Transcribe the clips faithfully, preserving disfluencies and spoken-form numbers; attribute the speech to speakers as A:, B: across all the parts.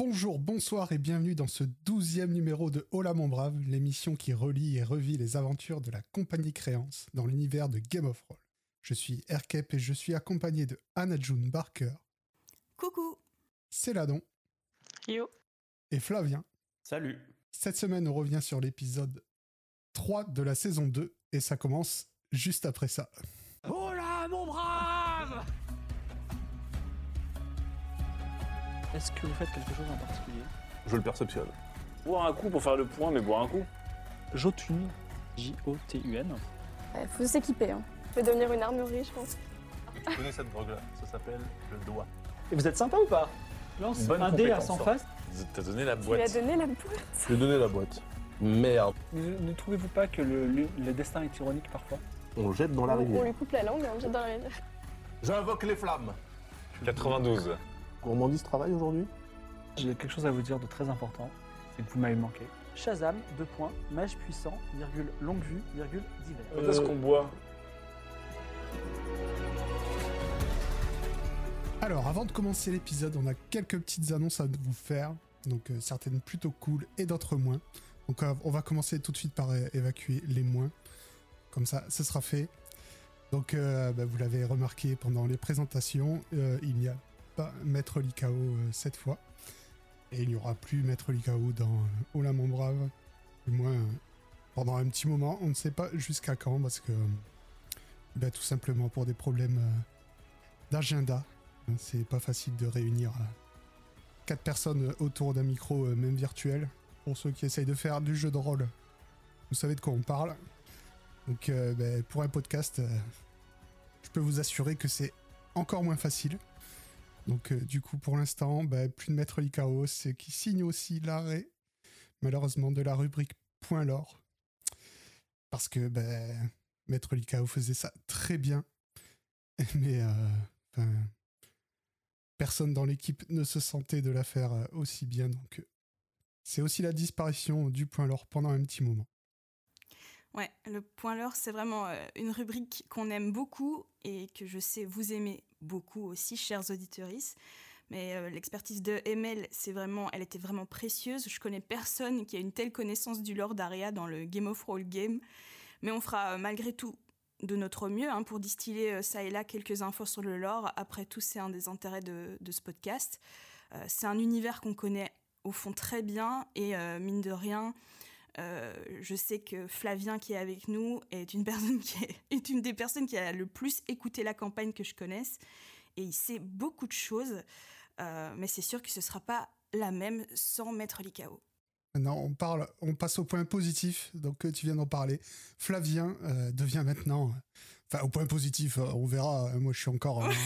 A: Bonjour, bonsoir et bienvenue dans ce douzième numéro de Hola mon brave, l'émission qui relie et revit les aventures de la compagnie Créance dans l'univers de Game of Roll. Je suis Erkep et je suis accompagné de Anna-June Barker.
B: Coucou.
A: Céladon.
C: Yo.
A: Et Flavien.
D: Salut.
A: Cette semaine, on revient sur l'épisode trois de la saison deux et ça commence juste après ça.
E: Hola mon brave!
C: Est-ce que vous faites quelque chose en particulier?
D: Je le perceptionne.
F: Boire un coup pour faire le point, mais boire un coup.
C: Jotun, J O T U N.
B: Il faut s'équiper. Hein. On peut devenir une armurerie, je pense.
D: Tu connais cette drogue-là, ça s'appelle le doigt.
C: Et vous êtes sympa ou pas? Lance
F: Bonne
C: un dé à
F: compétence,
C: cent
F: ça.
C: faces.
F: T'as donné la
B: Tu lui
F: boîte.
B: as donné la boîte.
D: Je lui ai donné la boîte. Merde.
C: Ne, ne trouvez-vous pas que le, le, le destin est ironique parfois?
D: On le jette dans la
B: On, on
D: rivière.
B: lui coupe la langue et on le jette dans la rivière.
D: J'invoque les flammes.
F: quatre-vingt-douze.
D: Gourmandise travaille aujourd'hui?
C: J'ai quelque chose à vous dire de très important, c'est que vous m'avez manqué. Shazam, deux points, mage puissant, virgule, longue vue, virgule, divers.
F: Quand est-ce qu'on boit?
A: Alors, avant de commencer l'épisode, on a quelques petites annonces à vous faire, donc euh, certaines plutôt cool et d'autres moins. Donc euh, on va commencer tout de suite par é- évacuer les moins, comme ça, ce sera fait. Donc euh, bah, vous l'avez remarqué pendant les présentations, euh, il n'y a pas Maître Likao euh, cette fois. Et il n'y aura plus Maître Likao dans euh, Hola mon brave, du moins euh, pendant un petit moment. On ne sait pas jusqu'à quand, parce que euh, bah, tout simplement pour des problèmes euh, d'agenda. C'est pas facile de réunir euh, quatre personnes autour d'un micro, euh, même virtuel. Pour ceux qui essayent de faire du jeu de rôle, vous savez de quoi on parle. Donc euh, bah, pour un podcast, euh, je peux vous assurer que c'est encore moins facile. Donc euh, du coup pour l'instant, bah, plus de Maître Likao, c'est qui signe aussi l'arrêt, malheureusement, de la rubrique Point Lore. Parce que bah, Maître Likao faisait ça très bien. Mais euh, personne dans l'équipe ne se sentait de la faire euh, aussi bien. Donc euh, c'est aussi la disparition du Point Lore pendant un petit moment.
B: Ouais, le point lore, c'est vraiment euh, une rubrique qu'on aime beaucoup et que je sais vous aimez beaucoup aussi, chers auditeuristes. Mais euh, l'expertise de M L, c'est vraiment, elle était vraiment précieuse. Je connais personne qui a une telle connaissance du lore d'Aria dans le Game of Roll game. Mais on fera euh, malgré tout de notre mieux hein, pour distiller euh, ça et là quelques infos sur le lore. Après tout, c'est un des intérêts de, de ce podcast. Euh, c'est un univers qu'on connaît au fond très bien et euh, mine de rien... Euh, je sais que Flavien qui est avec nous est une personne qui est, est une des personnes qui a le plus écouté la campagne que je connaisse et il sait beaucoup de choses euh, mais c'est sûr que ce ne sera pas la même sans Maître Likao.
A: Maintenant on, parle, on passe au point positif, donc euh, tu viens d'en parler. Flavien euh, devient maintenant, euh, enfin au point positif, euh, on verra, euh, moi je suis encore... Euh,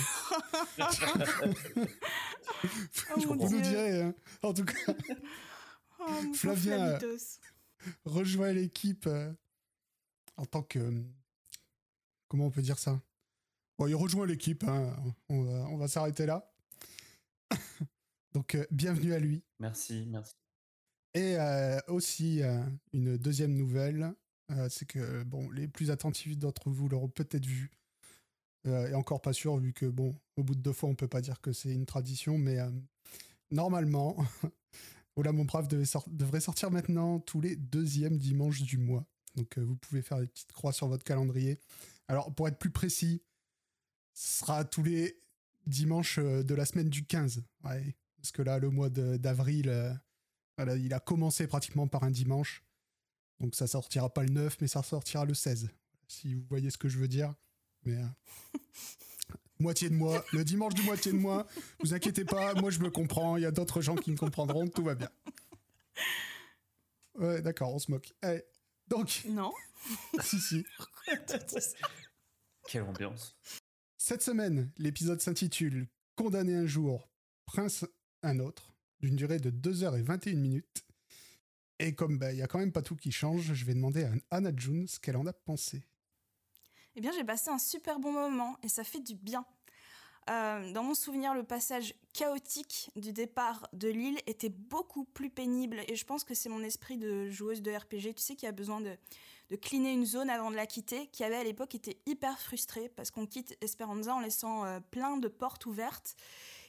B: Oh
A: vous
B: mon
A: nous
B: Dieu.
A: direz, hein. En tout cas,
B: Oh, mon pauvre
A: Flavien, euh,
B: Flavitos.
A: rejoint l'équipe euh, en tant que... euh, comment on peut dire ça? Bon, il rejoint l'équipe, hein. on va, on va s'arrêter là. Donc, euh, bienvenue à lui.
D: Merci, merci.
A: Et euh, aussi, euh, une deuxième nouvelle, euh, c'est que bon, les plus attentifs d'entre vous l'auront peut-être vu. Euh, et encore pas sûr, vu que, bon, au bout de deux fois, on peut pas dire que c'est une tradition, mais euh, normalement... Hola mon brave devait sor- devrait sortir maintenant tous les deuxièmes dimanches du mois. Donc euh, vous pouvez faire des petites croix sur votre calendrier. Alors pour être plus précis, ce sera tous les dimanches euh, de la semaine du quinze. Ouais, parce que là, le mois de- d'avril, euh, voilà, il a commencé pratiquement par un dimanche. Donc ça sortira pas le neuf, mais ça sortira le seize. Si vous voyez ce que je veux dire. Mais... Euh... moitié de mois, le dimanche du moitié de mois, vous inquiétez pas, moi je me comprends, il y a d'autres gens qui me comprendront, tout va bien. Ouais, d'accord, on se moque. Allez, donc...
B: Non.
A: si, si.
D: Quelle ambiance.
A: Cette semaine, l'épisode s'intitule « Condamné un jour, prince un autre », d'une durée de deux heures vingt et une minutes. Et comme bah, il y a quand même pas tout qui change, je vais demander à Anna-June ce qu'elle en a pensé.
B: Eh bien, j'ai passé un super bon moment et ça fait du bien. Euh, dans mon souvenir, le passage chaotique du départ de l'île était beaucoup plus pénible et je pense que c'est mon esprit de joueuse de R P G, tu sais, qui a besoin de, de cleaner une zone avant de la quitter, qui avait à l'époque été hyper frustré parce qu'on quitte Esperanza en laissant euh, plein de portes ouvertes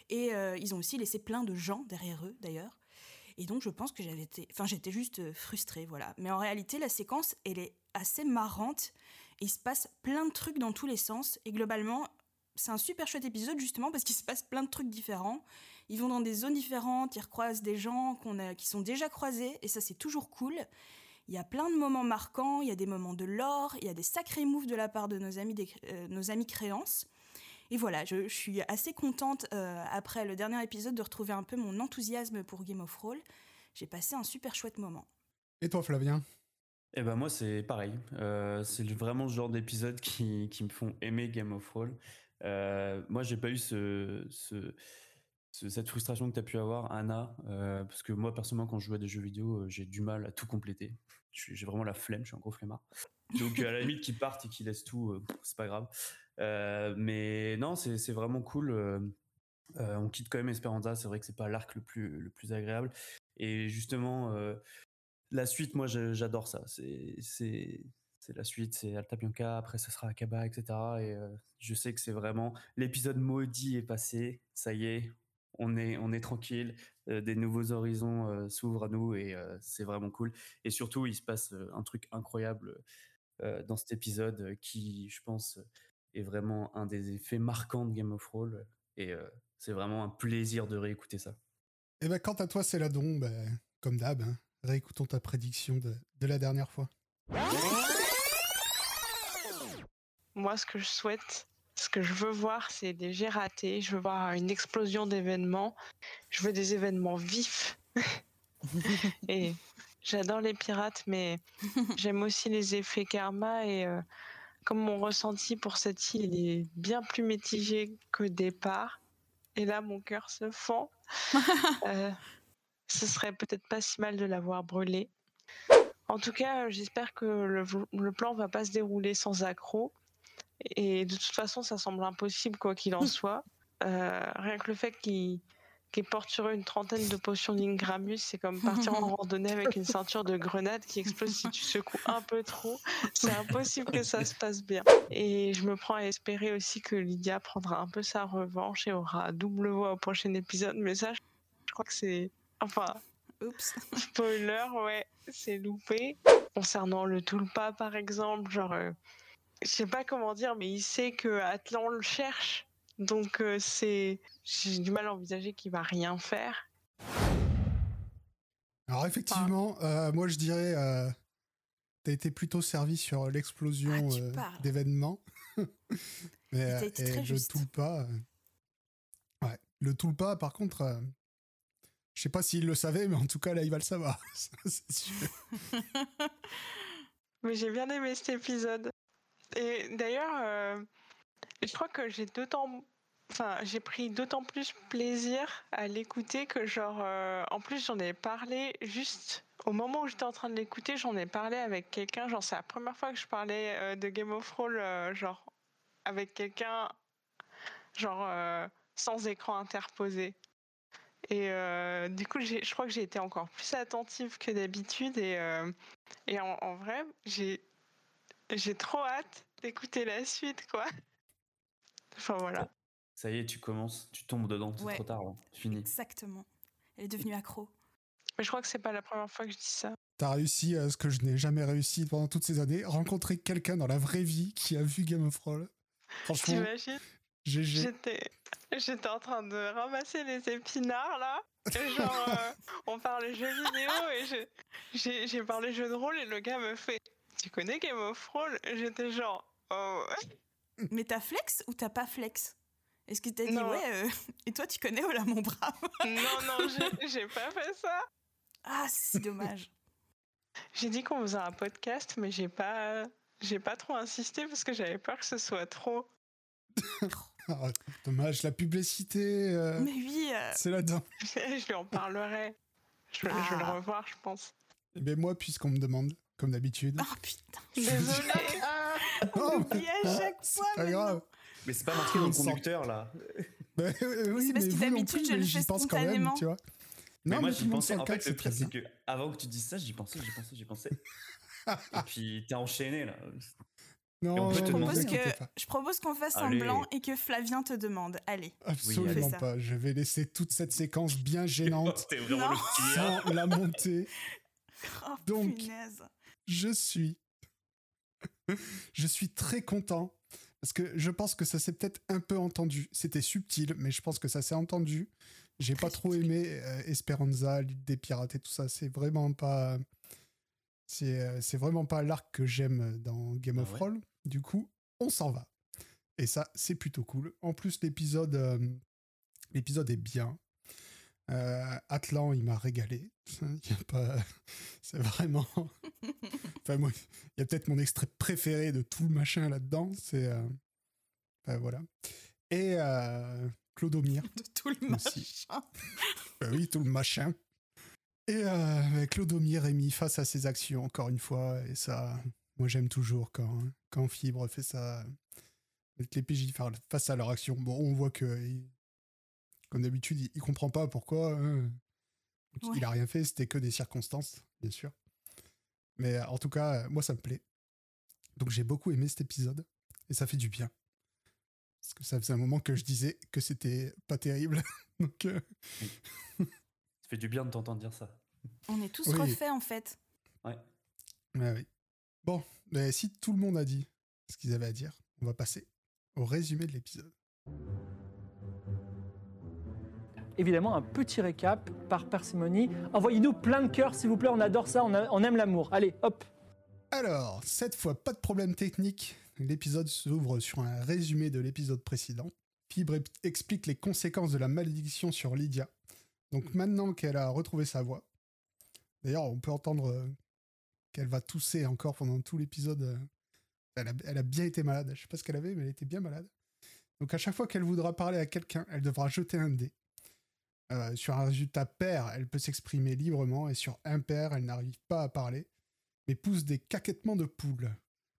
B: Et euh, ils ont aussi laissé plein de gens derrière eux, d'ailleurs. Et donc, je pense que j'avais été... Enfin, j'étais juste euh, frustrée, voilà. Mais en réalité, la séquence, elle est assez marrante. Et il se passe plein de trucs dans tous les sens. Et globalement, c'est un super chouette épisode, justement, parce qu'il se passe plein de trucs différents. Ils vont dans des zones différentes, ils recroisent des gens qu'on a, qui sont déjà croisés. Et ça, c'est toujours cool. Il y a plein de moments marquants, il y a des moments de lore, il y a des sacrés moves de la part de nos amis, des, euh, nos amis créances. Et voilà, je, je suis assez contente, euh, après le dernier épisode, de retrouver un peu mon enthousiasme pour Game of Thrones. J'ai passé un super chouette moment.
A: Et toi, Flavien?
G: Eh ben moi, c'est pareil. Euh, c'est vraiment ce genre d'épisodes qui, qui me font aimer Game of Thrones. Euh, moi, j'ai pas eu ce, ce, ce- cette frustration que tu as pu avoir, Anna, euh, parce que moi, personnellement, quand je joue à des jeux vidéo, euh, j'ai du mal à tout compléter. Je suis- J'ai vraiment la flemme, je suis un gros flemmard. Donc, à la limite, qu'ils partent et qu'ils laissent tout, euh, pff, c'est pas grave. Euh, mais non, c'est c'est vraiment cool. euh, euh, on quitte quand même Esperanza, c'est vrai que c'est pas l'arc le plus, le plus agréable. Et justement, euh, la suite, moi, je- j'adore ça. C'est c'est- c'est la suite, c'est Alta Bianca, après ce sera Akaba, et cetera. Et euh, je sais que c'est vraiment... L'épisode maudit est passé, ça y est, on est, on est tranquille, euh, des nouveaux horizons euh, s'ouvrent à nous et euh, c'est vraiment cool. Et surtout, il se passe euh, un truc incroyable euh, dans cet épisode euh, qui, je pense, est vraiment un des effets marquants de Game of Thrones. Et euh, c'est vraiment un plaisir de réécouter ça.
A: Eh ben, quant à toi, Céladon, ben, comme d'hab, hein, réécoutons ta prédiction de, de la dernière fois.
H: Moi, ce que je souhaite, ce que je veux voir, c'est des jets ratés. Je veux voir une explosion d'événements. Je veux des événements vifs. Et j'adore les pirates, mais j'aime aussi les effets karma. Et euh, comme mon ressenti pour cette île, il est bien plus mitigé qu'au départ. Et là, mon cœur se fend. Euh, ce serait peut-être pas si mal de l'avoir brûlé. En tout cas, euh, j'espère que le, le plan va pas se dérouler sans accroc. Et de toute façon, ça semble impossible, quoi qu'il en soit. Euh, rien que le fait qu'il qu'il porte sur eux une trentaine de potions d'Ingramus, c'est comme partir en randonnée avec une ceinture de grenades qui explose si tu secoues un peu trop. C'est impossible que ça se passe bien. Et je me prends à espérer aussi que Lydia prendra un peu sa revanche et aura double voix au prochain épisode. Mais ça, je crois que c'est... Enfin...
B: Oups.
H: Spoiler, ouais, c'est loupé. Concernant le Tulpa, par exemple, genre... Euh, je sais pas comment dire, mais il sait que Atlan le cherche, donc euh, c'est, j'ai du mal à envisager qu'il va rien faire.
A: Alors effectivement, euh, moi je dirais, euh, t'as été plutôt servi sur l'explosion
B: Ah, tu
A: euh,
B: parles.
A: d'événements. Mais
B: t'as
A: euh,
B: été
A: et
B: très
A: le
B: juste.
A: Tulpa, euh, ouais, le Tulpa, par contre, euh, je sais pas s'il le savait, mais en tout cas là, il va le savoir. Ça, c'est sûr.
H: Mais j'ai bien aimé cet épisode. Et d'ailleurs, euh, je crois que j'ai d'autant, enfin, j'ai pris d'autant plus plaisir à l'écouter que genre, euh, en plus j'en ai parlé juste au moment où j'étais en train de l'écouter, j'en ai parlé avec quelqu'un. Genre, c'est la première fois que je parlais euh, de Game of Thrones, euh, genre avec quelqu'un, genre euh, sans écran interposé. Et euh, du coup, j'ai, je crois que j'ai été encore plus attentive que d'habitude. Et, euh, et en, en vrai, j'ai, j'ai trop hâte d'écouter la suite, quoi. Enfin, voilà.
G: Ça y est, tu commences, tu tombes dedans, c'est
B: Ouais.
G: trop tard, là. Fini.
B: Exactement. Elle est devenue accro.
H: Mais je crois que c'est pas la première fois que je dis ça.
A: T'as réussi euh, ce que je n'ai jamais réussi pendant toutes ces années, rencontrer quelqu'un dans la vraie vie qui a vu Game of Thrones. Franchement,
H: T'imagines?
A: G G.
H: J'étais, j'étais en train de ramasser les épinards, là. Et genre, euh, on parlait jeux vidéo et j'ai, j'ai, j'ai parlé jeux de rôle et le gars me fait « Tu connais Game of Thrones ?» J'étais genre « Oh... »
B: Mais t'as flex ou t'as pas flex? Est-ce que t'as dit
H: Non.
B: ouais, euh, et toi tu connais Ola mon brave?
H: Non, non, j'ai, j'ai pas fait ça.
B: Ah, c'est dommage.
H: J'ai dit qu'on faisait un podcast, mais j'ai pas, j'ai pas trop insisté parce que j'avais peur que ce soit trop.
A: Ah, dommage, la publicité, euh,
B: Mais oui, euh,
A: c'est là-dedans.
H: Je lui en parlerai. Je, je vais le
B: Ah.
H: revoir, je pense.
A: Mais moi, puisqu'on me demande, comme d'habitude.
B: oh putain,
H: Désolée.
A: Oh,
B: on oublie à chaque
A: c'est
B: fois.
A: pas
B: mais
A: grave.
B: non.
G: Mais c'est pas marqué dans le
A: Sans-
G: conducteur, là.
A: Bah, euh, oui,
B: c'est parce
A: mais
B: que
A: vous non
B: d'habitude,
A: plus,
B: je le
A: mais
B: fais
A: j'y pense quand même,
B: spontanément.
A: tu vois.
G: Mais
A: Non,
G: moi,
A: mais tout
G: j'y
A: le monde
G: pensais.
A: sent
G: En
A: le cas
G: fait,
A: que
G: le
A: c'est très
G: pire, c'est
A: bien.
G: que avant que tu dises ça, j'y pensais, j'y pensais, j'y pensais. Et puis, t'as enchaîné, là.
A: Non,
G: on peut
A: non,
G: te
B: Je
A: non,
G: demander-
B: propose,
A: vous inquiétez
B: que,
A: pas.
B: je propose qu'on fasse
G: Allez.
B: un blanc et que Flavien te demande. Allez.
A: Absolument
B: fais ça.
A: pas. Je vais laisser toute cette séquence bien gênante
F: T'es vraiment
B: Non.
F: le petit. hein.
A: sans la monter.
B: Oh,
A: Donc,
B: punaise.
A: Je suis... je suis très content parce que je pense que ça s'est peut-être un peu entendu. C'était subtil, mais je pense que ça s'est entendu. J'ai
B: Très
A: pas trop
B: subtil.
A: aimé euh, Esperanza, l'île des pirates et tout ça. C'est vraiment pas... C'est, euh, c'est vraiment pas l'arc que j'aime dans Game
G: Ah
A: of
G: ouais
A: Thrones. Du coup, on s'en va. Et ça, c'est plutôt cool. En plus, l'épisode, euh, l'épisode est bien. Euh, Atlan, il m'a régalé. Il y a pas... C'est vraiment... Enfin, moi, il y a peut-être mon extrait préféré de tout le machin là-dedans. C'est... euh, enfin, voilà. Et euh, Clodomir.
B: De tout le
A: Aussi.
B: machin.
A: Bah oui, tout le machin. Et euh, Clodomir est mis face à ses actions, encore une fois. Et ça, moi, j'aime toujours quand, quand Fibre fait ça. Avec les P J face à leur action. Bon, on voit que, il- comme d'habitude, il, il comprend pas pourquoi. hein.
B: Ouais.
A: Il a rien fait, c'était que des circonstances, bien sûr. Mais euh, en tout cas, euh, moi, ça me plaît. Donc, j'ai beaucoup aimé cet épisode. Et ça fait du bien. Parce que ça faisait un moment que je disais que c'était pas terrible. Donc, euh,
G: Ça fait du bien de t'entendre dire ça.
B: On est tous
A: Oui.
B: refaits en fait.
G: Ouais.
A: ouais, oui. Bon, mais si tout le monde a dit ce qu'ils avaient à dire, on va passer au résumé de l'épisode.
C: Évidemment, un petit récap par parcimonie. Envoyez-nous plein de cœurs, s'il vous plaît. On adore ça, on, a- on aime l'amour. Allez, hop.
A: Alors, cette fois, pas de problème technique. L'épisode s'ouvre sur un résumé de l'épisode précédent. Fibre e- explique les conséquences de la malédiction sur Lydia. Donc maintenant qu'elle a retrouvé sa voix, d'ailleurs, on peut entendre euh, qu'elle va tousser encore pendant tout l'épisode. euh, Elle a, elle a bien été malade. Je sais pas ce qu'elle avait, mais elle était bien malade. Donc à chaque fois qu'elle voudra parler à quelqu'un, elle devra jeter un dé. Euh, sur un résultat pair, elle peut s'exprimer librement, et sur impair, elle n'arrive pas à parler, mais pousse des caquettements de poule.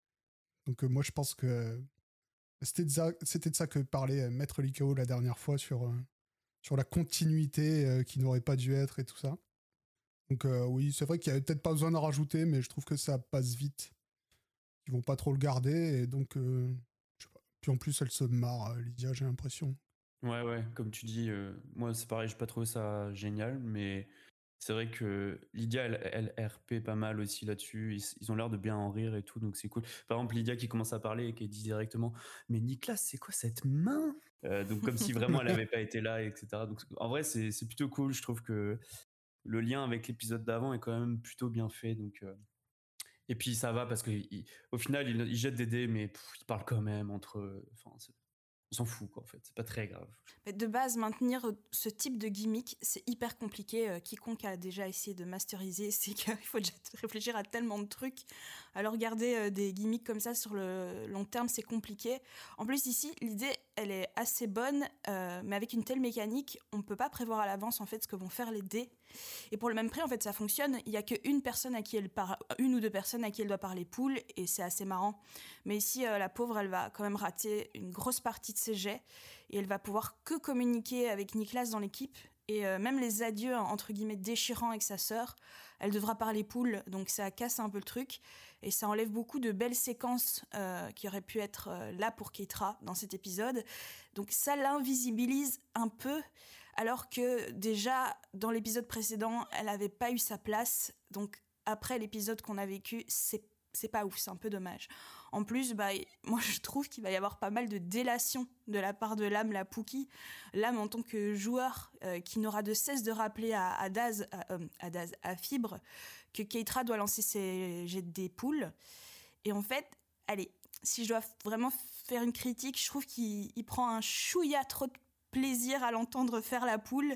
A: Donc euh, moi je pense que c'était de, ça, c'était de ça que parlait euh, Maître Likao la dernière fois sur, euh, sur la continuité euh, qui n'aurait pas dû être et tout ça. Donc euh, oui, c'est vrai qu'il y avait peut-être pas besoin d'en rajouter, mais je trouve que ça passe vite. Ils vont pas trop le garder, et donc euh, je sais pas. Puis en plus elle se marre, euh, Lydia, j'ai l'impression.
G: Ouais, ouais, comme tu dis, euh, moi c'est pareil, j'ai pas trouvé ça génial, mais c'est vrai que Lydia, elle, elle R P pas mal aussi là-dessus. Ils, ils ont l'air de bien en rire et tout, donc c'est cool. Par exemple, Lydia qui commence à parler et qui dit directement mais Nicolas, c'est quoi cette main? Euh, Donc, comme si vraiment elle avait pas été là, et cetera. Donc, en vrai, c'est c'est plutôt cool. Je trouve que le lien avec l'épisode d'avant est quand même plutôt bien fait. Donc, euh, et puis ça va parce qu'au final, ils, ils jettent des dés, mais pff, ils parlent quand même entre eux. Enfin, c'est- on s'en fout, quoi, en fait. C'est pas très grave.
B: Mais de base, maintenir ce type de gimmick, c'est hyper compliqué. Euh, quiconque a déjà essayé de masteriser, c'est qu'il faut déjà réfléchir à tellement de trucs. Alors garder euh, des gimmicks comme ça sur le long terme, c'est compliqué. En plus, ici, l'idée, elle est assez bonne, euh, mais avec une telle mécanique, on ne peut pas prévoir à l'avance en fait ce que vont faire les dés. Et pour le même prix, en fait, ça fonctionne. Il n'y a qu'une personne à qui elle par... une ou deux personnes à qui elle doit parler poule, et c'est assez marrant. Mais ici, euh, la pauvre, elle va quand même rater une grosse partie de ses jets, et elle va pouvoir que communiquer avec Nicolas dans l'équipe. Et euh, même les adieux, entre guillemets, déchirants avec sa sœur, elle devra parler poule, donc ça casse un peu le truc. Et ça enlève beaucoup de belles séquences euh, qui auraient pu être euh, là pour Keitra dans cet épisode. Donc ça l'invisibilise un peu, alors que déjà, dans l'épisode précédent, elle n'avait pas eu sa place. Donc après l'épisode qu'on a vécu, c'est, c'est pas ouf, c'est un peu dommage. En plus, bah, moi je trouve qu'il va y avoir pas mal de délation de la part de Lame, la Pookie. Lame en tant que joueur euh, qui n'aura de cesse de rappeler à, à Daz, à, euh, à Daz, à Fibre, que Keitra doit lancer ses jets des poules. Et en fait, allez, si je dois vraiment faire une critique, je trouve qu'il il prend un chouïa trop de plaisir à l'entendre faire la poule.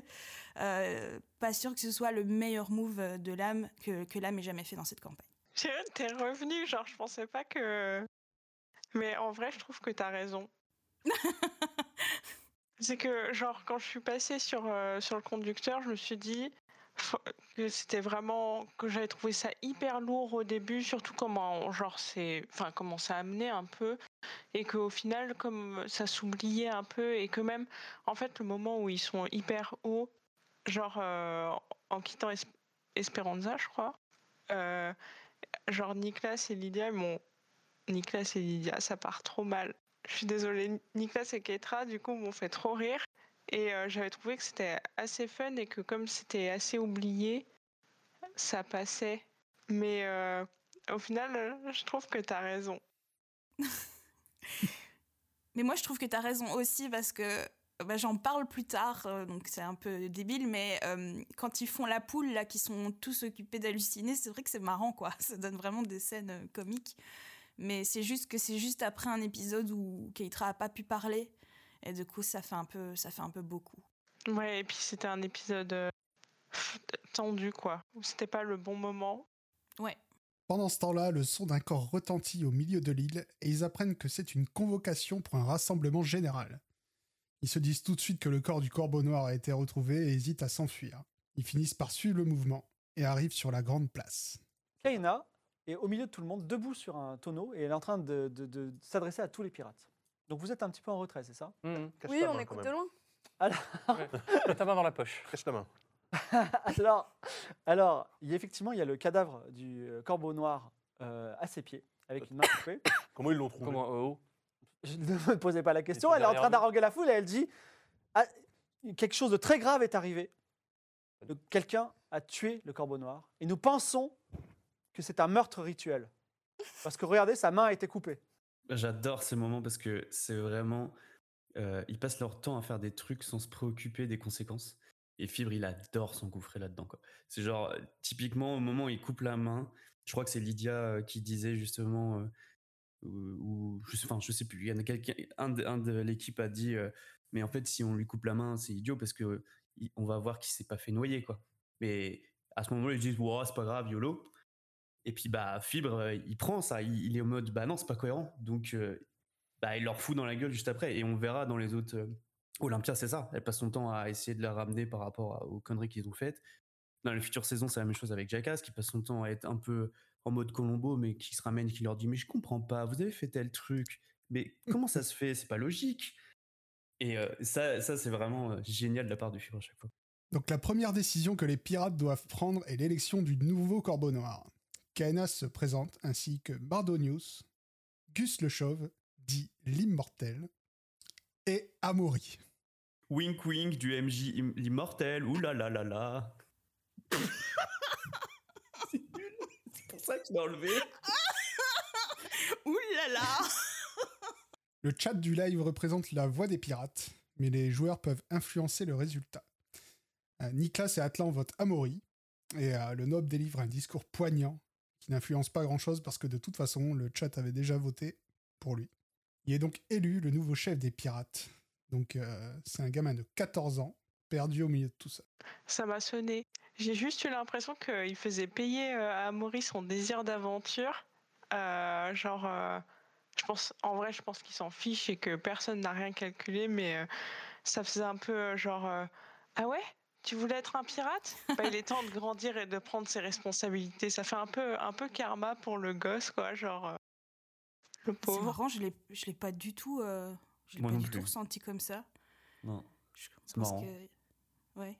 B: Euh, pas sûr que ce soit le meilleur move de Lame que, que Lame ait jamais fait dans cette campagne.
H: T'es revenu, genre je pensais pas que... Mais en vrai, je trouve que t'as raison. C'est que, genre, quand je suis passée sur, euh, sur le conducteur, je me suis dit que c'était vraiment... que j'avais trouvé ça hyper lourd au début, surtout comment, genre, c'est... Enfin, comment ça amenait un peu, et qu'au final, comme ça s'oubliait un peu, et que même, en fait, le moment où ils sont hyper hauts, genre, euh, en quittant es- Esperanza, je crois, euh, genre, Nicolas et Lydia, ils m'ont Nicolas et Lydia, ça part trop mal. Je suis désolée, Nicolas et Keitra, du coup, m'ont fait trop rire. Et euh, j'avais trouvé que c'était assez fun et que comme c'était assez oublié, ça passait. Mais euh, au final, euh, je trouve que t'as raison.
B: Mais moi, je trouve que t'as raison aussi parce que bah, j'en parle plus tard, euh, donc c'est un peu débile, mais euh, quand ils font la poule, là, qui sont tous occupés d'halluciner, c'est vrai que c'est marrant, quoi. Ça donne vraiment des scènes euh, comiques. Mais c'est juste que c'est juste après un épisode où Keitra a pas pu parler. Et du coup, ça fait un peu, ça fait un peu beaucoup.
H: Ouais, et puis c'était un épisode euh, tendu, quoi. Où c'était pas le bon moment.
B: Ouais.
A: Pendant ce temps-là, le son d'un corps retentit au milieu de l'île et ils apprennent que c'est une convocation pour un rassemblement général. Ils se disent tout de suite que le corps du corbeau noir a été retrouvé et hésitent à s'enfuir. Ils finissent par suivre le mouvement et arrivent sur la grande place.
C: Kaina est au milieu de tout le monde, debout sur un tonneau, et elle est en train de, de, de s'adresser à tous les pirates. Donc vous êtes un petit peu en retrait, c'est ça?
I: Mmh.
J: Oui, on écoute de loin.
C: Alors...
I: Mets ta main dans la poche.
D: Cache ta main.
C: alors, alors, il y a effectivement, il y a le cadavre du euh, corbeau noir euh, à ses pieds, avec une main coupée.
D: Comment ils l'ont trouvé?
I: Comment oh,
C: Je ne me posais pas la question.
I: était
C: Elle est en
I: derrière
C: train
I: nous.
C: d'arranger la foule et elle dit ah, quelque chose de très grave est arrivé. Le- Quelqu'un a tué le corbeau noir et nous pensons que c'est un meurtre rituel. Parce que regardez, sa main a été coupée.
G: J'adore ces moments parce que c'est vraiment. Euh, ils passent leur temps à faire des trucs sans se préoccuper des conséquences. Et Fibre, il adore s'engouffrer là-dedans, quoi. C'est genre, euh, typiquement, au moment où il coupe la main, je crois que c'est Lydia euh, qui disait justement. Euh, ou, ou- je sais, enfin, je sais plus. Il y en a quelqu'un, un de, un de l'équipe a dit, euh, mais en fait, si on lui coupe la main, c'est idiot parce que euh, il- on va voir qu'il s'est pas fait noyer, quoi. Mais à ce moment-là, ils disent, wow, c'est pas grave, YOLO. Et puis, bah, Fibre, euh, il prend ça. Il, il est en mode, bah non, c'est pas cohérent. Donc, euh, bah, il leur fout dans la gueule juste après. Et on verra dans les autres. euh, Olympia, c'est ça. Elle passe son temps à essayer de la ramener par rapport à- aux conneries qu'ils ont faites. Dans les futures saisons, c'est la même chose avec Jackass, qui passe son temps à être un peu en mode Colombo, mais qui se ramène, qui leur dit mais je comprends pas, vous avez fait tel truc, mais comment ça se fait, c'est pas logique. Et euh, ça, ça c'est vraiment euh, génial de la part de Fibre à chaque fois.
A: Donc la première décision que les pirates doivent prendre est l'élection du nouveau corbeau noir. Kaenas se présente, ainsi que Bardonius, Gus le Chauve, dit l'immortel, et Amaury.
G: Wink wink du M J im- l'immortel, oulala là là là. C'est nul, c'est pour ça que je l'ai enlevé.
B: Ouh là là.
A: Le chat du live représente la voix des pirates, mais les joueurs peuvent influencer le résultat. Euh, Niklas et Atlan votent Amaury, et euh, le noble délivre un discours poignant qui n'influence pas grand-chose parce que de toute façon, le chat avait déjà voté pour lui. Il est donc élu le nouveau chef des pirates. Donc euh, c'est un gamin de quatorze ans, perdu au milieu de tout ça.
H: Ça m'a sonné. J'ai juste eu l'impression qu'il faisait payer euh, à Amaury son désir d'aventure. Euh, genre, euh, je pense, en vrai, je pense qu'il s'en fiche et que personne n'a rien calculé, mais euh, ça faisait un peu euh, genre, euh, ah ouais, tu voulais être un pirate? Bah, il est temps de grandir et de prendre ses responsabilités. Ça fait un peu, un peu karma pour le gosse, quoi, genre, euh, le
B: C'est
H: pauvre.
B: marrant, je l'ai, je l'ai pas du tout, euh, je l'ai
G: Moi
B: pas
G: non
B: du tout
G: plus.
B: ressenti comme ça.
G: Non.
B: Je
G: C'est
B: pense
G: marrant.
B: que, ouais.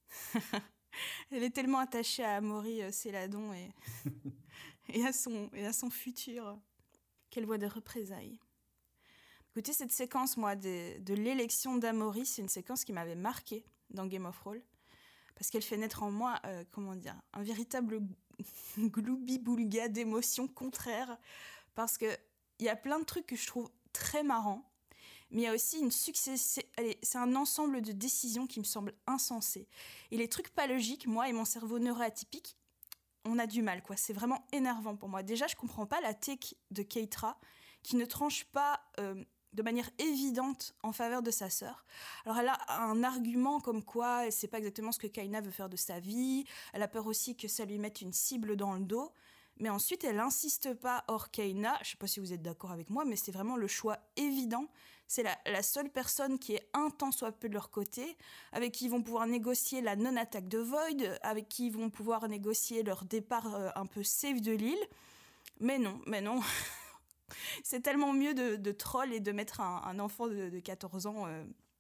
B: Elle est tellement attachée à Amaury euh, Céladon et et à son et à son futur. Quelle voie de représailles. Écoutez, cette séquence, moi, de, de l'élection d'Amaury, c'est une séquence qui m'avait marquée dans Game of Thrones. Parce qu'elle fait naître en moi, euh, comment dire, un véritable gloubi-boulga d'émotions contraires. Parce qu'il y a plein de trucs que je trouve très marrants. Mais il y a aussi une succession. Allez, c'est un ensemble de décisions qui me semblent insensées. Et les trucs pas logiques, moi et mon cerveau neuroatypique, on a du mal, quoi. C'est vraiment énervant pour moi. Déjà, je comprends pas la take de Keitra, qui ne tranche pas euh, de manière évidente en faveur de sa sœur. Alors, elle a un argument comme quoi elle sait pas exactement ce que Kaina veut faire de sa vie. Elle a peur aussi que ça lui mette une cible dans le dos. Mais ensuite, elle insiste pas. Or, Kaina, je sais pas si vous êtes d'accord avec moi, mais c'est vraiment le choix évident. C'est la, la seule personne qui est un tant soit peu de leur côté, avec qui ils vont pouvoir négocier la non-attaque de Void, avec qui ils vont pouvoir négocier leur départ euh, un peu safe de l'île. Mais non, mais non. C'est tellement mieux de, de troll et de mettre un, un enfant de, de quatorze ans euh,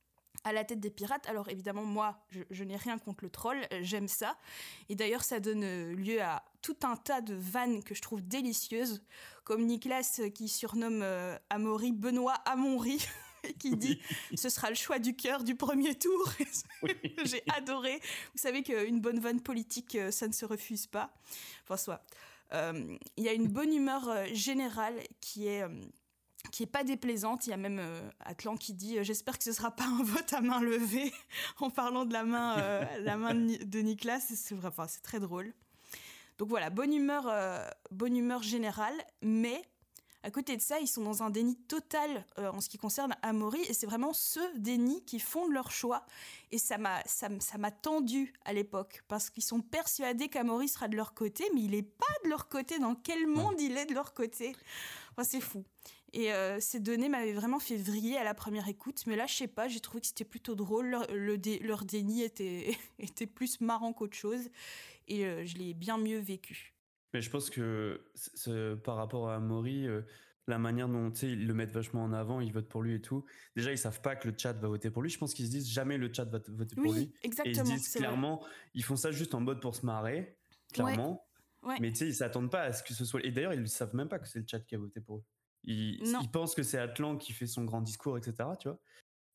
B: à la tête des pirates. Alors évidemment, moi, je, je n'ai rien contre le troll, euh, j'aime ça. Et d'ailleurs, ça donne euh, lieu à tout un tas de vannes que je trouve délicieuses, comme Nicolas euh, qui surnomme euh, Amaury Benoît Amonry, et qui dit « ce sera le choix du cœur du premier tour ». J'ai adoré. Vous savez qu'une bonne vanne politique, euh, ça ne se refuse pas. Enfin, soit. Euh, Il y a une bonne humeur euh, générale qui est... Euh, qui est pas déplaisante. Il y a même euh, Atlan qui dit euh, j'espère que ce sera pas un vote à main levée en parlant de la main euh, la main de, Ni- de Nicolas. C'est, c'est, vrai, enfin, c'est très drôle. Donc voilà, bonne humeur euh, bonne humeur générale, mais à côté de ça, ils sont dans un déni total euh, en ce qui concerne Amaury, et c'est vraiment ce déni qui fonde leur choix. Et ça m'a ça, m- ça m'a tendu à l'époque, parce qu'ils sont persuadés qu'Amaury sera de leur côté, mais il est pas de leur côté. Dans quel monde il est de leur côté? Enfin, c'est fou. Et euh, ces données m'avaient vraiment fait vriller à la première écoute. Mais là, je sais pas, j'ai trouvé que c'était plutôt drôle. Leur, le dé, leur déni était, était plus marrant qu'autre chose. Et euh, je l'ai bien mieux vécu.
G: Mais je pense que c'est- c'est- par rapport à Amaury, euh, la manière dont tu sais, ils le mettent vachement en avant, ils votent pour lui et tout. Déjà, ils savent pas que le chat va voter pour lui. Je pense qu'ils se disent jamais le chat va t- voter pour
B: Oui,
G: lui. Et ils se
B: exactement,
G: disent
B: c'est vrai.
G: clairement, ils font ça juste en mode pour se marrer, clairement.
B: Ouais.
G: Mais tu sais, ils s'attendent pas à ce que ce soit. Et d'ailleurs, ils ne savent même pas que c'est le chat qui a voté pour eux. Ils,
B: Non.
G: ils pensent que c'est Atlan qui fait son grand discours, et cetera. Tu vois.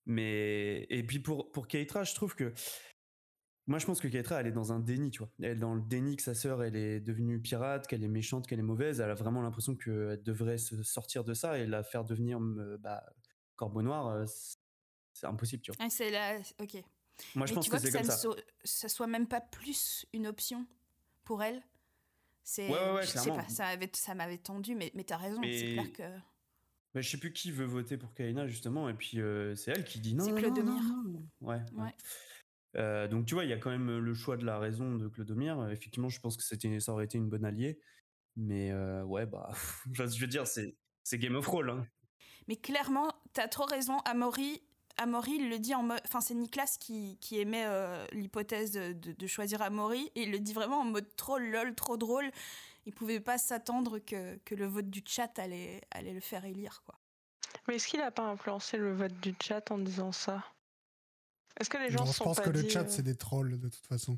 G: Mais et puis pour pour Keitra, je trouve que moi, je pense que Keitra, elle est dans un déni, tu vois. Elle est dans le déni que sa sœur, elle est devenue pirate, qu'elle est méchante, qu'elle est mauvaise. Elle a vraiment l'impression qu'elle devrait se sortir de ça et la faire devenir euh, bah, Corbeau Noir. euh, c'est- c'est impossible, tu vois.
B: Ah, c'est là, ok.
G: Moi, je
B: Mais
G: pense
B: tu
G: que
B: vois que,
G: c'est
B: ça
G: comme
B: ne
G: ça.
B: so- ça soit même pas plus une option pour elle. C'est,
G: Ouais, ouais, ouais,
B: je sais
G: clairement.
B: pas, ça, avait, ça m'avait tendu, mais, mais t'as raison,
G: Mais-
B: c'est clair que
G: Bah, je sais plus qui veut voter pour Kaina, justement. Et puis, euh, c'est elle qui dit non.
B: c'est
G: non,
B: Clodomir.
G: non, non. Ouais. ouais.
B: Ouais.
G: Euh, donc tu vois, il y a quand même le choix de la raison de Clodomir. Euh, Effectivement, je pense que c'était, ça aurait été une bonne alliée. Mais euh, ouais, bah, enfin, je veux dire, c'est, c'est Game of Thrones. Hein.
B: Mais clairement, t'as trop raison. Amaury, Amaury il le dit en mode. Enfin, c'est Nicolas qui, qui émet euh, l'hypothèse de, de, de choisir Amaury. Et il le dit vraiment en mode trop lol, trop drôle. Il pouvait pas s'attendre que, que le vote du chat allait, allait le faire élire, quoi.
H: Mais est-ce qu'il a pas influencé le vote du chat en disant ça? Est-ce que les gens
A: Non,
H: se
A: je
H: sont
A: pense
H: pas
A: que le
H: dit,
A: chat,
H: euh,
A: c'est des trolls de toute façon.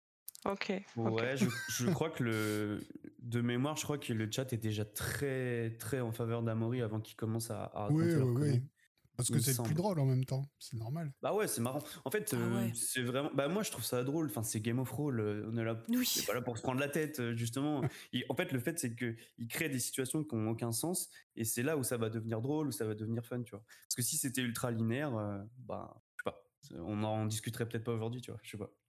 H: Ok.
G: Ouais, je, je crois que le, de mémoire, je crois que le chat est déjà très, très en faveur d'Amaury avant qu'il commence à, à
A: Oui,
G: raconter
A: oui,
G: leur
A: oui.
G: connerie.
A: Parce
G: Il
A: que
G: me
A: c'est le plus
G: semble.
A: drôle en même temps. C'est normal.
G: Bah ouais, c'est marrant. En fait,
B: Ah
G: euh,
B: ouais.
G: c'est vraiment. Bah moi, je trouve ça drôle. Enfin, c'est Game of Thrones. euh, On est là.
B: Oui.
G: C'est pas là pour se prendre la tête, euh, justement. Et en fait, le fait, c'est que il crée des situations qui n'ont aucun sens, et c'est là où ça va devenir drôle, où ça va devenir fun, tu vois. Parce que si c'était ultra linéaire, euh, bah, je sais pas. On en discuterait peut-être pas aujourd'hui, tu vois. Je sais pas.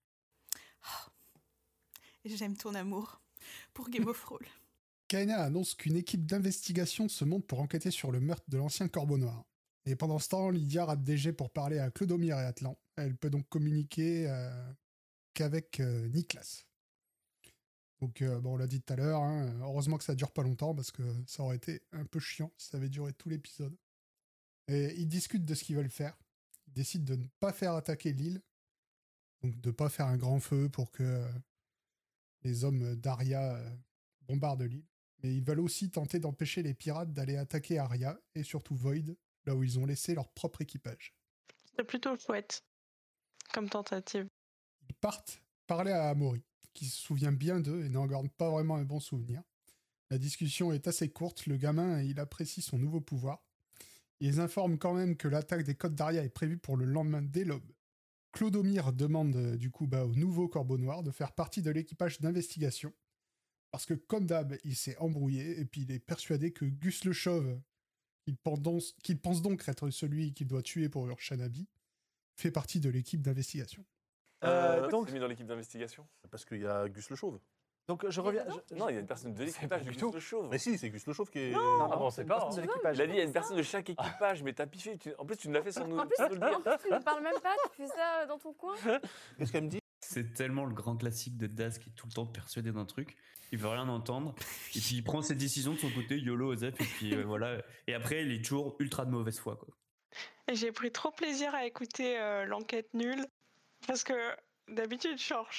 B: J'aime ton amour pour Game of Thrones.
A: Kaina annonce qu'une équipe d'investigation se monte pour enquêter sur le meurtre de l'ancien Corbeau Noir. Et pendant ce temps, Lydia rate D G pour parler à Clodomir et Atlan. Elle peut donc communiquer euh, qu'avec euh, Nicolas. Donc, euh, bon, on l'a dit tout à l'heure, hein, heureusement que ça dure pas longtemps parce que ça aurait été un peu chiant si ça avait duré tout l'épisode. Et ils discutent de ce qu'ils veulent faire. Ils décident de ne pas faire attaquer l'île, donc de ne pas faire un grand feu pour que euh, les hommes d'Arya euh, bombardent l'île. Mais ils veulent aussi tenter d'empêcher les pirates d'aller attaquer Arya et surtout Void, là où ils ont laissé leur propre équipage.
H: C'est plutôt chouette comme tentative.
A: Ils partent parler à Amaury, qui se souvient bien d'eux et n'en garde pas vraiment un bon souvenir. La discussion est assez courte, le gamin il apprécie son nouveau pouvoir. Il les informe quand même que l'attaque des côtes d'Arya est prévue pour le lendemain dès l'aube. Clodomir demande euh, du coup bah, au nouveau Corbeau Noir de faire partie de l'équipage d'investigation, parce que comme d'hab, il s'est embrouillé et puis il est persuadé que Gus le Chauve, qu'il pense donc, qu'il pense donc être celui qu'il doit tuer pour Urshanabi, fait partie de l'équipe d'investigation.
C: Euh,
F: donc,
C: donc-
F: c'est mis dans l'équipe d'investigation.
D: Parce qu'il y a Gus le Chauve.
C: Donc je reviens. je-
F: Non, il y a une personne de l'équipage
I: du
F: du
I: tout.
F: tout. Le chauve.
D: Mais si, c'est Gus le Chauve qui est.
C: Non,
I: Ah
C: non,
I: bon,
C: c'est
I: c'est
C: une
I: pas,
C: personne de
I: hein.
C: l'équipage.
F: Il a dit il y a une personne de chaque équipage, mais t'as piffé. tu- En plus, tu nous l'as fait sans nous.
J: En plus,
F: sans nous le dire.
J: en plus, tu ne parles même pas, tu fais ça dans ton coin.
D: Qu'est-ce qu'elle me dit?
G: C'est tellement le grand classique de Das qui est tout le temps persuadé d'un truc. Il veut rien entendre. Et puis il prend ses décisions de son côté, YOLO, Osef, et puis euh, voilà. Et après, il est toujours ultra de mauvaise foi, quoi.
H: Et j'ai pris trop plaisir à écouter euh, l'enquête nulle parce que d'habitude, genre, je suis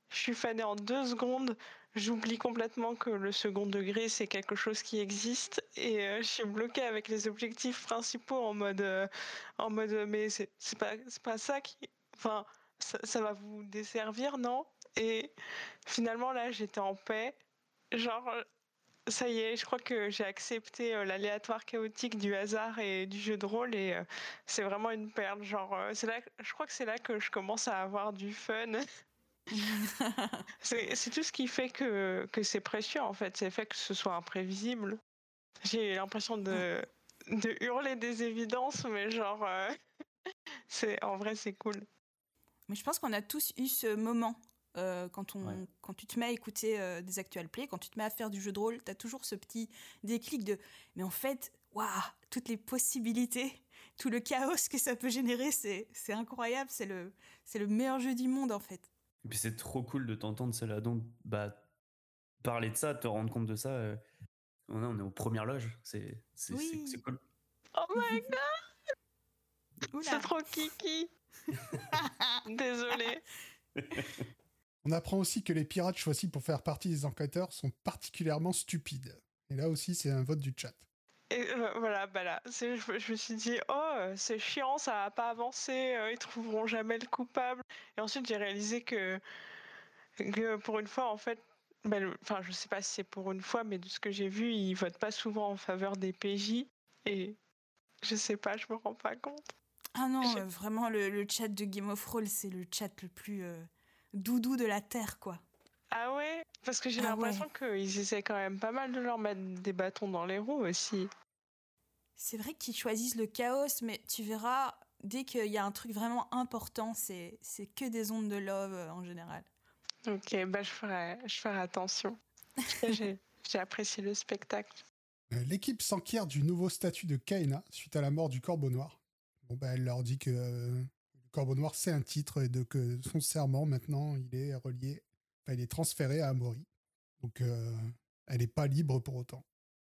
H: je suis fanée en deux secondes. J'oublie complètement que le second degré, c'est quelque chose qui existe. Et euh, je suis bloquée avec les objectifs principaux en mode, euh, en mode euh, mais c'est c'est pas, c'est pas ça qui... Enfin, ça, ça va vous desservir, non? Et finalement, là, j'étais en paix. Genre, euh, ça y est, je crois que j'ai accepté euh, l'aléatoire chaotique du hasard et du jeu de rôle. Et euh, c'est vraiment une perle. Genre, euh, c'est là, je crois que c'est là que je commence à avoir du fun. C'est c'est tout ce qui fait que, que c'est précieux, en fait. C'est le fait que ce soit imprévisible. J'ai l'impression de, de hurler des évidences, mais genre, euh, c'est, en vrai, c'est cool.
B: Mais je pense qu'on a tous eu ce moment. euh, quand, on,
G: Ouais.
B: quand tu te mets à écouter euh, des actual plays, quand tu te mets à faire du jeu de rôle, tu as toujours ce petit déclic de « mais en fait, waouh, toutes les possibilités, tout le chaos que ça peut générer, c'est, c'est incroyable, c'est le, c'est le meilleur jeu du monde en fait. »
G: Et puis c'est trop cool de t'entendre cela. Donc, bah, parler de ça, te rendre compte de ça. euh, on, est, on est aux premières loges. C'est, c'est,
B: Oui.
G: c'est, c'est cool.
H: Oh my god,
B: Oula.
H: c'est trop kiki. Désolée.
A: On apprend aussi que les pirates choisis pour faire partie des enquêteurs sont particulièrement stupides. Et là aussi, c'est un vote du chat.
H: Et euh, voilà, bah là, c'est- je, me- je me suis dit, oh, euh, c'est chiant, ça va pas avancer, euh, ils trouveront jamais le coupable. Et ensuite, j'ai réalisé que, que pour une fois, en fait, bah, le- enfin, je sais pas si c'est pour une fois, mais de ce que j'ai vu, ils votent pas souvent en faveur des P J. Et je sais pas, je me rends pas compte.
B: Ah non,
H: J'ai-
B: euh, vraiment, le, le chat de Game of Thrones, c'est le chat le plus euh, doudou de la Terre, quoi.
H: Ah ouais? Parce que j'ai
B: Ah
H: l'impression
B: ouais.
H: qu'ils essaient quand même pas mal de leur mettre des bâtons dans les roues aussi.
B: C'est vrai qu'ils choisissent le chaos, mais tu verras, dès qu'il y a un truc vraiment important, c'est, c'est que des ondes de love euh, en général.
H: Ok, bah je ferai, je ferai attention. j'ai, j'ai apprécié le spectacle.
A: Euh, L'équipe s'enquiert du nouveau statut de Kaena suite à la mort du Corbeau Noir. Bon, bah, elle leur dit que euh, le Corbeau Noir, c'est un titre et de, que son serment, maintenant, il est relié, enfin, il est transféré à Amaury. Donc, euh, elle n'est pas libre pour autant.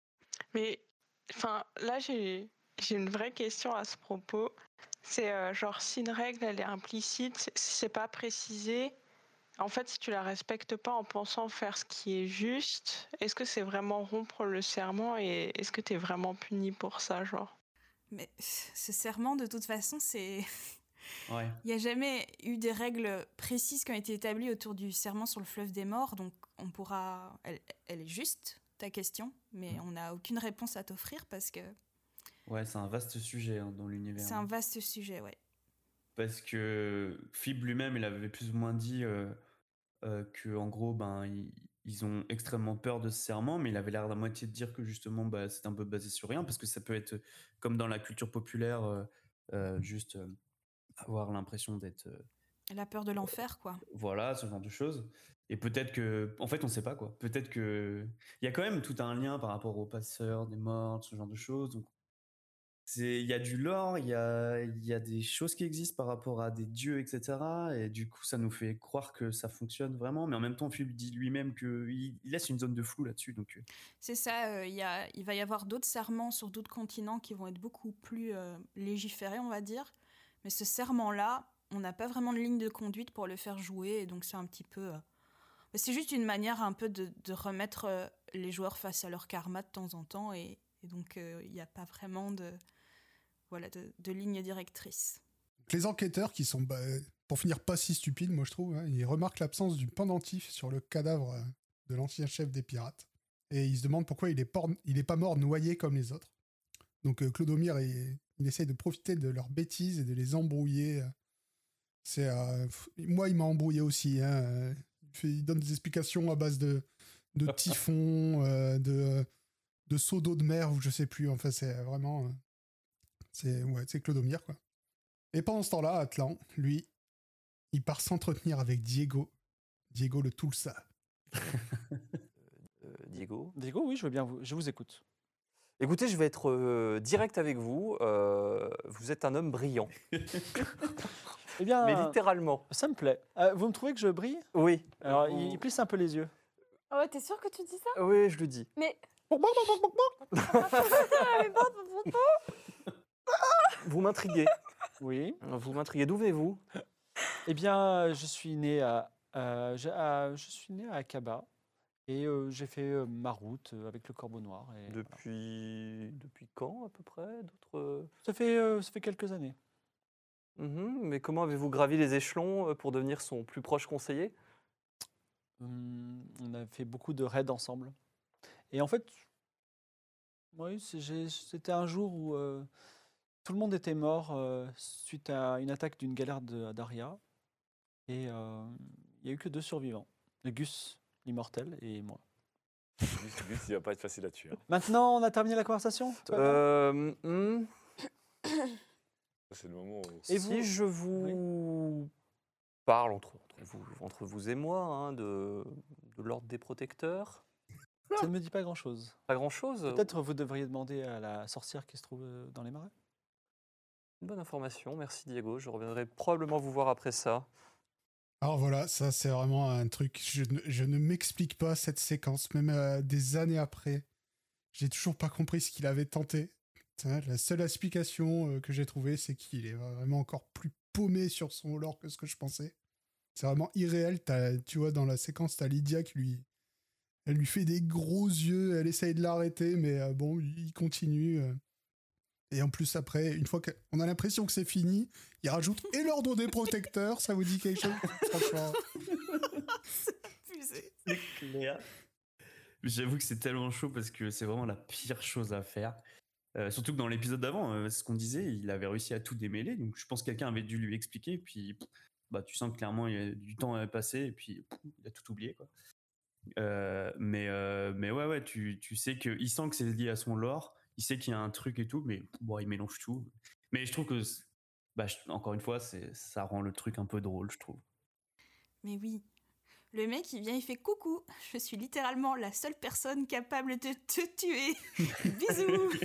H: Mais enfin, là, j'ai, j'ai une vraie question à ce propos. C'est euh, genre, si une règle, elle est implicite, si c'est pas précisé, en fait, si tu la respectes pas en pensant faire ce qui est juste, est-ce que c'est vraiment rompre le serment et est-ce que t'es vraiment puni pour ça, genre?
B: Mais ce serment, de toute façon, c'est...
G: Ouais.
B: Il n'y a jamais eu des règles précises qui ont été établies autour du serment sur le fleuve des morts, donc on pourra... Elle, elle est juste, ta question, mais on n'a aucune réponse à t'offrir parce que
G: Ouais, c'est un vaste sujet hein, dans l'univers.
B: c'est un vaste sujet, ouais.
G: Parce que Fib lui-même, il avait plus ou moins dit euh, euh, que en gros, ben, ils, ils ont extrêmement peur de ce serment, mais il avait l'air d'à moitié de dire que justement, bah, c'est un peu basé sur rien, parce que ça peut être comme dans la culture populaire, euh, euh, juste euh, avoir l'impression d'être, euh,
B: Elle a peur de l'enfer, quoi.
G: voilà, ce genre de choses. Et peut-être que, en fait, on sait pas quoi. Peut-être que il y a quand même tout un lien par rapport aux passeurs, des morts, ce genre de choses. Donc c'est, il y a du lore, il y a, il y a des choses qui existent par rapport à des dieux, et cetera. Et du coup, ça nous fait croire que ça fonctionne vraiment. Mais en même temps, Phil dit lui-même qu'il il laisse une zone de flou là-dessus. Donc, euh,
B: C'est ça, euh, y a, il va y avoir d'autres serments sur d'autres continents qui vont être beaucoup plus euh, légiférés, on va dire. Mais ce serment-là, on n'a pas vraiment de ligne de conduite pour le faire jouer, et donc c'est un petit peu... euh, c'est juste une manière un peu de, de remettre euh, les joueurs face à leur karma de temps en temps, et, et donc il euh, n'y a pas vraiment de, voilà, de, de ligne directrice.
A: Donc, les enquêteurs, qui sont, bah, pour finir, pas si stupides, moi je trouve, hein, ils remarquent l'absence du pendentif sur le cadavre euh, de l'ancien chef des pirates. Et ils se demandent pourquoi il est, por- il est pas mort noyé comme les autres. Donc euh, Clodomir, il, il essaye de profiter de leurs bêtises et de les embrouiller. C'est, euh, f- moi, il m'a embrouillé aussi. Hein. euh, Il, fait- il donne des explications à base de, de typhon, euh, de, de seau d'eau de mer, ou je sais plus. Enfin, c'est vraiment... euh, c'est, ouais, c'est Clodomir, quoi. Et pendant ce temps-là, Atlan, lui, il part s'entretenir avec Diego. Diego le Tulsa.
F: Euh, Diego.
C: Diego, oui, je veux bien vous, je vous écoute.
F: Écoutez, je vais être euh, direct avec vous. Euh, vous êtes un homme brillant.
C: Eh bien,
F: Mais littéralement.
C: ça me plaît. Euh, vous me trouvez que je brille?
F: Oui.
C: Alors,
F: Vous-
C: il, il plisse un peu les yeux.
J: Oh, t'es sûr que tu dis ça?
F: Oui, je le dis.
J: Mais.
F: Vous m'intriguez.
C: Oui.
F: Vous m'intriguez. D'où venez-vous?
C: Eh bien, je suis né à Euh, j'ai- euh, je suis né à Akaba et euh, j'ai fait euh, ma route euh, avec le Corbeau Noir. Et, voilà.
F: Depuis... Depuis quand, à peu près d'autres...
C: ça, fait, euh, ça fait quelques années.
F: Mhm, mais comment avez-vous gravi les échelons euh, pour devenir son plus proche conseiller?
C: Hum, on a fait beaucoup de raids ensemble. Et en fait, oui, c'est- j'ai- c'était un jour où euh, tout le monde était mort euh, suite à une attaque d'une galère de- d'Aria. Et euh, il n'y a eu que deux survivants. Le Gus, l'immortel, et moi.
K: Gus, Gus, il va pas être facile à tuer. hein.
C: Maintenant, on a terminé la conversation. Tout va bien
F: Euh, hmm,
K: Ça, C'est le moment où.
C: Et
F: si
C: vous
F: je vous parle entre, entre, vous, entre vous et moi hein, de, de l'ordre des protecteurs,
C: Ça ne me dit pas grand-chose.
F: pas grand-chose.
C: Peut-être vous devriez demander à la sorcière qui se trouve euh, dans les marais.
F: Une bonne information, merci Diego. Je reviendrai probablement vous voir après ça.
A: Alors voilà, ça c'est vraiment un truc, je ne, je ne m'explique pas cette séquence, même euh, des années après. J'ai toujours pas compris ce qu'il avait tenté. Hein, la seule explication euh, que j'ai trouvée, c'est qu'il est vraiment encore plus paumé sur son lore que ce que je pensais. C'est vraiment irréel. T'as- tu vois, dans la séquence, t'as Lydia qui lui... Elle lui fait des gros yeux, elle essaye de l'arrêter, mais euh, bon, il continue. euh. Et en plus, après, une fois qu'on a l'impression que c'est fini, il rajoute « Et l'ordre des protecteurs », ça vous dit quelque chose? Franchement.
B: Abusé.
G: C'est clair. J'avoue que c'est tellement chaud parce que c'est vraiment la pire chose à faire. Euh, surtout que dans l'épisode d'avant, euh, c'est ce qu'on disait, il avait réussi à tout démêler. Donc je pense que quelqu'un avait dû lui expliquer. Puis pff, bah, tu sens que clairement il y a du temps à passer et puis pff, il a tout oublié. Quoi. Euh, mais, euh, mais ouais, ouais, tu, tu sais qu'il sent que c'est lié à son lore. Il sait qu'il y a un truc et tout, mais bon, il mélange tout. Mais je trouve que, bah, je- encore une fois, c'est, ça rend le truc un peu drôle, je trouve.
B: Mais oui. Le mec, il vient, il fait coucou. Je suis littéralement la seule personne capable de te tuer. Bisous.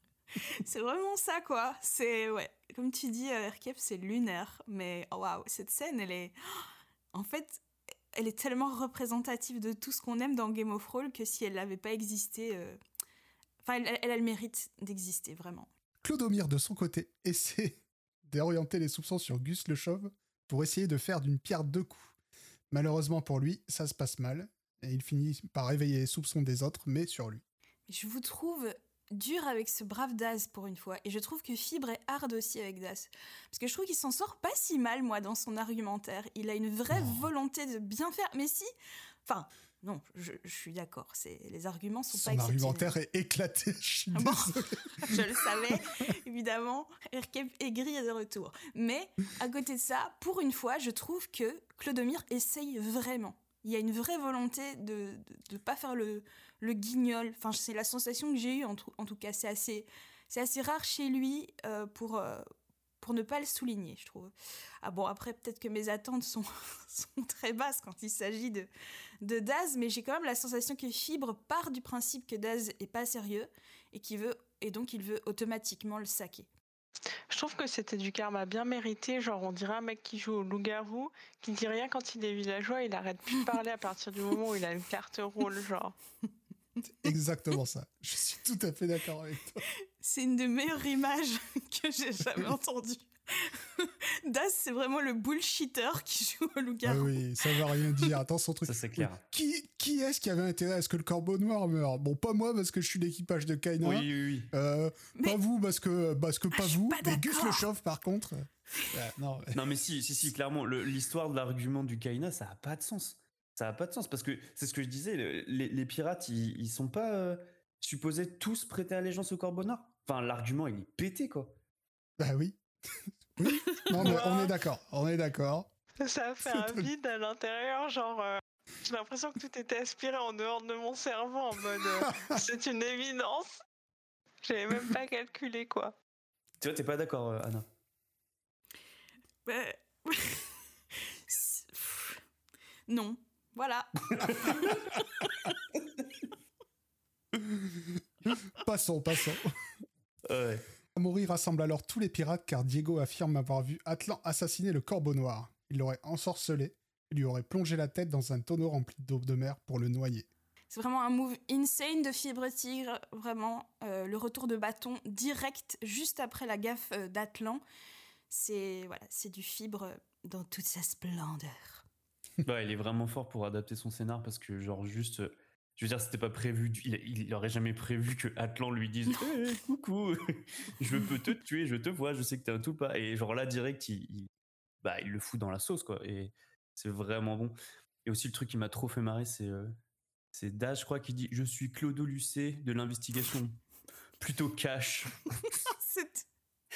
B: C'est vraiment ça, quoi. C'est, ouais, comme tu dis, euh, Erkep, c'est lunaire. Mais oh, waouh, cette scène, elle est. En fait, elle est tellement représentative de tout ce qu'on aime dans Game of Thrones que si elle n'avait pas existé. euh, Enfin, elle, elle a le mérite d'exister, vraiment.
A: Clodomir, de son côté, essaie d'orienter les soupçons sur Gus le Chauve pour essayer de faire d'une pierre deux coups. Malheureusement pour lui, ça se passe mal, et il finit par éveiller les soupçons des autres, mais sur lui.
B: Je vous trouve dur avec ce brave Daz pour une fois, et je trouve que Fibre est hard aussi avec Daz. Parce que je trouve qu'il s'en sort pas si mal, moi, dans son argumentaire. Il a une vraie
A: Non.
B: volonté de bien faire, mais si... Enfin, non, je, je suis d'accord, c'est, les arguments sont pas
A: Son
B: exceptionnels.
A: argumentaire est éclaté, je suis
B: Ah bon,
A: désolé.
B: je le savais, évidemment, Erkep aigri est de retour. Mais, à côté de ça, pour une fois, je trouve que Clodomir essaye vraiment. Il y a une vraie volonté de ne pas faire le, le guignol. Enfin, c'est la sensation que j'ai eue, en tout, en tout cas. C'est assez, c'est assez rare chez lui euh, pour, euh, pour ne pas le souligner, je trouve. Ah bon, après, peut-être que mes attentes sont, sont très basses quand il s'agit de, de Daz, mais j'ai quand même la sensation que Fibre part du principe que Daz est pas sérieux et, qu'il veut, et donc il veut automatiquement le saquer.
H: Je trouve que c'était du karma bien mérité. Genre, on dirait un mec qui joue au loup-garou, qui dit rien quand il est villageois, il arrête plus de parler à partir du moment où il a une carte rôle, genre.
A: Exactement ça. Je suis tout à fait d'accord avec toi.
B: C'est une des meilleures images que j'ai jamais entendues. Daz, c'est vraiment le bullshitter qui joue au
A: Ah
B: loup-garou.
A: oui, ça veut rien dire. Attends, son truc.
G: Ça, c'est clair.
A: Qui, qui est-ce qui avait intérêt à ce que le Corbeau Noir meure? Bon, pas moi parce que je suis l'équipage de Kaina.
G: Oui, oui, oui.
A: Euh,
B: Mais-
A: Pas vous parce que, parce que
B: Ah,
A: pas
B: je suis
A: vous.
B: pas
A: Mais Gus
B: d'accord.
A: le Chauve, par contre. euh, ouais, non, mais-
G: Non, mais si, si, si, clairement, le- l'histoire de l'argument du Kaina, ça n'a pas de sens. Ça n'a pas de sens parce que c'est ce que je disais, le- les, les pirates, ils, ils sont pas euh, supposés tous prêter allégeance au Corbeau Noir. Enfin, l'argument, il est pété, quoi.
A: Bah oui. Oui. Non, mais on est d'accord. On est d'accord.
H: Ça a fait un vide à l'intérieur, genre. euh, J'ai l'impression que tout était aspiré en dehors de mon cerveau en mode. euh, c'est une évidence. J'avais même pas calculé, quoi.
G: Tu vois, t'es pas d'accord, euh, Anna?
B: Ouais. C'est- pff, Non, voilà.
A: Passons, passons.
G: Ouais.
A: Amaury rassemble alors tous les pirates car Diego affirme avoir vu Atlan assassiner le Corbeau Noir. Il l'aurait ensorcelé et lui aurait plongé la tête dans un tonneau rempli d'eau de mer pour le noyer.
B: C'est vraiment un move insane de Fibre Tigre, vraiment. Euh, le retour de bâton direct, juste après la gaffe euh, d'Atlan. C'est, voilà, c'est du Fibre dans toute sa splendeur.
G: Bah, il est vraiment fort pour adapter son scénar parce que, genre, juste. euh, Je veux dire, c'était pas prévu. du- Il, il aurait jamais prévu que Atlan lui dise Hey, coucou, je peux te tuer, je te vois, je sais que t'es un tout pas. Et genre là, direct, il, il- bah, il le fout dans la sauce, quoi. Et c'est vraiment bon. Et aussi, le truc qui m'a trop fait marrer, c'est euh, c'est Dash, je crois, qui dit Je suis Clodo Lucet de l'investigation. Plutôt cash.
B: C'est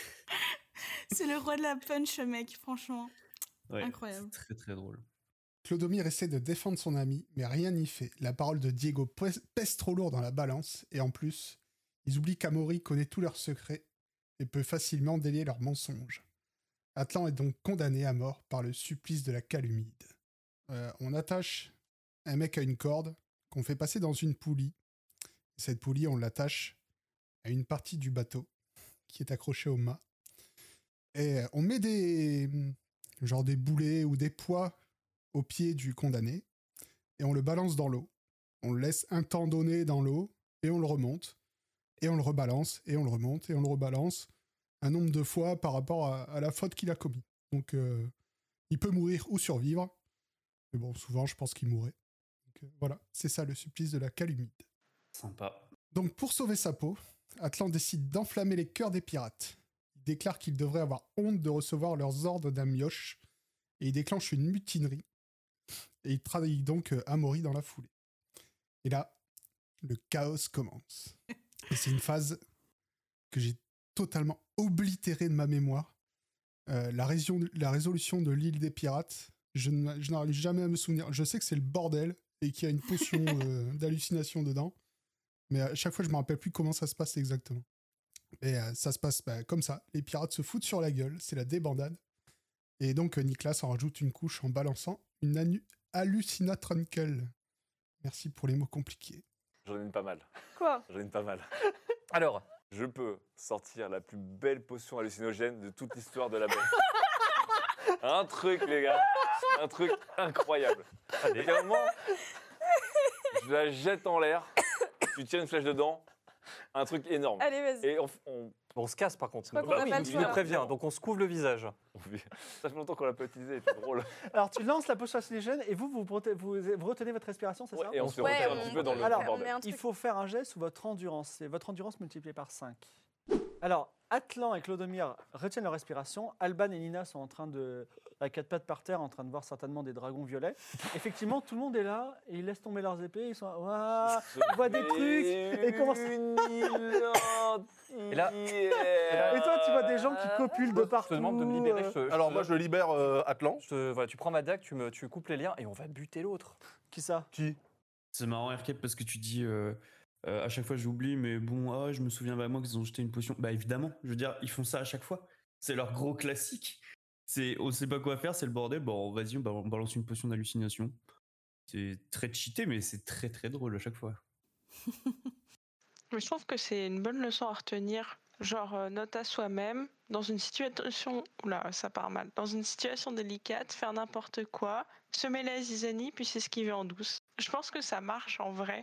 B: c'est le roi de la punch, mec, franchement.
G: Ouais,
B: Incroyable.
G: c'est très très drôle.
A: Clodomir essaie de défendre son ami, mais rien n'y fait. La parole de Diego pèse, pèse trop lourd dans la balance, et en plus, ils oublient qu'Amaury connaît tous leurs secrets et peut facilement délier leurs mensonges. Atlan est donc condamné à mort par le supplice de la calumide. Euh, on attache un mec à une corde qu'on fait passer dans une poulie. Cette poulie, on l'attache à une partie du bateau qui est accrochée au mât. Et on met des, genre des boulets ou des poids au pied du condamné et on le balance dans l'eau. On le laisse un temps donné dans l'eau et on le remonte et on le rebalance et on le remonte et on le rebalance un nombre de fois par rapport à, à la faute qu'il a commis. Donc euh, il peut mourir ou survivre, mais bon, souvent je pense qu'il mourrait. Donc euh, voilà, c'est ça le supplice de la calumide.
G: Sympa.
A: Donc pour sauver sa peau, Atlan décide d'enflammer les cœurs des pirates. Il déclare qu'ils devraient avoir honte de recevoir leurs ordres d'un mioche et il déclenche une mutinerie. Et il trahit donc euh, Amaury dans la foulée. Et là, le chaos commence. Et c'est une phase que j'ai totalement oblitérée de ma mémoire. Euh, la, région, la résolution de l'île des pirates, je, n- je n'arrive jamais à me souvenir. Je sais que c'est le bordel et qu'il y a une potion euh, d'hallucination dedans. Mais à chaque fois, je me rappelle plus comment ça se passe exactement. Et euh, ça se passe bah, comme ça. Les pirates se foutent sur la gueule. C'est la débandade. Et donc, euh, Nicolas en rajoute une couche en balançant une anu- hallucinatrunkel. Merci pour les mots compliqués.
K: J'en ai une pas mal.
J: Quoi?
K: J'en ai une pas mal.
I: Alors,
K: Je peux sortir la plus belle potion hallucinogène de toute l'histoire de la bête. Un truc, les gars. Un truc incroyable.
I: allez.
K: Et à un moment, je la jette en l'air. Tu tiens une flèche dedans. Un truc énorme.
J: Allez, vas-y.
K: Et on, on-
I: On se casse par contre.
J: Je crois qu'on
K: Bah
J: a
K: oui,
J: pas le
K: il
I: Je
K: nous
I: vous
J: choix.
I: préviens, donc on se couvre le visage.
K: on fait- Ça fait longtemps qu'on l'a pas utilisé, c'est drôle.
C: Alors, tu lances la potion hallucinogène et vous, vous, proté- vous, vous retenez votre respiration, c'est
K: Ouais,
C: ça
K: et on se
J: Ouais,
K: retire
J: on-
K: un petit peu dans le
C: Alors,
K: bordel.
J: on met un
C: Il
J: truc.
C: faut faire un jet sous votre endurance. C'est votre endurance multipliée par cinq. Alors, Atlan et Clodomir retiennent leur respiration. Alban et Nina sont en train de, à quatre pattes par terre, en train de voir certainement des dragons violets. Effectivement, tout le monde est là et ils laissent tomber leurs épées. Ils sont, Ouah, ils voient des trucs. Et, commencent-
I: Et là-
C: et toi, tu vois des gens qui copulent de
I: Je
C: partout.
I: te demande de me libérer.
C: euh,
I: Je te- je
D: Alors
I: te-
D: moi je libère euh, Atlan.
I: je te- voilà, tu prends ma dague, tu, me, tu coupes les liens et on va buter l'autre.
C: Qui ça?
D: Qui?
G: C'est marrant, R K, parce que tu dis euh, euh, à chaque fois j'oublie, mais bon, ah, je me souviens vraiment qu'ils ont jeté une potion. Bah évidemment, je veux dire, ils font ça à chaque fois. C'est leur gros classique. C'est, on sait pas quoi faire, c'est le bordel. Bon, vas-y, on ba- on balance une potion d'hallucination. C'est très cheaté, mais c'est très très drôle à chaque fois.
H: Mais je trouve que c'est une bonne leçon à retenir. Genre, euh, note à soi-même, dans une situation. Oula, ça part mal. Dans une situation délicate, faire n'importe quoi, semer la zizanie, puis s'esquiver en douce. Je pense que ça marche en vrai.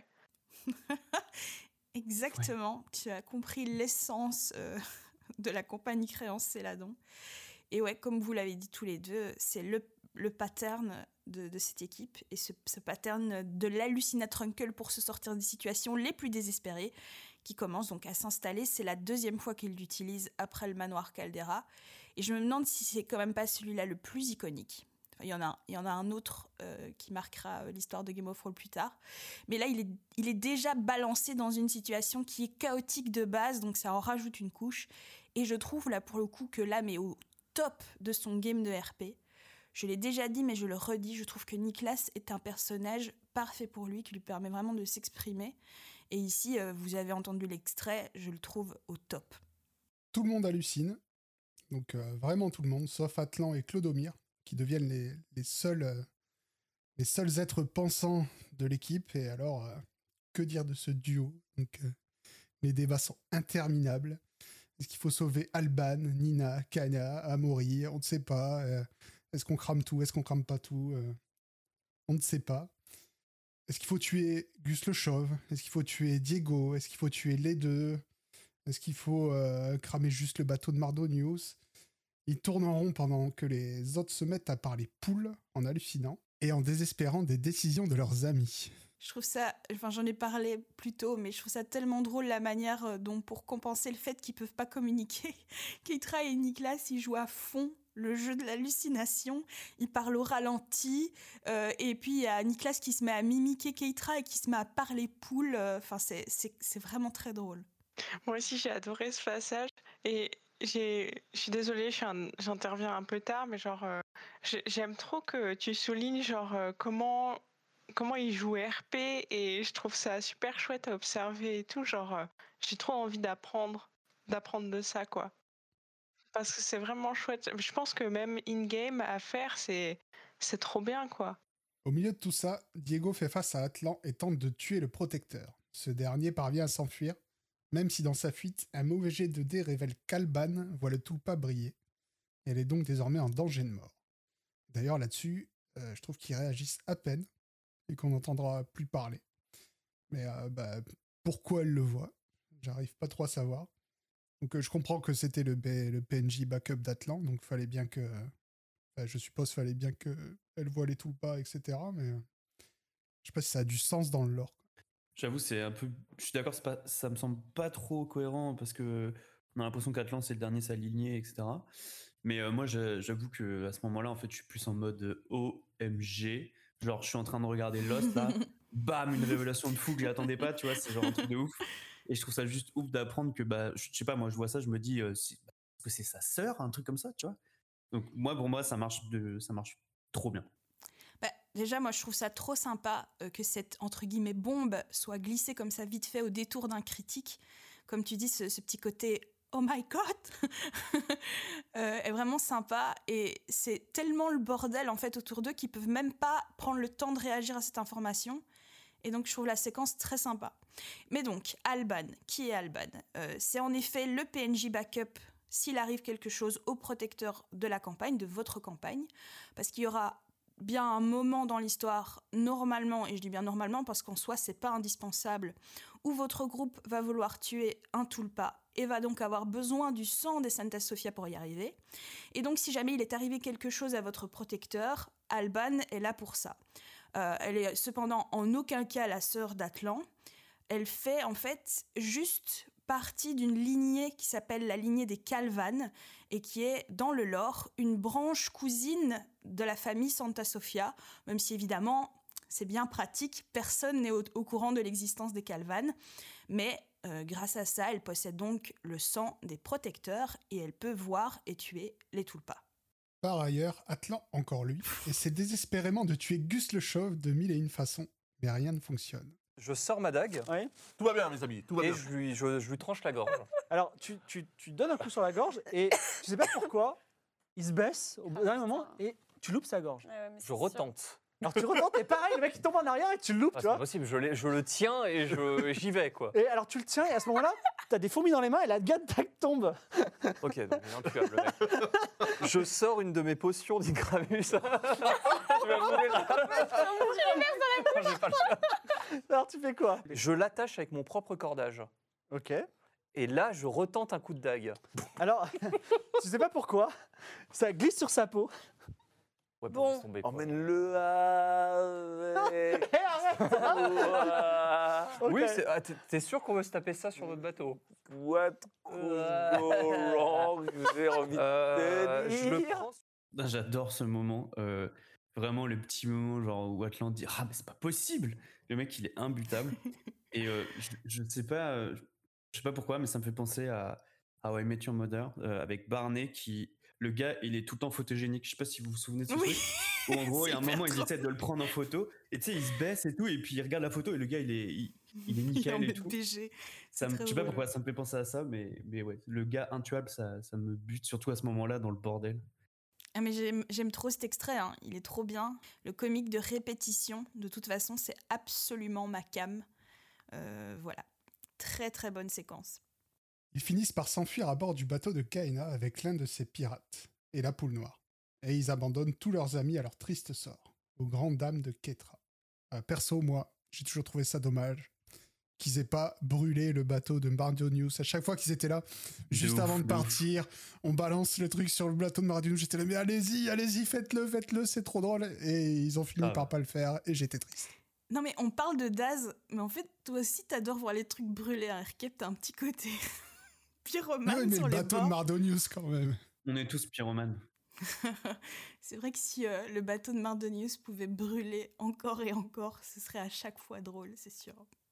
B: Exactement, tu as compris l'essence euh, de la compagnie Créance Céladon. Et ouais, comme vous l'avez dit tous les deux, c'est le, le pattern de, de cette équipe. Et ce, ce pattern de l'hallucinatrunkel pour se sortir des situations les plus désespérées qui commence donc à s'installer. C'est la deuxième fois qu'il l'utilise après le manoir Caldera. Et je me demande si c'est quand même pas celui-là le plus iconique. Enfin, il y en a, il y en a un autre euh, qui marquera euh, l'histoire de Game of Thrones plus tard. Mais là, il est, il est déjà balancé dans une situation qui est chaotique de base, donc ça en rajoute une couche. Et je trouve là pour le coup que l'âme est au top de son game de R P. Je l'ai déjà dit, mais je le redis, je trouve que Nicolas est un personnage parfait pour lui, qui lui permet vraiment de s'exprimer. Et ici, euh, vous avez entendu l'extrait, je le trouve au top.
A: Tout le monde hallucine, donc euh, vraiment tout le monde, sauf Atlan et Clodomir, qui deviennent les, les, seuls, euh, les seuls êtres pensants de l'équipe. Et alors, euh, que dire de ce duo? Donc, euh, les débats sont interminables. Est-ce qu'il faut sauver Alban, Nina, Kanya, Amaury? On ne sait pas. Euh, est-ce qu'on crame tout? Est-ce qu'on crame pas tout? euh, On ne sait pas. Est-ce qu'il faut tuer Gus le Chauve? Est-ce qu'il faut tuer Diego? Est-ce qu'il faut tuer les deux? Est-ce qu'il faut euh, cramer juste le bateau de Mardonius? Ils tournent en rond pendant que les autres se mettent à parler poule en hallucinant. et en désespérant des décisions de leurs amis.
B: Je trouve ça, enfin j'en ai parlé plus tôt, mais je trouve ça tellement drôle la manière dont, pour compenser le fait qu'ils peuvent pas communiquer, Keitra et Nicolas, ils jouent à fond le jeu de l'hallucination, ils parlent au ralenti, euh, et puis il y a Nicolas qui se met à mimiquer Keitra et qui se met à parler poule, enfin c'est, c'est, c'est vraiment très drôle.
H: Moi aussi j'ai adoré ce passage, et j'ai, je suis désolée, je suis un- j'interviens un peu tard, mais genre euh, j'ai- j'aime trop que tu soulignes genre euh, comment comment ils jouent R P, et je trouve ça super chouette à observer et tout, genre euh, j'ai trop envie d'apprendre d'apprendre de ça quoi. Parce que c'est vraiment chouette. Je pense que même in-game à faire, c'est c'est trop bien quoi.
A: Au milieu de tout ça, Diego fait face à Atlan et tente de tuer le protecteur. Ce dernier parvient à s'enfuir, même si dans sa fuite, un mauvais jet de dés révèle qu'Alban voit le Tulpa briller. Elle est donc désormais en danger de mort. D'ailleurs, là-dessus, euh, je trouve qu'ils réagissent à peine et qu'on n'entendra plus parler. Mais euh, bah, pourquoi elle le voit, j'arrive pas trop à savoir. Donc euh, je comprends que c'était le, B- le P N J backup d'Atlan, donc fallait bien que... euh, je suppose fallait bien qu'elle voit les Tulpas, et cetera. Mais euh, je sais pas si ça a du sens dans le lore.
G: J'avoue, c'est un peu. Je suis d'accord, c'est pas... ça me semble pas trop cohérent parce que on a l'impression qu'Atlan c'est le dernier s'aligner, et cetera. Mais euh, moi, j'a- j'avoue que à ce moment-là, en fait, je suis plus en mode O M G. Genre, je suis en train de regarder Lost là, bam, une révélation de fou que j'attendais pas, tu vois, c'est genre un truc de ouf. Et je trouve ça juste ouf d'apprendre que, bah, je sais pas, moi, je vois ça, je me dis, euh, c'est- est-ce que c'est sa sœur, un truc comme ça, tu vois. Donc, moi, pour moi, ça marche, de... ça marche trop bien.
B: Bah, déjà, moi, je trouve ça trop sympa euh, que cette, entre guillemets, bombe soit glissée comme ça vite fait au détour d'un critique. Comme tu dis, ce, ce petit côté « Oh my God !» euh, est vraiment sympa. Et c'est tellement le bordel, en fait, autour d'eux qu'ils peuvent même pas prendre le temps de réagir à cette information. Et donc, je trouve la séquence très sympa. Mais donc, Alban, qui est Alban euh, C'est en effet le P N J backup s'il arrive quelque chose au protecteur de la campagne, de votre campagne. Parce qu'il y aura bien un moment dans l'histoire, normalement, et je dis bien normalement parce qu'en soi c'est pas indispensable, où votre groupe va vouloir tuer un Tulpa et va donc avoir besoin du sang des Santa Sofia pour y arriver. Et donc si jamais il est arrivé quelque chose à votre protecteur, Alban est là pour ça. Euh, elle est cependant en aucun cas la sœur d'Atlan. Elle fait en fait juste partie d'une lignée qui s'appelle la lignée des Calvan et qui est, dans le lore, une branche cousine de la famille Santa Sofia, même si évidemment, c'est bien pratique, personne n'est au, au courant de l'existence des Calvan, mais euh, grâce à ça, elle possède donc le sang des protecteurs et elle peut voir et tuer les Tulpas.
A: Par ailleurs, Atlan, encore lui, essaie désespérément de tuer Gus le Chauve de mille et une façons, mais rien ne fonctionne.
I: Je sors ma dague
C: Oui.
D: Tout va bien, mes amis, tout va
I: et
D: bien.
I: je lui, je, je lui tranche la gorge.
C: Alors, tu, tu, tu donnes un coup sur la gorge et je sais pas pourquoi, il se baisse au dernier moment et tu loupes sa gorge.
J: Ouais, ouais, mais c'est
I: Je
J: sûr.
I: retente.
C: Alors tu retentes et pareil, le mec il tombe en arrière et tu le loupes,
I: Ah,
C: tu
I: c'est pas
C: vois.
I: possible, je, l'ai- je le tiens et je, j'y vais, quoi.
C: Et alors tu le tiens et à ce moment-là, t'as des fourmis dans les mains et la dague tombe.
I: Ok, donc il est intuable, le mec. Je sors une de mes potions d'Ingramus. Tu vas mourir. Non, j'ai pas le choix.
C: Alors tu fais quoi?
I: Je l'attache avec mon propre cordage.
C: Ok.
I: Et là, je retente un coup de dague.
C: Alors, je sais pas pourquoi, ça glisse sur sa peau.
I: Ouais,
J: Bon.
I: laisse tomber, quoi.
D: Emmène-le avec.
C: Hé, arrête. Ok.
I: Oui, c'est- ah, t'es t'es sûr qu'on veut se taper ça sur notre bateau?
D: What could go wrong? J'ai envie de
I: Euh,
D: te
I: je le
D: dire.
I: prends.
G: Ah, j'adore ce moment. euh, vraiment, le petit moment genre où Atlan dit ah mais c'est pas possible. Le mec il est imbutable. Et euh, je, je sais pas, euh, je sais pas pourquoi, mais ça me fait penser à à How I Met Your Mother euh, avec Barney qui le gars il est tout le temps photogénique. Je sais pas si vous vous souvenez de ce
B: Oui.
G: truc. Où en gros, il y a un
B: C'est
G: moment,
B: hyper
G: ils essaient de le prendre en photo et tu sais, il se baisse et tout, et puis il regarde la photo et le gars il est il, il est
B: Il est en
G: nickel et
B: mode
G: tout.
B: B G.
G: Ça me,
B: très
G: je sais pas
B: drôle.
G: pourquoi ça me fait penser à ça, mais mais ouais, le gars intuable, ça ça me bute surtout à ce moment-là dans le bordel.
B: Ah mais j'aime, j'aime trop cet extrait, hein. Il est trop bien. Le comique de répétition, de toute façon, c'est absolument ma cam. Euh, voilà. Très très bonne séquence.
A: Ils finissent par s'enfuir à bord du bateau de Kaena avec l'un de ses pirates, et la poule noire. Et ils abandonnent tous leurs amis à leur triste sort, aux grandes dames de Keitra. Euh, perso, moi, j'ai toujours trouvé ça dommage. qu'ils aient pas brûlé le bateau de Mardonius. À chaque fois qu'ils étaient là, juste
G: ouf,
A: avant de
G: de
A: partir, on balance le truc sur le bateau de Mardonius. J'étais là, mais allez-y, allez-y, faites-le, faites-le, c'est trop drôle. Et ils ont fini
G: Ah
A: par
G: ouais.
A: pas le faire et j'étais triste.
B: Non mais on parle de Daz, mais en fait toi aussi t'adores voir les trucs brûler. Hein. Erkep, t'as un petit côté pyromane
A: Ah oui, mais
B: sur
A: le
B: les
A: bateau
B: bords.
A: de Mardonius quand même.
G: On est tous pyromanes.
B: C'est vrai que si euh, le bateau de Mardonius pouvait brûler encore et encore, ce serait à chaque fois drôle, c'est sûr.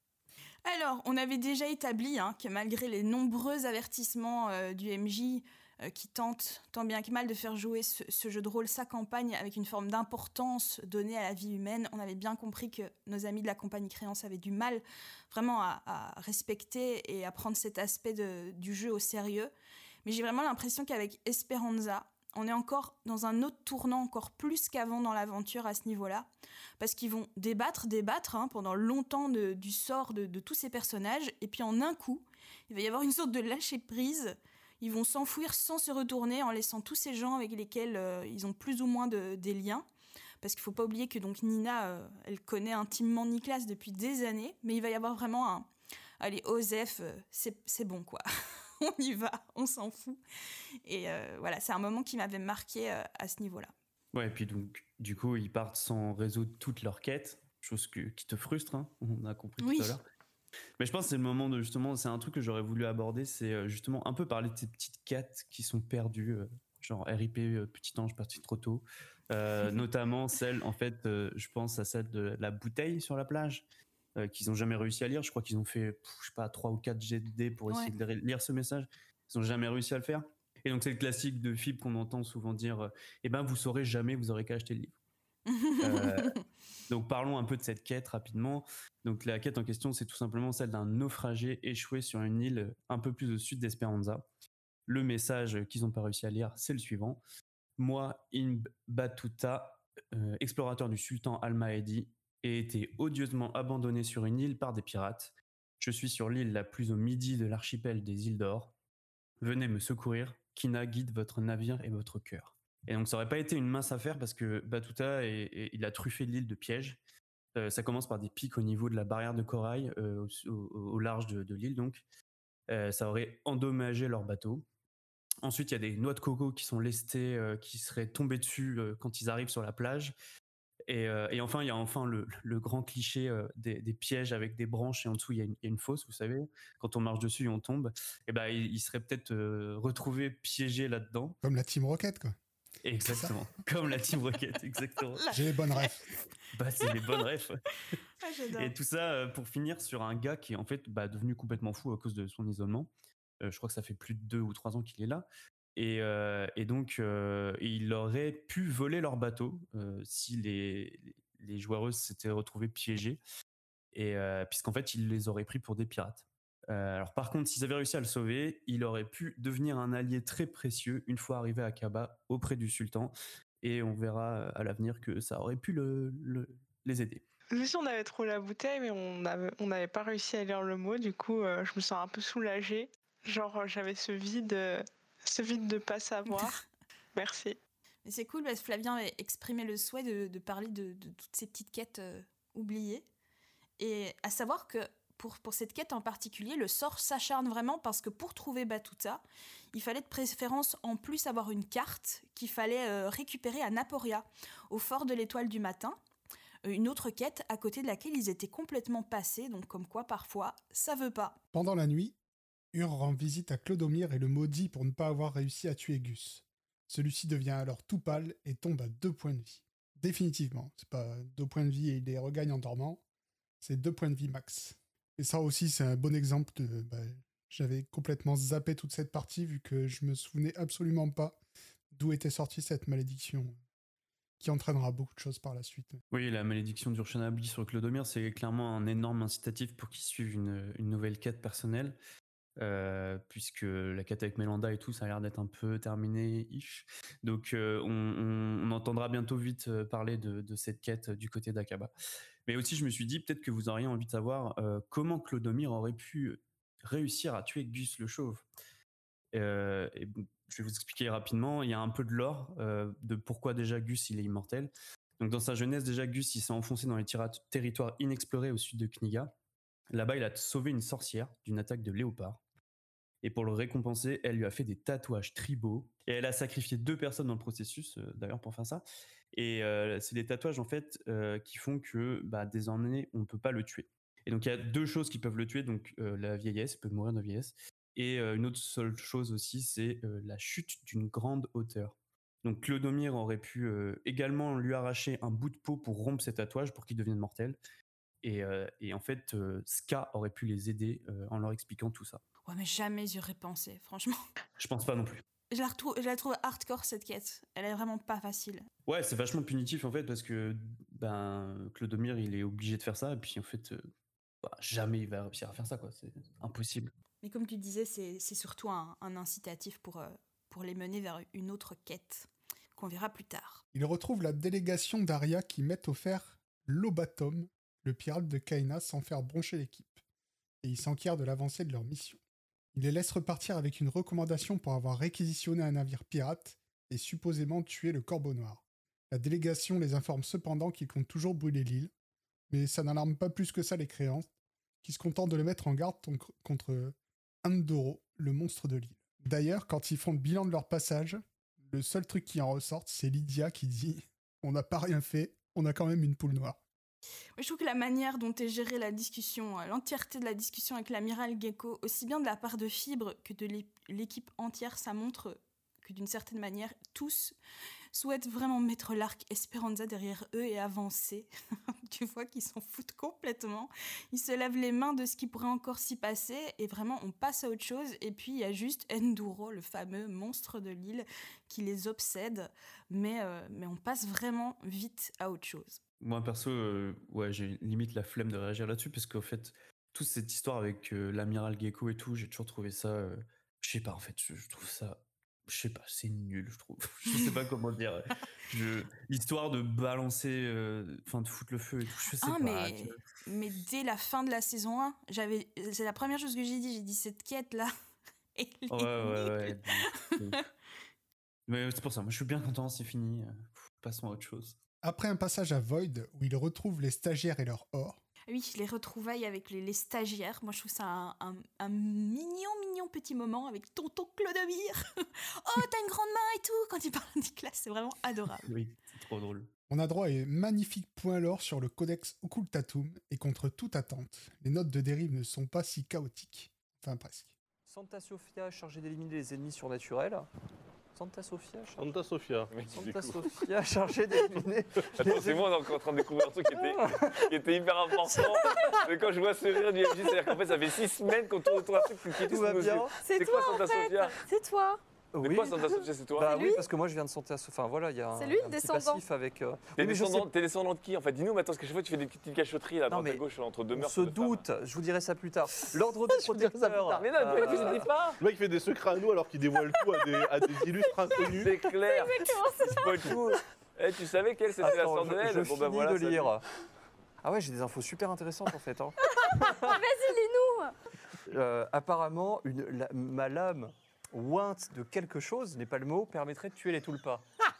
B: Alors, on avait déjà établi hein, que malgré les nombreux avertissements euh, du M J euh, qui tente tant bien que mal de faire jouer ce, ce jeu de rôle, sa campagne, avec une forme d'importance donnée à la vie humaine, on avait bien compris que nos amis de la compagnie Créance avaient du mal vraiment à, à respecter et à prendre cet aspect de, du jeu au sérieux. Mais j'ai vraiment l'impression qu'avec Esperanza, on est encore dans un autre tournant, encore plus qu'avant dans l'aventure à ce niveau-là, parce qu'ils vont débattre, débattre hein, pendant longtemps de, du sort de, de tous ces personnages, et puis en un coup, il va y avoir une sorte de lâcher-prise. Ils vont s'enfuir sans se retourner, en laissant tous ces gens avec lesquels euh, ils ont plus ou moins de, des liens. Parce qu'il ne faut pas oublier que donc Nina, euh, elle connaît intimement Niklas depuis des années, mais il va y avoir vraiment un... Allez, Osef, euh, c'est, c'est bon quoi. On y va, on s'en fout. Et euh, voilà, c'est un moment qui m'avait marqué euh, à ce niveau-là.
G: Ouais, et puis donc, du coup, ils partent sans résoudre toutes leurs quêtes, chose que, qui te frustre, hein, on a compris
B: Oui.
G: tout à l'heure. Mais je pense que c'est le moment de justement, c'est un truc que j'aurais voulu aborder, c'est euh, justement un peu parler de ces petites quêtes qui sont perdues, euh, genre R I P, euh, petit ange parti trop tôt. Euh, notamment celle, en fait, euh, je pense à celle de la bouteille sur la plage. Euh, qu'ils n'ont jamais réussi à lire. Je crois qu'ils ont fait, pff, je sais pas, trois ou quatre jets de dés pour essayer
B: Ouais.
G: de lire- lire ce message. Ils n'ont jamais réussi à le faire. Et donc, c'est le classique de F I B qu'on entend souvent dire euh, eh ben, vous saurez jamais, vous aurez qu'à acheter le livre. Euh, donc, parlons un peu de cette quête rapidement. Donc, la quête en question, c'est tout simplement celle d'un naufragé échoué sur une île un peu plus au sud d'Esperanza. Le message qu'ils n'ont pas réussi à lire, c'est le suivant. Moi, Ibn Battuta, euh, explorateur du sultan Al-Mahdi, ai été odieusement abandonné sur une île par des pirates. Je suis sur l'île la plus au midi de l'archipel des îles d'Or. Venez me secourir, Kina guide votre navire et votre cœur. Et donc ça aurait pas été une mince affaire parce que Battuta, est, est- il a truffé l'île de pièges. Euh, ça commence par des pics au niveau de la barrière de corail euh, au, au- au large de, de l'île donc. Euh, ça aurait endommagé leur bateau. Ensuite, il y a des noix de coco qui sont lestées, euh, qui seraient tombées dessus euh, quand ils arrivent sur la plage. Et, euh, et enfin, il y a enfin le, le grand cliché euh, des, des pièges avec des branches et en dessous il y, a une, il y a une fosse, vous savez. Quand on marche dessus et on tombe, et ben il, il serait peut-être euh, retrouvé piégé là-dedans.
A: Comme la Team Rocket, quoi.
G: Exactement, comme la Team Rocket, exactement.
A: J'ai les bonnes refs.
G: Bah, c'est les bonnes refs.
B: Ah, j'adore.
G: Et tout ça euh, pour finir sur un gars qui est en fait bah, devenu complètement fou à cause de son isolement. Euh, je crois que ça fait plus de deux ou trois ans qu'il est là. Et, euh, et donc, euh, il aurait pu voler leur bateau euh, si les, les joueuses s'étaient retrouvées piégées, et, euh, puisqu'en fait, il les aurait pris pour des pirates. Euh, alors par contre, s'ils avaient réussi à le sauver, il aurait pu devenir un allié très précieux une fois arrivé à Kaba auprès du sultan. Et on verra à l'avenir que ça aurait pu le, le- les aider.
H: Nous aussi, on avait trouvé la bouteille, mais on n'avait on n'avait pas réussi à lire le mot. Du coup, euh, je me sens un peu soulagée. Genre, euh, j'avais ce vide, euh, ce vide de pas savoir. Merci.
B: Mais c'est cool parce que Flavien avait exprimé le souhait de, de parler de, de toutes ces petites quêtes euh, oubliées. Et à savoir que pour, pour cette quête en particulier, le sort s'acharne vraiment parce que pour trouver Battuta, il fallait de préférence en plus avoir une carte qu'il fallait euh, récupérer à Naporia, au fort de l'Étoile du Matin. Euh, une autre quête à côté de laquelle ils étaient complètement passés, donc comme quoi parfois ça veut pas.
A: Pendant la nuit, Ur rend visite à Clodomir et le maudit pour ne pas avoir réussi à tuer Gus. Celui-ci devient alors tout pâle et tombe à deux points de vie. Définitivement, c'est pas deux points de vie et il les regagne en dormant, c'est deux points de vie max. Et ça aussi, c'est un bon exemple de... Bah, j'avais complètement zappé toute cette partie vu que je me souvenais absolument pas d'où était sortie cette malédiction qui entraînera beaucoup de choses par la suite.
G: Oui, la malédiction d'Urshanabi sur Clodomir, c'est clairement un énorme incitatif pour qu'ils suivent une, une nouvelle quête personnelle. Euh, puisque la quête avec Mélanda et tout, ça a l'air d'être un peu terminé-ish. Donc euh, on, on, on entendra bientôt vite euh, parler de, de cette quête du côté d'Akaba. Mais aussi, je me suis dit, peut-être que vous auriez envie de savoir euh, comment Clodomir aurait pu réussir à tuer Gus le Chauve. Euh, et je vais vous expliquer rapidement, il y a un peu de lore euh, de pourquoi déjà Gus il est immortel. Donc dans sa jeunesse, déjà Gus il s'est enfoncé dans les tira- territoires inexplorés au sud de Kniga. Là-bas, il a sauvé une sorcière d'une attaque de léopard. Et pour le récompenser, elle lui a fait des tatouages tribaux. Et elle a sacrifié deux personnes dans le processus, euh, d'ailleurs, pour faire ça. Et euh, c'est des tatouages, en fait, euh, qui font que bah, désormais, on ne peut pas le tuer. Et donc, il y a deux choses qui peuvent le tuer. Donc, euh, la vieillesse, il peut mourir de vieillesse. Et euh, une autre seule chose aussi, c'est euh, la chute d'une grande hauteur. Donc, Clodomir aurait pu euh, également lui arracher un bout de peau pour rompre ses tatouages, pour qu'ils deviennent mortels. Et, euh, et en fait, euh, Ska aurait pu les aider euh, en leur expliquant tout ça.
B: Ouais, mais jamais j'y aurais pensé, franchement.
G: Je pense pas non plus.
B: Je la, retrouve, je la trouve hardcore, cette quête. Elle est vraiment pas facile.
G: Ouais, c'est vachement punitif en fait, parce que ben, Clodomir, il est obligé de faire ça, et puis en fait, euh, bah, jamais il va réussir à faire ça, quoi. C'est impossible.
B: Mais comme tu disais, c'est, c'est surtout un, un incitatif pour, euh, pour les mener vers une autre quête, qu'on verra plus tard.
A: Il retrouve la délégation d'Arya qui met au fer Lobatom, le pirate de Kaina, sans faire broncher l'équipe. Et il s'enquiert de l'avancée de leur mission. Il les laisse repartir avec une recommandation pour avoir réquisitionné un navire pirate et supposément tué le Corbeau Noir. La délégation les informe cependant qu'ils comptent toujours brûler l'île, mais ça n'alarme pas plus que ça les créances, qui se contentent de les mettre en garde ton- contre Andoro, le monstre de l'île. D'ailleurs, quand ils font le bilan de leur passage, le seul truc qui en ressort, c'est Lydia qui dit « On n'a pas rien fait, on a quand même une poule noire ».
B: Mais je trouve que la manière dont est gérée la discussion, euh, l'entièreté de la discussion avec l'amiral Gecko, aussi bien de la part de Fibre que de l'é- l'équipe entière, ça montre que d'une certaine manière, tous souhaitent vraiment mettre l'arc Esperanza derrière eux et avancer. Tu vois qu'ils s'en foutent complètement. Ils se lavent les mains de ce qui pourrait encore s'y passer et vraiment on passe à autre chose. Et puis il y a juste Enduro, le fameux monstre de l'île, qui les obsède. Mais, euh, mais on passe vraiment vite à autre chose.
G: Moi, perso, euh, ouais, j'ai limite la flemme de réagir là-dessus, parce qu'en fait, toute cette histoire avec euh, l'amiral Gecko et tout, j'ai toujours trouvé ça. euh, je sais pas, en fait, je, je trouve ça. Je sais pas, c'est nul, je trouve. Je sais pas comment dire. Je- L'histoire de balancer, euh, enfin, de foutre le feu et tout, je sais
B: Ah,
G: pas.
B: mais,
G: tu vois.
B: mais dès la fin de la saison un, j'avais, c'est la première chose que j'ai dit. J'ai dit cette quête-là. Elle est
G: Ouais, ouais,
B: nulle.
G: ouais. de ouf, de ouf. Mais c'est pour ça, moi je suis bien content, c'est fini. euh, pff, Passons à autre chose.
A: Après un passage à Void, où il retrouve les stagiaires et leur or,
B: Oui, les retrouvailles avec les, les stagiaires. Moi, je trouve ça un, un- un mignon, mignon petit moment avec tonton Clodomir. Oh, t'as une grande main et tout. Quand il parle à Nicolas, c'est vraiment adorable.
G: Oui, c'est trop drôle.
A: on a droit à un magnifique point lore sur le codex Occultatum, et contre toute attente, les notes de dérive ne sont pas si chaotiques. Enfin, presque.
F: Santa Sofia chargée d'éliminer les ennemis surnaturels. Santa Sofia chargée,
D: Santa Sofia.
K: Mais qui, du
F: Santa
K: coup-
F: Sofia chargée d'éliminer.
K: Attends, c'est moi, on est encore en train de découvrir un truc qui était, qui était hyper important. Mais quand je vois ce rire du M J, c'est-à-dire qu'en fait, ça fait six semaines qu'on tourne autour d'un truc qui était
F: Tout
K: sous
F: va
K: nos yeux.
F: bien.
J: C'est
K: C'est
J: toi,
K: quoi Santa
J: en fait.
K: Sofia
J: C'est toi.
K: C'est quoi Santa Sofia, c'est toi
F: Bah
J: C'est
F: oui,
J: lui
F: parce que moi je viens de Santa Sofia. Enfin voilà, il y a un,
J: C'est lui, le
F: un petit
J: descendant.
F: passif avec. euh,
K: T'es
F: oui, mais je sais-
K: descendant, t'es descendant de qui en fait? Dis-nous maintenant, parce que chaque fois tu fais des petites cachotteries là, à
F: Non,
K: droite
F: mais
K: à gauche, entre deux
F: On
K: meurtres.
F: se
K: de femmes.
F: doute, je vous dirai ça plus tard. L'ordre des
C: Je vous dirai ça plus
F: protecteurs.
C: tard.
K: Mais non, mais tu le dis pas.
D: Le mec fait des secrets à nous alors qu'il dévoile tout à des, à des illustres inconnus.
K: C'est clair.
J: Exactement ça.
K: Tu spoil tout. Eh, tu savais qu'elle c'était la
F: Attends,
K: sœur
F: je,
K: de elle?
F: je
K: Bon bah
F: finis
K: voilà.
F: de
K: ça-
F: lire. Ah ouais, j'ai des infos super intéressantes en fait. hein.
J: Vas-y, lis-nous.
F: Euh, apparemment, une, la- ma lame ointe de quelque chose, n'est pas le mot, permettrait de tuer les tulpas.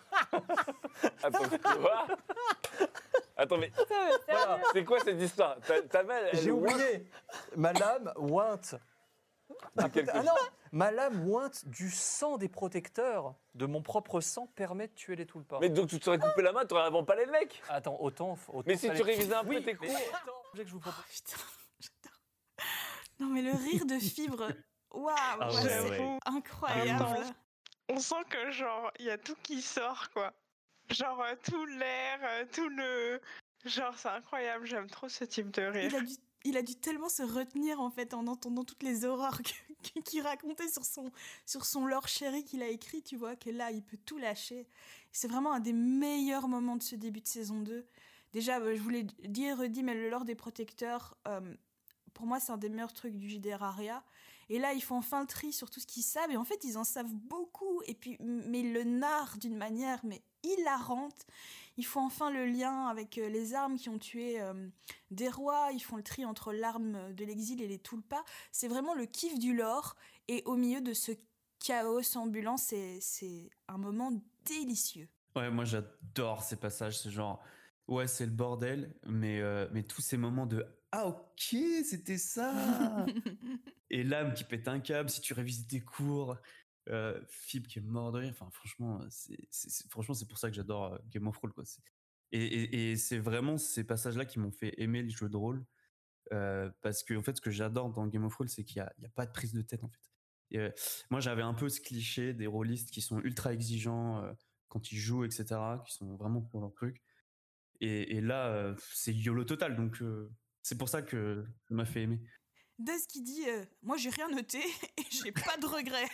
K: Attends, quoi? Attends, mais
F: Voilà,
K: c'est quoi cette histoire? Ta, ta main, elle
F: j'ai
K: ointe
F: oublié. Ma lame ointe.
K: de quelque
F: Ah
K: chose.
F: non, ma lame ointe du sang des protecteurs, de mon propre sang, permet de tuer les tulpas.
K: Mais donc tu t'aurais coupé la main, t'aurais avant pas les mecs.
F: Attends, autant. autant
K: Mais si
F: fallait-
K: tu révisais un peu
F: Oui,
K: tes
F: mais
K: cours.
F: attends, objet que je vous propose.
B: Oh, putain, j'adore. Non, mais le rire de Fibre, waouh,
G: Ah
B: ouais,
G: ouais,
B: c'est
G: ouais.
B: incroyable.
H: Attends. On sent que genre il y a tout qui sort quoi. Genre euh, tout l'air, euh, tout le genre c'est incroyable, j'aime trop ce type de rire.
B: Il a, dû, il a dû tellement se retenir en fait en entendant toutes les horreurs que- qu'il racontait sur son, sur son lore chéri qu'il a écrit, tu vois, que là il peut tout lâcher. C'est vraiment un des meilleurs moments de ce début de saison deux. Déjà, euh, je voulais dire, redit, mais le lore des protecteurs, euh, pour moi c'est un des meilleurs trucs du J D R Aria. Et là, ils font enfin le tri sur tout ce qu'ils savent. Et en fait, ils en savent beaucoup. Et puis, mais ils le narrent d'une manière mais hilarante. Ils font enfin le lien avec euh, les armes qui ont tué euh, des rois. Ils font le tri entre l'arme de l'exil et les tulpas. C'est vraiment le kiff du lore. Et au milieu de ce chaos ambulant, c'est, c'est un moment délicieux.
G: Ouais, moi j'adore ces passages, c'est genre, ouais, c'est le bordel, mais, euh, mais tous ces moments de ah ok, c'était ça. Et l'âme qui pète un câble si tu révises tes cours. Euh, Fibre qui est mort de rire. Enfin, franchement, c'est, c'est, c'est- franchement, c'est pour ça que j'adore euh, Game of Thrones, quoi. C'est- Et, et, et c'est vraiment ces passages-là qui m'ont fait aimer le jeu de rôle. Euh, parce que, en fait, ce que j'adore dans Game of Thrones, c'est qu'il n'y a, il y a pas de prise de tête, en fait. Et, euh, moi, j'avais un peu ce cliché des rôlistes qui sont ultra exigeants euh, quand ils jouent, et cetera, qui sont vraiment pour leur truc. Et, et là, euh, c'est YOLO total. Donc, euh, c'est pour ça que ça m'a fait aimer.
B: Daz qui dit euh, moi j'ai rien noté et j'ai pas de regrets.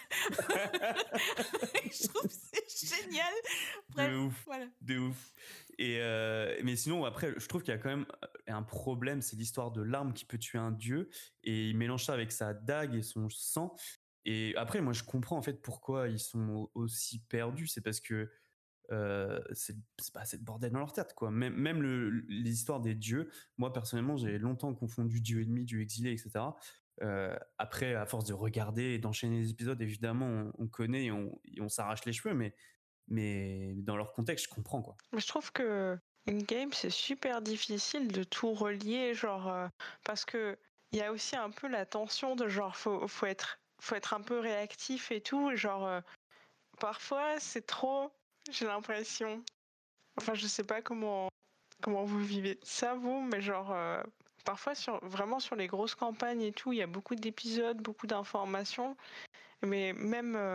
B: Je trouve que c'est génial. Bref,
G: de ouf,
B: voilà.
G: de ouf. Et euh, mais sinon, après, je trouve qu'il y a quand même un problème, c'est l'histoire de l'arme qui peut tuer un dieu, et il mélange ça avec sa dague et son sang. Et après, moi, je comprends en fait pourquoi ils sont aussi perdus. C'est parce que euh, c'est c'est pas assez de bordel dans leur tête, quoi. Même, même le, l'histoire des dieux, moi personnellement, j'ai longtemps confondu dieu ennemi, dieu exilé, et cetera. Euh, après, à force de regarder et d'enchaîner les épisodes, évidemment, on, on connaît et on, et on s'arrache les cheveux, mais, mais dans leur contexte, je comprends, quoi.
H: Mais je trouve que une game, c'est super difficile de tout relier, genre, euh, parce que il y a aussi un peu la tension de genre, faut, faut être, faut être un peu réactif et tout, et genre, euh, parfois c'est trop, j'ai l'impression. Enfin, je sais pas comment, comment vous vivez ça, vous, mais genre, euh, parfois, sur, vraiment sur les grosses campagnes et tout, il y a beaucoup d'épisodes, beaucoup d'informations, mais même euh,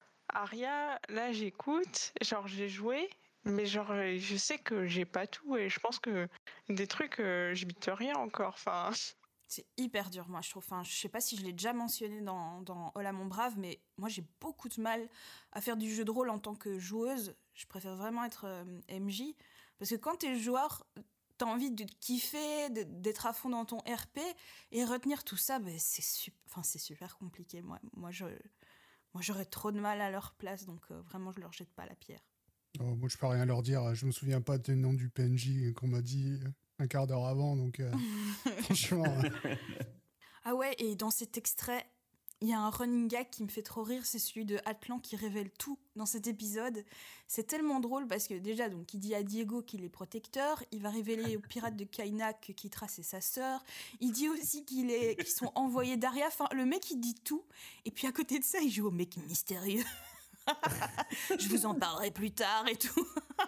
H: Aria, là, j'écoute, genre, j'ai joué, mais genre, euh, je sais que j'ai pas tout, et je pense que des trucs, euh, je bite rien encore, enfin...
B: C'est hyper dur, moi, je trouve. Enfin, je sais pas si je l'ai déjà mentionné dans, dans Hola mon brave, mais moi, j'ai beaucoup de mal à faire du jeu de rôle en tant que joueuse. Je préfère vraiment être euh, M J. Parce que quand t'es joueur, t'as envie de kiffer, de- d'être à fond dans ton R P, et retenir tout ça, ben, c'est, sup- enfin, c'est super compliqué. Moi, moi, je, moi, j'aurais trop de mal à leur place, donc euh, vraiment, je leur jette pas la pierre.
A: Oh, moi, je peux rien leur dire. Je me souviens pas du nom du P N J qu'on m'a dit un quart d'heure avant, donc euh, franchement. euh,
B: Ah ouais, et dans cet extrait, il y a un running gag qui me fait trop rire, c'est celui de Atlan qui révèle tout dans cet épisode. C'est tellement drôle parce que déjà, donc, il dit à Diego qu'il est protecteur, il va révéler aux pirates de Kainak que Kitra c'est sa sœur, il dit aussi qu'il est, qu'ils sont envoyés d'Aria, enfin, le mec il dit tout, et puis à côté de ça, il joue au mec mystérieux. Je vous en parlerai plus tard et tout.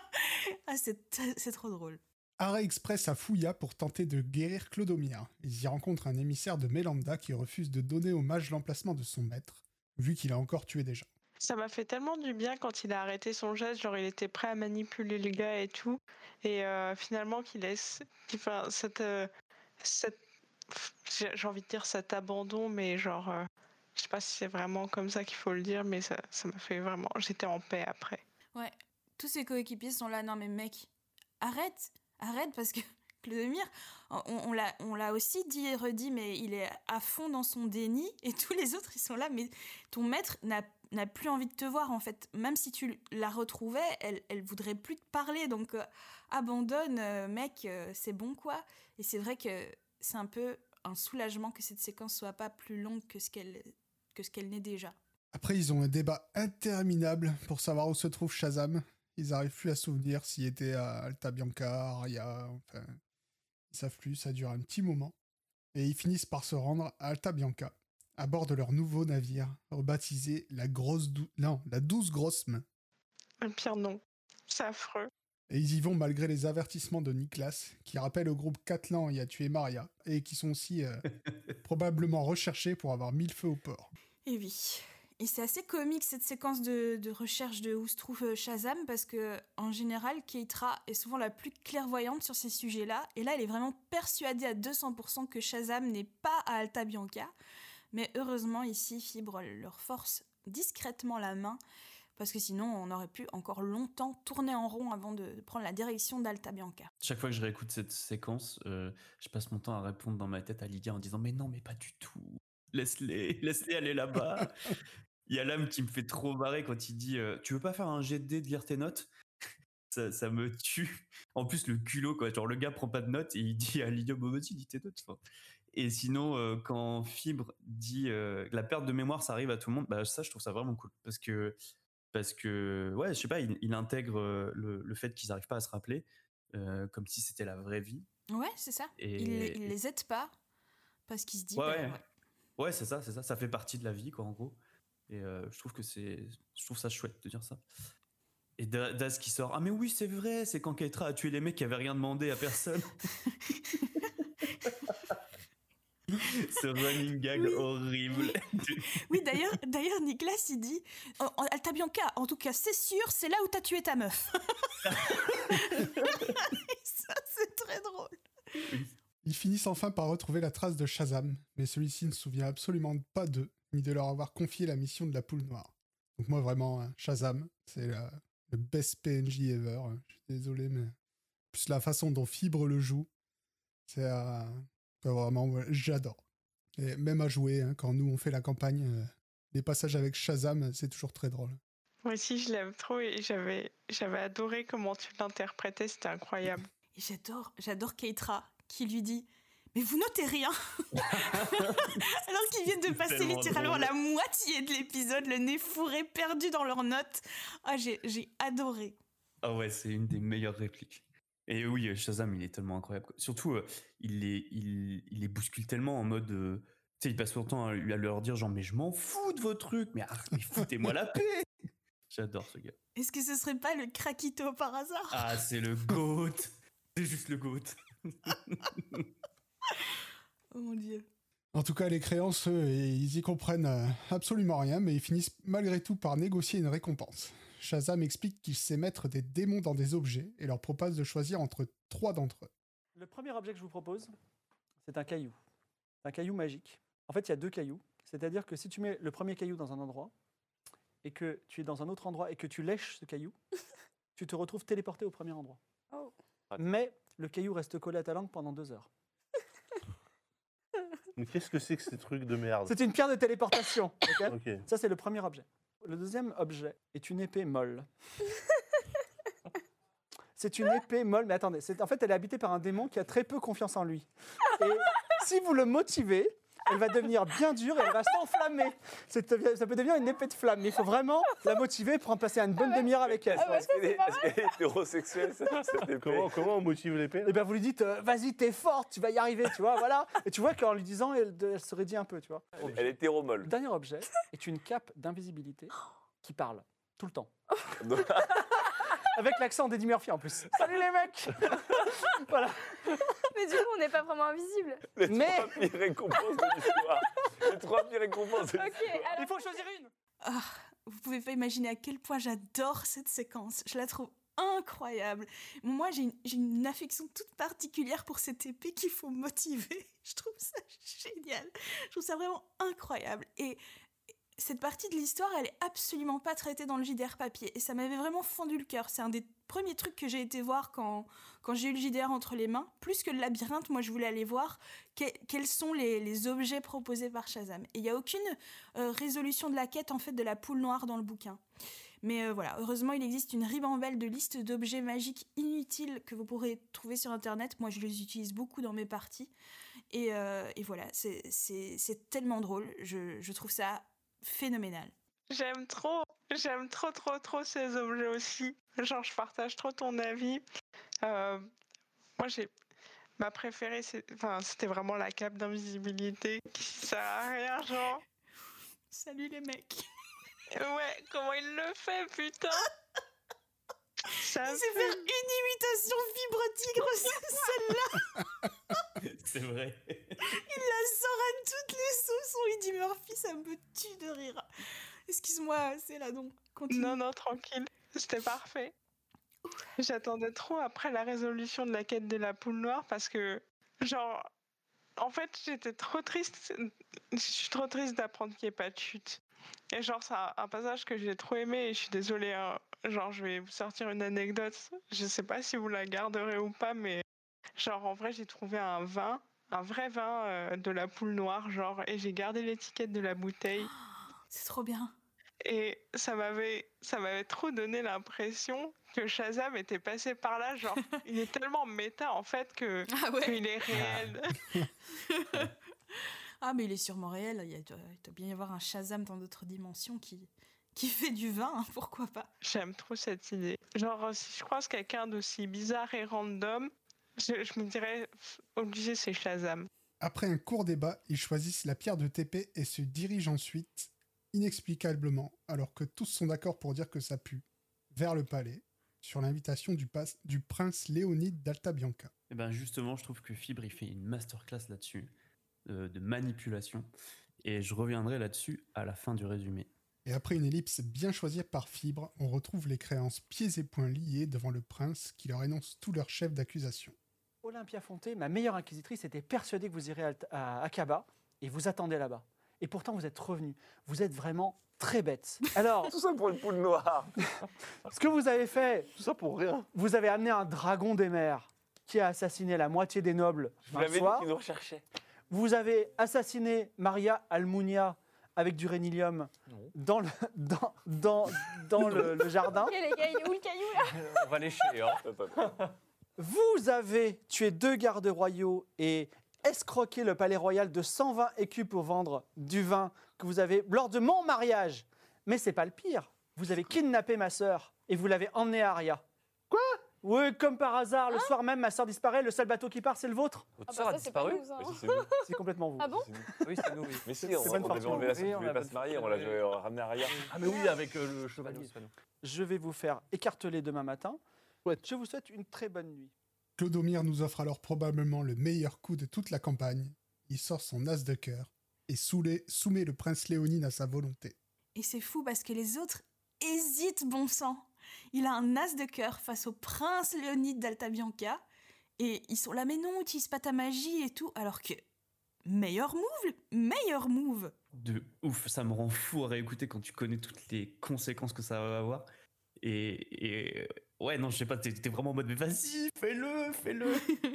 B: Ah, c'est, c'est trop drôle.
A: Ara Express à Fouilla pour tenter de guérir Clodomir. Ils y rencontrent un émissaire de Mélanda qui refuse de donner au mage l'emplacement de son maître, vu qu'il a encore tué des gens.
H: Ça m'a fait tellement du bien quand il a arrêté son geste, genre il était prêt à manipuler le gars et tout, et euh, finalement qu'il laisse, enfin cette, euh, cette, j'ai j'ai envie de dire cet abandon, mais genre, euh, je sais pas si c'est vraiment comme ça qu'il faut le dire, mais ça, ça m'a fait vraiment, j'étais en paix après.
B: Ouais, tous ses coéquipiers sont là, non mais mec, arrête, arrête, parce que Clodomir, on, on l'a, on l'a aussi dit et redit, mais il est à fond dans son déni, et tous les autres, ils sont là, mais ton maître n'a, n'a plus envie de te voir, en fait. Même si tu la retrouvais, elle, elle voudrait plus te parler, donc euh, abandonne, euh, mec, euh, c'est bon, quoi. Et c'est vrai que c'est un peu un soulagement que cette séquence soit pas plus longue que ce qu'elle, que ce qu'elle n'est déjà.
A: Après, ils ont un débat interminable pour savoir où se trouve Shazam. Ils n'arrivent plus à se souvenir s'il était à Alta Bianca, Aria, enfin... Ils savent plus, ça dure un petit moment. Et ils finissent par se rendre à Alta Bianca, à bord de leur nouveau navire, rebaptisé la grosse dou... non, la douce grosse main.
H: Un pire nom, c'est affreux.
A: Et ils y vont malgré les avertissements de Niklas, qui rappelle au groupe qu'Atlan y a tué Maria, et qui sont aussi euh, probablement recherchés pour avoir mis le feu au port.
B: Et oui. Et c'est assez comique cette séquence de, de recherche de où se trouve Shazam, parce que en général, Keitra est souvent la plus clairvoyante sur ces sujets-là, et là elle est vraiment persuadée à deux cents pour cent que Shazam n'est pas à Alta Bianca. Mais heureusement ici, Fibre leur force discrètement la main, parce que sinon on aurait pu encore longtemps tourner en rond avant de prendre la direction d'Alta Bianca.
G: Chaque fois que je réécoute cette séquence, euh, je passe mon temps à répondre dans ma tête à Lydia en disant mais non, mais pas du tout. Laisse-les, laisse-les aller là-bas. Il y a l'âme qui me fait trop marrer quand il dit euh, tu veux pas faire un jet de dés de lire tes notes. ça, ça me tue. En plus, le culot, quoi. Genre, le gars prend pas de notes et il dit à Lydia bah, vas-y, lis tes notes. Enfin, et sinon, euh, quand Fibre dit euh, la perte de mémoire, ça arrive à tout le monde, bah, ça, je trouve ça vraiment cool. Parce que, parce que ouais, je sais pas, il, il intègre euh, le, le fait qu'ils n'arrivent pas à se rappeler, euh, comme si c'était la vraie vie.
B: Ouais, c'est ça.
G: Et-
B: Il, les- il les aide pas parce qu'il se dit.
G: Ouais,
B: bah,
G: ouais.
B: ouais.
G: Ouais, c'est ça, c'est ça. Ça fait partie de la vie, quoi, en gros. Et euh, je trouve que c'est, je trouve ça chouette de dire ça. Et Da- Daz qui sort. Ah mais oui, c'est vrai. C'est quand Keitra a tué les mecs qui avaient rien demandé à personne. Ce running gag
B: Oui.
G: horrible.
B: Oui, d'ailleurs, d'ailleurs, Nicolas, il dit oh, oh, Alta Bianca, en tout cas, c'est sûr, c'est là où t'as tué ta meuf. Ça, c'est très drôle.
A: Ils finissent enfin par retrouver la trace de Shazam, mais celui-ci ne se souvient absolument pas d'eux, ni de leur avoir confié la mission de la poule noire. Donc moi, vraiment, hein, Shazam, c'est la- le best P N J ever. hein. Je suis désolé, mais... Plus la façon dont Fibre le joue, c'est... euh, vraiment, ouais, j'adore. Et même à jouer, hein, quand nous, on fait la campagne, euh, les passages avec Shazam, c'est toujours très drôle.
H: Moi aussi, je l'aime trop et j'avais, j'avais adoré comment tu l'interprétais, c'était incroyable.
B: Et j'adore, j'adore Keitra qui lui dit mais vous notez rien. Alors qu'ils viennent de passer
G: tellement
B: littéralement
G: drôle.
B: la moitié de l'épisode, le nez fourré, perdu dans leurs notes. Ah, j'ai, j'ai adoré.
G: Ah ouais, c'est une des meilleures répliques. Et oui, Shazam, il est tellement incroyable. quoi. Surtout, euh, il, les, il, il les bouscule tellement en mode... euh, tu sais, il passe son temps à, lui- à leur dire genre, mais je m'en fous de vos trucs, mais, ah, mais foutez-moi la paix. J'adore ce gars.
B: Est-ce que ce serait pas le Krakito par hasard?
G: Ah, c'est le GOAT. C'est juste le GOAT.
B: Oh mon dieu.
A: En tout cas, les créances, eux, ils y comprennent euh, absolument rien, mais ils finissent malgré tout par négocier une récompense. Shazam explique qu'il sait mettre des démons dans des objets et leur propose de choisir entre trois d'entre eux.
C: Le premier objet que je vous propose, c'est un caillou. Un caillou magique. En fait, il y a deux cailloux. C'est-à-dire que si tu mets le premier caillou dans un endroit et que tu es dans un autre endroit et que tu lèches ce caillou, tu te retrouves téléporté au premier endroit.
J: Oh.
C: Mais le caillou reste collé à ta langue pendant deux heures.
L: Mais qu'est-ce que c'est que ces trucs de merde?
C: C'est une pierre de téléportation. ok
L: Ok.
C: Ça, c'est le premier objet. Le deuxième objet est une épée molle. C'est une épée molle, mais attendez, c'est- en fait, elle est habitée par un démon qui a très peu confiance en lui. Et si vous le motivez, elle va devenir bien dure et elle va s'enflammer. C'est- Ça peut devenir une épée de flamme, mais il faut vraiment la motiver pour en passer une bonne demi-heure avec elle.
K: Est-ce qu'elle est, est-ce qu'elle est hétérosexuelle, cette, cette épée?
L: Comment, comment on motive l'épée?
C: Et bien vous lui dites, euh, vas-y, t'es forte, tu vas y arriver, tu vois, voilà. Et tu vois qu'en lui disant, elle, elle se raidit un peu, tu vois.
K: Elle, elle est hétéromolle.
C: Le dernier objet est une cape d'invisibilité qui parle tout le temps. Avec l'accent d'Eddie Murphy en plus. Salut les mecs. Voilà.
J: Mais du coup, on n'est pas vraiment invisible.
K: Les
C: Mais-
K: trois pires récompenses de l'histoire. Les trois pires récompenses de
J: Ok,
K: l'histoire.
J: alors.
C: Il faut choisir une.
B: Ah, vous pouvez pas imaginer à quel point j'adore cette séquence. Je la trouve incroyable. Moi, j'ai une, j'ai une affection toute particulière pour cette épée qu'il faut motiver. Je trouve ça génial. Je trouve ça vraiment incroyable. Et cette partie de l'histoire, elle est absolument pas traitée dans le J D R papier. Et ça m'avait vraiment fendu le cœur. C'est un des premiers trucs que j'ai été voir quand, quand j'ai eu le J D R entre les mains. Plus que le labyrinthe, moi, je voulais aller voir que- quels sont les, les objets proposés par Shazam. Et il n'y a aucune euh, résolution de la quête, en fait, de la poule noire dans le bouquin. Mais euh, voilà, heureusement, il existe une ribambelle de listes d'objets magiques inutiles que vous pourrez trouver sur Internet. Moi, je les utilise beaucoup dans mes parties. Et, euh, et voilà, c'est, c'est, c'est tellement drôle. Je, je trouve ça phénoménal.
H: J'aime trop, j'aime trop, trop, trop ces objets aussi. Genre, je partage trop ton avis. Euh, moi, j'ai ma préférée, c'est, enfin, c'était vraiment la cape d'invisibilité qui sert à rien, genre.
B: Salut les mecs.
H: Ouais, comment il le fait, putain. Ça
B: Il sait
H: fait-
B: faire une imitation fibre tigre, c'est celle-là.
G: C'est vrai.
B: Il la sort à toutes les sauces. Son Eddie Murphy, ça me tue de rire. Excuse-moi, c'est là donc. Continue.
H: Non, non, tranquille. C'était parfait. J'attendais trop après la résolution de la quête de la poule noire parce que, genre, en fait, j'étais trop triste. Je suis trop triste d'apprendre qu'il n'y ait pas de chute. Et genre, c'est un, un passage que j'ai trop aimé et je suis désolée. Hein. Genre, je vais vous sortir une anecdote. Je sais pas si vous la garderez ou pas, mais genre, en vrai, j'ai trouvé un vin, un vrai vin euh, de la poule noire, genre, et j'ai gardé l'étiquette de la bouteille.
B: C'est trop bien.
H: Et ça m'avait, ça m'avait trop donné l'impression que Shazam était passé par là. Genre, il est tellement méta en fait que
B: Ah ouais.
H: qu'il est réel.
B: Ah, mais il est sûrement réel. Il, y a- il doit, il doit bien y avoir un Shazam dans d'autres dimensions qui, qui fait du vin, hein, pourquoi pas.
H: J'aime trop cette idée. Genre, si je croise quelqu'un d'aussi bizarre et random, Je, je me dirais, obligé, c'est Shazam.
A: Après un court débat, ils choisissent la pierre de T P et se dirigent ensuite, inexplicablement, alors que tous sont d'accord pour dire que ça pue, vers le palais, sur l'invitation du, pas- du prince Léonide d'Alta Bianca.
G: Et ben justement, je trouve que Fibre il fait une masterclass là-dessus, de, de manipulation, et je reviendrai là-dessus à la fin du résumé.
A: Et après une ellipse bien choisie par Fibre, on retrouve les créances pieds et poings liés devant le prince qui leur énonce tout leur chef d'accusation.
C: Olympia Fonté, ma meilleure inquisitrice, était persuadée que vous irez à, à Akaba et vous attendez là-bas. Et pourtant, vous êtes revenu. Vous êtes vraiment très bête. Alors,
K: Tout ça pour une poule noire.
C: ce que vous avez fait,
L: Tout ça pour rien.
C: vous avez amené un dragon des mers qui a assassiné la moitié des nobles
K: Je vous
C: un
K: l'avais dit
C: soir.
K: qu'ils nous recherchaient.
C: Vous avez assassiné Maria Almunia avec du rhénilium dans le, dans, dans, dans le, le jardin.
J: Ok, les gars, il est où le caillou là?
F: On va lécher, hein.
C: Vous avez tué deux gardes royaux et escroqué le palais royal de cent vingt écus pour vendre du vin que vous avez lors de mon mariage. Mais c'est pas le pire. Vous avez kidnappé ma sœur et vous l'avez emmenée à Aria. Quoi? Oui, comme par hasard, le soir même, ma sœur disparaît, le seul bateau qui part, c'est le vôtre.
F: Votre
J: Ah
F: sœur
J: bah
F: a
J: ça, c'est pas
F: disparu
J: nous, ça,
K: Mais
J: hein.
K: si, c'est nous.
C: C'est complètement vous.
J: Ah bon?
K: C'est nous.
F: Oui, c'est nous, oui.
K: Mais si,
C: C'est
K: on,
C: bonne
K: on avait
C: fortune.
K: enlevé la sœur
F: Oui,
K: qui
F: on
K: voulait
F: l'a
K: pas
F: pas
K: se marier,
F: fait.
K: on l'avait euh, ramené à Ria.
L: Ah, mais oui, avec euh, le chevalier.
C: Je vais vous faire écarteler demain matin. Je vous souhaite une très bonne nuit.
A: Clodomir nous offre alors probablement le meilleur coup de toute la campagne. Il sort son as de cœur et soulé- soumet le prince Léonine à sa volonté.
B: Et c'est fou parce que les autres hésitent, bon sang. Il a un as de cœur face au prince Léonide d'Alta Bianca. Et ils sont là, mais non, utilise pas ta magie et tout. Alors que, meilleur move, meilleur move.
G: De ouf, ça me rend fou à réécouter quand tu connais toutes les conséquences que ça va avoir. Et, et ouais, non, je sais pas, t'es, t'es vraiment en mode, mais vas-y, fais-le, fais-le.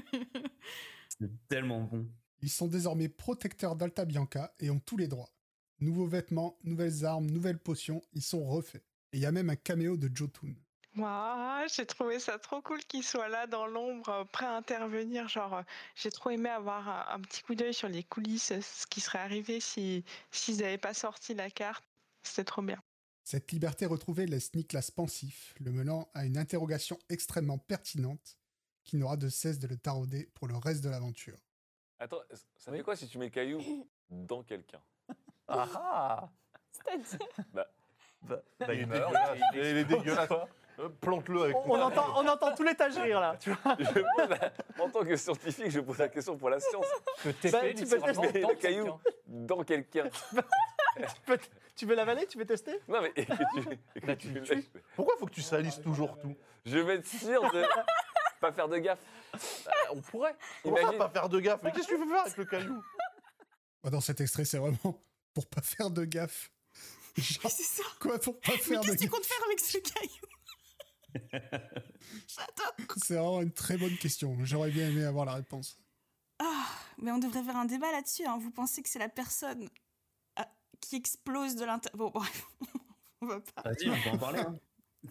G: C'est tellement bon.
A: Ils sont désormais protecteurs d'Alta Bianca et ont tous les droits. Nouveaux vêtements, nouvelles armes, nouvelles potions, ils sont refaits. Et il y a même un caméo de Jotun.
H: Moi, j'ai trouvé ça trop cool qu'il soit là dans l'ombre, euh, prêt à intervenir. Genre, euh, j'ai trop aimé avoir un, un petit coup d'œil sur les coulisses, euh, ce qui serait arrivé si s'ils n'avaient pas sorti la carte. C'était trop bien.
A: Cette liberté retrouvée laisse Niklas pensif, le menant à une interrogation extrêmement pertinente qui n'aura de cesse de le tarauder pour le reste de l'aventure.
K: Attends, ça fait quoi si tu mets le caillou dans quelqu'un?
F: Ah ah.
J: C'est-à-dire?
K: Bah,
F: Bah,
L: Il est
F: il meurt.
L: dégueulasse.
F: il
L: Il est dégueulasse. Euh, Plante-le avec
C: On, on entend, on entend tout l'étage rire là. Tu vois.
K: je pose la- En tant que scientifique, je pose la question pour la science.
F: Le T P,
C: Bah, tu peux
F: littéralement,
K: tester
F: dans
K: le caillou.
F: quelqu'un.
K: Dans quelqu'un.
C: Tu, peux- tu veux l'avaler? Tu veux tester?
K: Non, mais et que tu, et que
F: Bah,
K: tu
F: tu
K: le
F: le tues.
K: lèches.
L: Pourquoi faut que tu salisses toujours tout?
K: Je vais être sûr de pas faire de gaffe.
F: Bah, on pourrait.
L: Pourquoi
K: Imagine.
L: pas faire de gaffe? Mais qu'est-ce que tu veux faire avec le caillou?
A: Oh, dans cet extrait, c'est vraiment pour pas faire de gaffe. Genre,
B: Mais c'est ça.
A: quoi pour pas
B: Mais
A: faire de
B: qu'est-ce que tu
A: gaffe?
B: comptes faire avec ce caillou? J'adore.
A: C'est vraiment une très bonne question. J'aurais bien aimé avoir la réponse.
B: Ah, mais on devrait faire un débat là-dessus. Hein. Vous pensez que c'est la personne ah, qui explose de l'intérieur? Bon, bref, on va pas.
G: Vas-y, on peut en parler. Hein.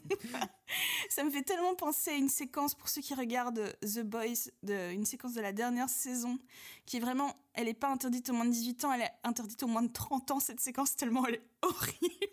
B: Ça me fait tellement penser à une séquence, pour ceux qui regardent The Boys, de, une séquence de la dernière saison, qui est vraiment, elle n'est pas interdite aux moins de dix-huit ans, elle est interdite aux moins de trente ans, cette séquence, tellement elle est horrible.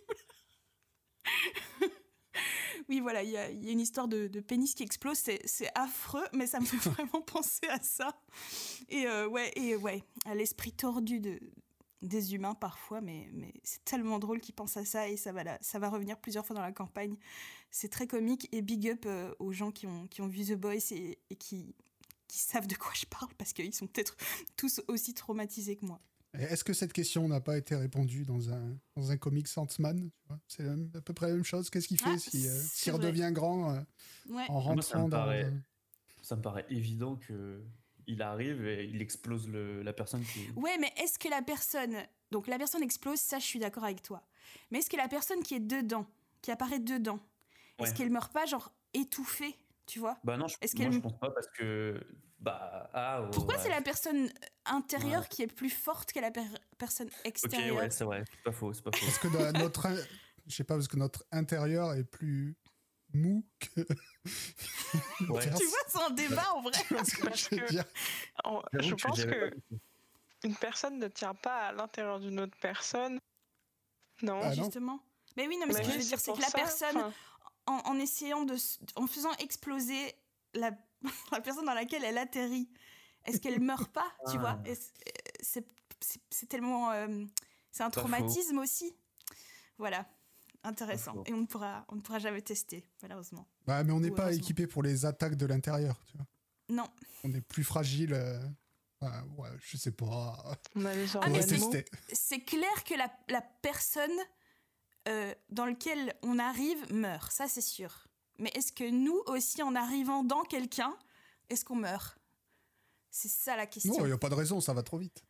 B: Oui, voilà, il y, y a une histoire de, de pénis qui explose, c'est, c'est affreux, mais ça me fait vraiment penser à ça. Et euh, ouais, et ouais, à l'esprit tordu de, des humains parfois, mais, mais c'est tellement drôle qu'ils pensent à ça et ça va, la, ça va revenir plusieurs fois dans la campagne. C'est très comique et big up euh, aux gens qui ont, qui ont vu The Boys et, et qui, qui savent de quoi je parle parce qu'ils sont peut-être tous aussi traumatisés que moi.
A: Et est-ce que cette question n'a pas été répondue dans un, dans un comic Sandman? Tu vois, c'est la même- à peu près la même chose. Qu'est-ce qu'il fait
B: Ah,
A: si, euh,
B: c'est
A: s'il
B: vrai.
A: redevient grand euh,
B: Ouais.
A: en
G: Moi, ça me
A: rentrant dans
G: paraît-
A: un-
G: Ça me paraît évident que il arrive et il explose le, la personne qui.
B: Ouais, mais est-ce que la personne... Donc la personne explose, ça je suis d'accord avec toi. Mais est-ce que la personne qui est dedans, qui apparaît dedans, est-ce
G: Ouais.
B: qu'elle meurt pas genre étouffée, tu vois?
G: Bah non, je,
B: Est-ce
G: moi
B: qu'elle-
G: je pense pas parce que bah ah.
B: Pourquoi
G: ouais.
B: c'est la personne intérieure
G: Ouais.
B: qui est plus forte que la per- personne
G: Ok,
B: extérieure?
G: ouais, c'est vrai, c'est pas faux, c'est pas faux.
A: Parce que dans notre, in- je sais pas, parce que notre intérieur est plus mou que.
G: Ouais.
B: Tu vois, c'est un débat en vrai.
A: Tu vois ce que je veux dire?
H: En-
G: J'avoue
H: je
G: que
H: pense
G: j'avais
H: que
G: pas-
H: une personne ne tient pas à l'intérieur d'une autre personne. Non.
A: Ah non.
B: Justement. Mais oui, non, mais ce
H: Mais
B: que je veux
H: oui,
B: dire,
H: c'est
B: c'est que
H: pour
B: la
H: ça,
B: personne,
H: enfin,
B: en, en essayant de, s- en faisant exploser la, la personne dans laquelle elle atterrit, est-ce qu'elle meurt pas, tu
G: Ah.
B: vois? Est-ce- c'est, c'est, c'est tellement... euh, c'est un
G: Pas
B: traumatisme aussi. Voilà, intéressant.
G: faux.
B: Et on ne pourra, on ne pourra jamais tester, malheureusement.
A: Bah, mais on n'est
B: Ou
A: pas
B: heureusement.
A: équipé pour les attaques de l'intérieur, tu vois.
B: Non.
A: On est plus fragile. euh, ouais, ouais, je sais pas.
H: On a les
B: Ah, mais
A: Faudrait
B: c'est-
H: organes.
A: tester.
B: C'est clair que la, la personne euh, dans laquelle on arrive meurt, ça c'est sûr. Mais est-ce que nous aussi, en arrivant dans quelqu'un, est-ce qu'on meurt? C'est ça la question.
A: Non, il n'y a pas de raison, ça va trop vite.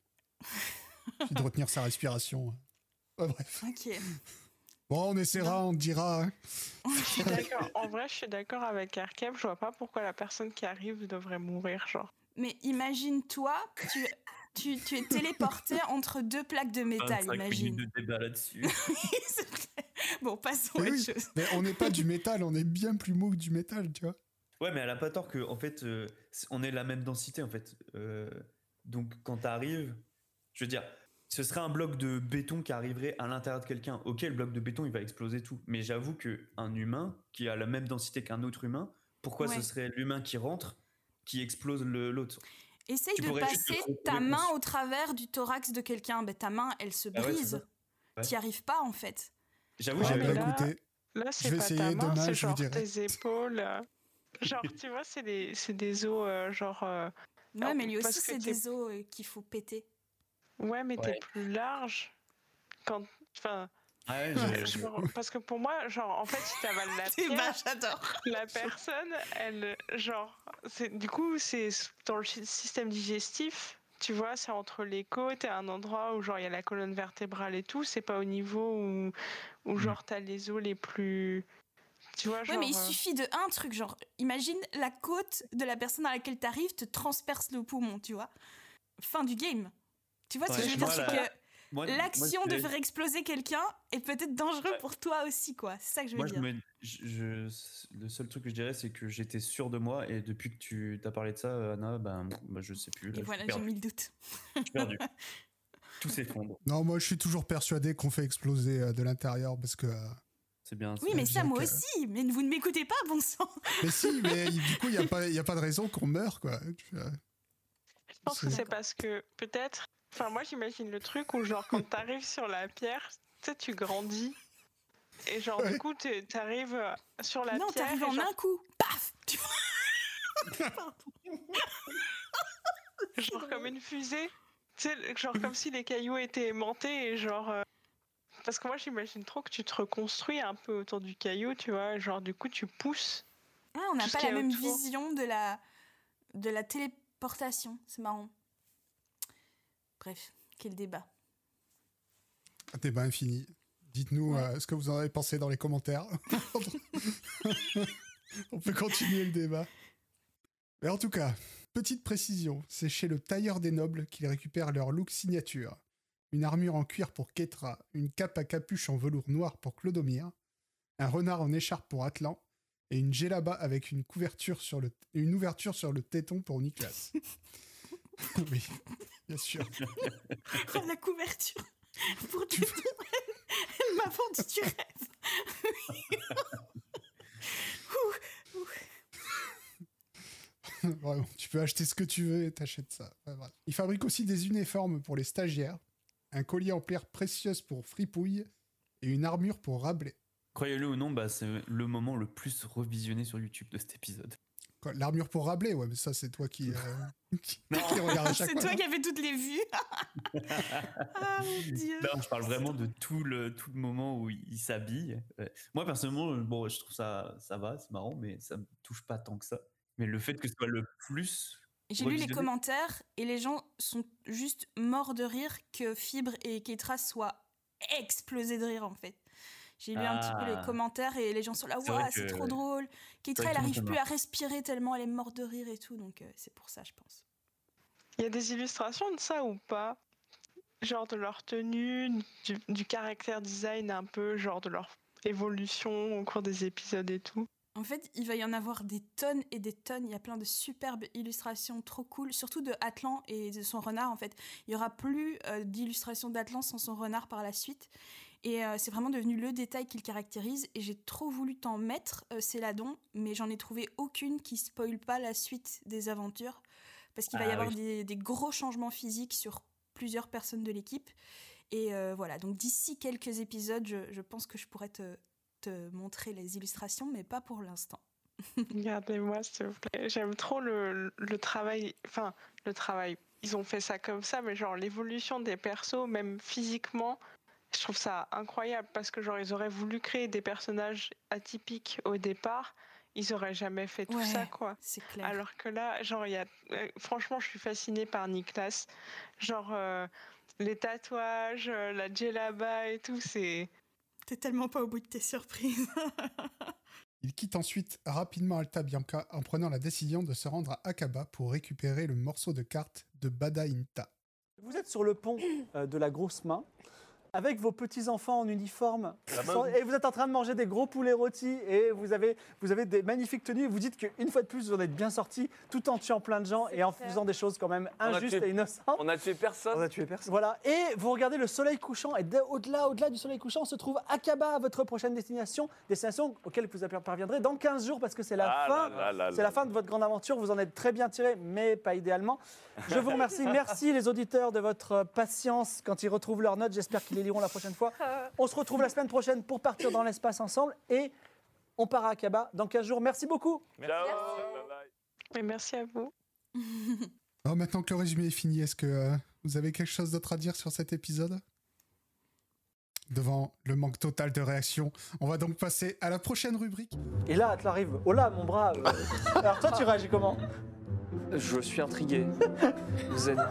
A: Puis de retenir sa respiration. Ouais, bref.
B: Ok.
A: Bon, on essaiera, on te dira. hein.
H: Je suis d'accord. En vrai, je suis d'accord avec Arkham. Je vois pas pourquoi la personne qui arrive devrait mourir, genre.
B: Mais imagine-toi, tu, tu, tu es téléporté entre deux plaques de métal,
G: vingt-cinq
B: imagine.
G: minutes de débat là-dessus.
B: C'est vrai. Bon, passons à
A: Mais
B: autre
A: oui,
B: chose.
A: mais on n'est pas du métal, on est bien plus mou que du métal, tu vois.
G: Ouais, mais elle a pas tort que, en fait, euh, c- on est la même densité, en fait. Euh, donc, quand t'arrives, je veux dire, ce serait un bloc de béton qui arriverait à l'intérieur de quelqu'un. Ok, le bloc de béton, il va exploser tout. Mais j'avoue qu'un humain qui a la même densité qu'un autre humain, pourquoi
B: Ouais.
G: ce serait l'humain qui rentre qui explose le- l'autre?
B: Essaye
G: Tu
B: de
G: pourrais juste
B: passer
G: te retrouver
B: ta main
G: conscient.
B: au travers du thorax de quelqu'un. Ben, ta main, elle se
G: Ah ouais, c'est
B: brise.
G: ça. Ouais.
B: T'y arrives pas, en fait.
G: J'avoue,
H: Ouais,
A: Ah,
G: j'avais
H: mais
A: bah,
H: là-
A: écoutez,
H: Là, c'est
A: vais
H: pas ta
A: essayer
H: main,
A: demain,
H: c'est
A: je vous
H: genre
A: dirai.
H: tes épaules. euh. Genre, tu vois, c'est des, c'est des os, euh, genre. euh,
B: Ouais,
H: Alors,
B: mais lui
H: parce
B: aussi,
H: que
B: c'est
H: t'es-
B: des os euh, qu'il faut péter.
H: Ouais, mais
G: Ouais.
H: t'es plus large. Quand. Enfin.
G: Ah ouais,
A: Ouais,
G: j'ai-
H: genre, parce que pour moi, genre, en fait, si t'avales la
B: C'est
H: pierre,
B: bah, j'adore.
H: la personne, elle. Genre. c'est Du coup, c'est dans le sy- système digestif. Tu vois, c'est entre les côtes et un endroit où, genre, il y a la colonne vertébrale et tout. C'est pas au niveau où, où genre, t'as les os les plus. Tu vois, genre.
B: Ouais, mais il
H: euh,
B: suffit de un truc, genre, imagine la côte de la personne à laquelle t'arrives te transperce le poumon, tu vois. Fin du game. Tu vois ce que
G: Ouais,
B: je veux
G: moi,
B: dire, c'est
G: la-
B: que
G: moi- moi,
B: l'action
G: je
B: de
G: dirais-
B: faire exploser quelqu'un est peut-être dangereux pour toi aussi, quoi. C'est ça que je veux
G: Moi, je
B: dire.
G: me, je, je- le seul truc que je dirais, c'est que j'étais sûr de moi, et depuis que tu t'as parlé de ça, Anna, ben, bah, je sais plus. là,
B: Et
G: je
B: voilà,
G: suis
B: j'ai
G: perdu.
B: mis le doute.
G: Je suis perdu. Tout s'effondre.
A: non, moi je suis toujours persuadé qu'on fait exploser euh, de l'intérieur parce que. euh,
G: C'est bien.
B: Oui,
G: c'est
B: mais
G: bien.
B: ça,
A: bien
B: moi
A: que-
B: aussi. Mais vous ne m'écoutez pas, bon sang.
A: Mais si, mais du coup, il n'y a, pas- y a pas de raison qu'on meure, quoi. Tu vois.
H: Je pense que
A: C'est-
H: c'est parce que peut-être. Enfin, moi, j'imagine le truc où, genre, quand t'arrives sur la pierre, tu sais, tu grandis. Et, genre,
A: Ouais.
H: du coup, t'es- t'arrives euh, sur la
B: Non,
H: pierre.
B: t'arrives
H: et
B: en
H: genre,
B: un coup. Paf tu vois.
H: genre comme une fusée. Tu sais, genre comme si les cailloux étaient aimantés et, genre. euh, Parce que moi, j'imagine trop que tu te reconstruis un peu autour du caillou, tu vois. Genre, du coup, tu pousses.
B: Ah, on n'a
H: Tout ce
B: pas
H: qu'il y
B: la
H: a
B: même
H: autour.
B: vision de la, de la téléportation. C'est marrant. Bref, quel débat.
A: Débat infini. Dites-nous
B: Ouais.
A: euh, ce que vous en avez pensé dans les commentaires. On peut continuer le débat. Mais en tout cas, petite précision, c'est chez le tailleur des nobles qu'ils récupèrent leur look signature. Une armure en cuir pour Ketra, une cape à capuche en velours noir pour Clodomir, un renard en écharpe pour Atlan, et une djellaba avec une, couverture sur le, une ouverture sur le téton pour Nicolas. Oui, bien sûr.
B: Oh, la couverture. Pour du tout. Elle m'a vendu du rêve. Ouh, ouh.
A: Vraiment, tu peux acheter ce que tu veux et t'achètes ça. Ouais, voilà. Il fabrique aussi des uniformes pour les stagiaires, un collier en pierre précieuse pour Fripouille et une armure pour Rabelais.
G: Croyez-le ou non, bah, c'est le moment le plus revisionné sur YouTube de cet épisode.
A: Quoi, l'armure pour Rabelais, ouais, mais ça c'est toi qui, euh, qui,
G: Non.
A: qui regarde à chaque
B: C'est
A: fois.
B: toi qui avais toutes les vues. Ah mon dieu.
G: Non, je parle vraiment de tout le, tout le moment où il s'habille. Euh, Moi, personnellement, euh, bon, je trouve ça, ça va, c'est marrant, mais ça me touche pas tant que ça. Mais le fait que ce soit le plus.
B: J'ai lu les
G: revisionné-
B: commentaires et les gens sont juste morts de rire que Fibre et Keitra soient explosés de rire en fait. J'ai lu un petit peu les
G: Ah.
B: commentaires et les gens sont là,
G: C'est vrai
B: waouh, c'est
G: que-
B: trop drôle. Keitra,
G: vrai
B: elle
G: que tout le
B: arrive
G: monde
B: plus
G: est
B: à respirer tellement elle est morte de rire et tout, donc euh, c'est pour ça, je pense.
H: Il y a des illustrations de ça ou pas? Genre de leur tenue, du, du caractère design un peu, genre de leur évolution au cours des épisodes et tout.
B: En fait, il va y en avoir des tonnes et des tonnes. Il y a plein de superbes illustrations trop cool, surtout de Atlan et de son renard. En fait, il y aura plus euh, d'illustrations d'Atlan sans son renard par la suite. Et euh, c'est vraiment devenu le détail qui le caractérise. Et j'ai trop voulu t'en mettre, euh, Céladon, mais j'en ai trouvé aucune qui spoile pas la suite des aventures. Parce qu'il va
G: Ah
B: y avoir
G: oui.
B: des, des gros changements physiques sur plusieurs personnes de l'équipe. Et euh, voilà, donc d'ici quelques épisodes, je, je pense que je pourrais te, te montrer les illustrations, mais pas pour l'instant.
H: Regardez-moi, s'il vous plaît. J'aime trop le, le travail. Enfin, le travail. Ils ont fait ça comme ça, mais genre l'évolution des persos, même physiquement, je trouve ça incroyable parce que genre ils auraient voulu créer des personnages atypiques au départ, ils auraient jamais fait tout
B: Ouais,
H: ça, quoi.
B: c'est clair.
H: Alors que là, genre il y a, euh, franchement, je suis fascinée par Nicolas. Genre euh, les tatouages, euh, la djellaba et tout, c'est.
B: T'es tellement pas au bout de tes surprises.
A: Il quitte ensuite rapidement Alta Bianca en prenant la décision de se rendre à Akaba pour récupérer le morceau de carte de Bada Inta.
C: Vous êtes sur le pont euh, de la grosse main, avec vos petits-enfants en uniforme,
L: La main.
C: sans- et vous êtes en train de manger des gros poulets rôtis, et vous avez, vous avez des magnifiques tenues, et vous dites qu'une fois de plus, vous en êtes bien sortis, tout en tuant plein de gens,
J: C'est
C: et en
J: clair.
C: faisant des choses quand même
K: On a
C: injustes
K: tué-
C: et innocentes.
K: On a tué personne.
F: On a tué personne.
C: Voilà, et vous regardez le soleil couchant, et dès- au-delà, au-delà du soleil couchant, se trouve Akaba, votre prochaine destination, destination auquel vous parviendrez dans quinze jours, parce que c'est la
K: Ah
C: fin.
K: là là là
C: C'est
K: là.
C: la fin de votre grande aventure, vous en êtes très bien tiré, mais pas idéalement. Je vous remercie, merci les auditeurs de votre patience quand ils retrouvent leurs notes, j'espère qu'ils les liront la prochaine fois. On se retrouve la semaine prochaine pour partir dans l'espace ensemble, et on part à Akaba dans quinze jours. Merci beaucoup.
K: Ciao. Bye bye.
H: Mais merci à vous.
A: Alors maintenant que le résumé est fini, est-ce que euh, vous avez quelque chose d'autre à dire sur cet épisode ? Devant le manque total de réaction, on va donc passer à la prochaine rubrique.
C: Et là, tu arrives. Oh là, mon bras. euh. Alors toi, tu réagis comment?
F: Je suis intrigué. Vous êtes...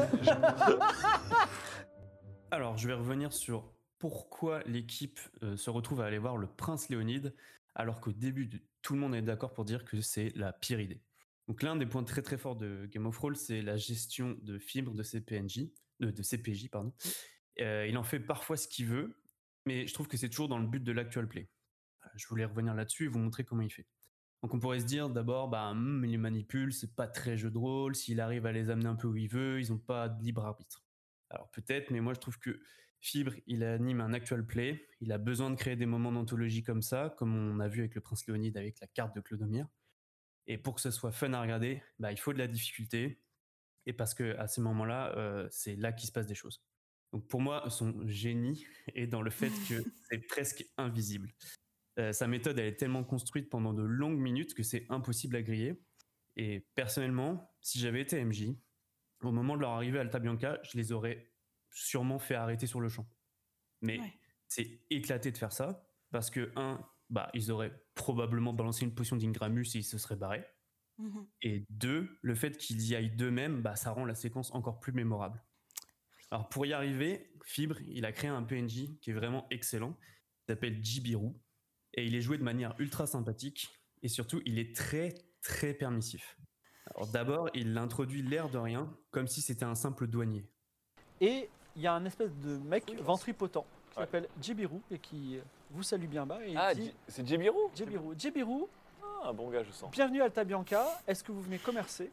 G: Alors, je vais revenir sur pourquoi l'équipe euh, se retrouve à aller voir le prince Léonide, alors qu'au début, de- tout le monde est d'accord pour dire que c'est la pire idée. Donc, l'un des points très très forts de Game of Thrones, c'est la gestion de fibres de ses P N J, de, de ses P J, pardon. Euh, il en fait parfois ce qu'il veut, mais je trouve que c'est toujours dans le but de l'actual play. Euh, Je voulais revenir là-dessus et vous montrer comment il fait. Donc, on pourrait se dire d'abord, bah, hum, il les manipule, c'est pas très jeu de rôle, s'il arrive à les amener un peu où il veut, ils n'ont pas de libre arbitre. Alors peut-être, mais moi je trouve que Fibre, il anime un actual play, il a besoin de créer des moments d'anthologie comme ça, comme on a vu avec le prince Léonide avec la carte de Clodomir. Et pour que ce soit fun à regarder, bah, il faut de la difficulté, et parce que à ces moments-là, euh, c'est là qu'il se passe des choses. Donc pour moi, son génie est dans le fait que c'est presque invisible. Euh, sa méthode, elle est tellement construite pendant de longues minutes que c'est impossible à griller. Et personnellement, si j'avais été M J, au moment de leur arrivée à Alta Bianca, je les aurais sûrement fait arrêter sur le champ. Mais
B: Ouais.
G: c'est éclaté de faire ça, parce que, un, bah, ils auraient probablement balancé une potion d'Ingramus et ils se seraient barrés.
B: Mhm.
G: Et deux, le fait qu'ils y aillent d'eux-mêmes, bah, ça rend la séquence encore plus mémorable. Alors pour y arriver, Fibre, il a créé un P N J qui est vraiment excellent, il s'appelle Jibiru, et il est joué de manière ultra sympathique, et surtout, il est très, très permissif. Alors d'abord, il introduit l'air de rien, comme si c'était un simple douanier.
C: Et il y a un espèce de mec ventripotent qui
K: Ouais.
C: s'appelle Jibiru et qui euh, vous salue bien bas. Et il
K: Ah,
C: dit,
K: J- c'est Jibiru.
C: Jibiru, Jibiru,
K: Ah, un bon gars, je sens.
C: bienvenue à Alta Bianca. Est-ce que vous venez commercer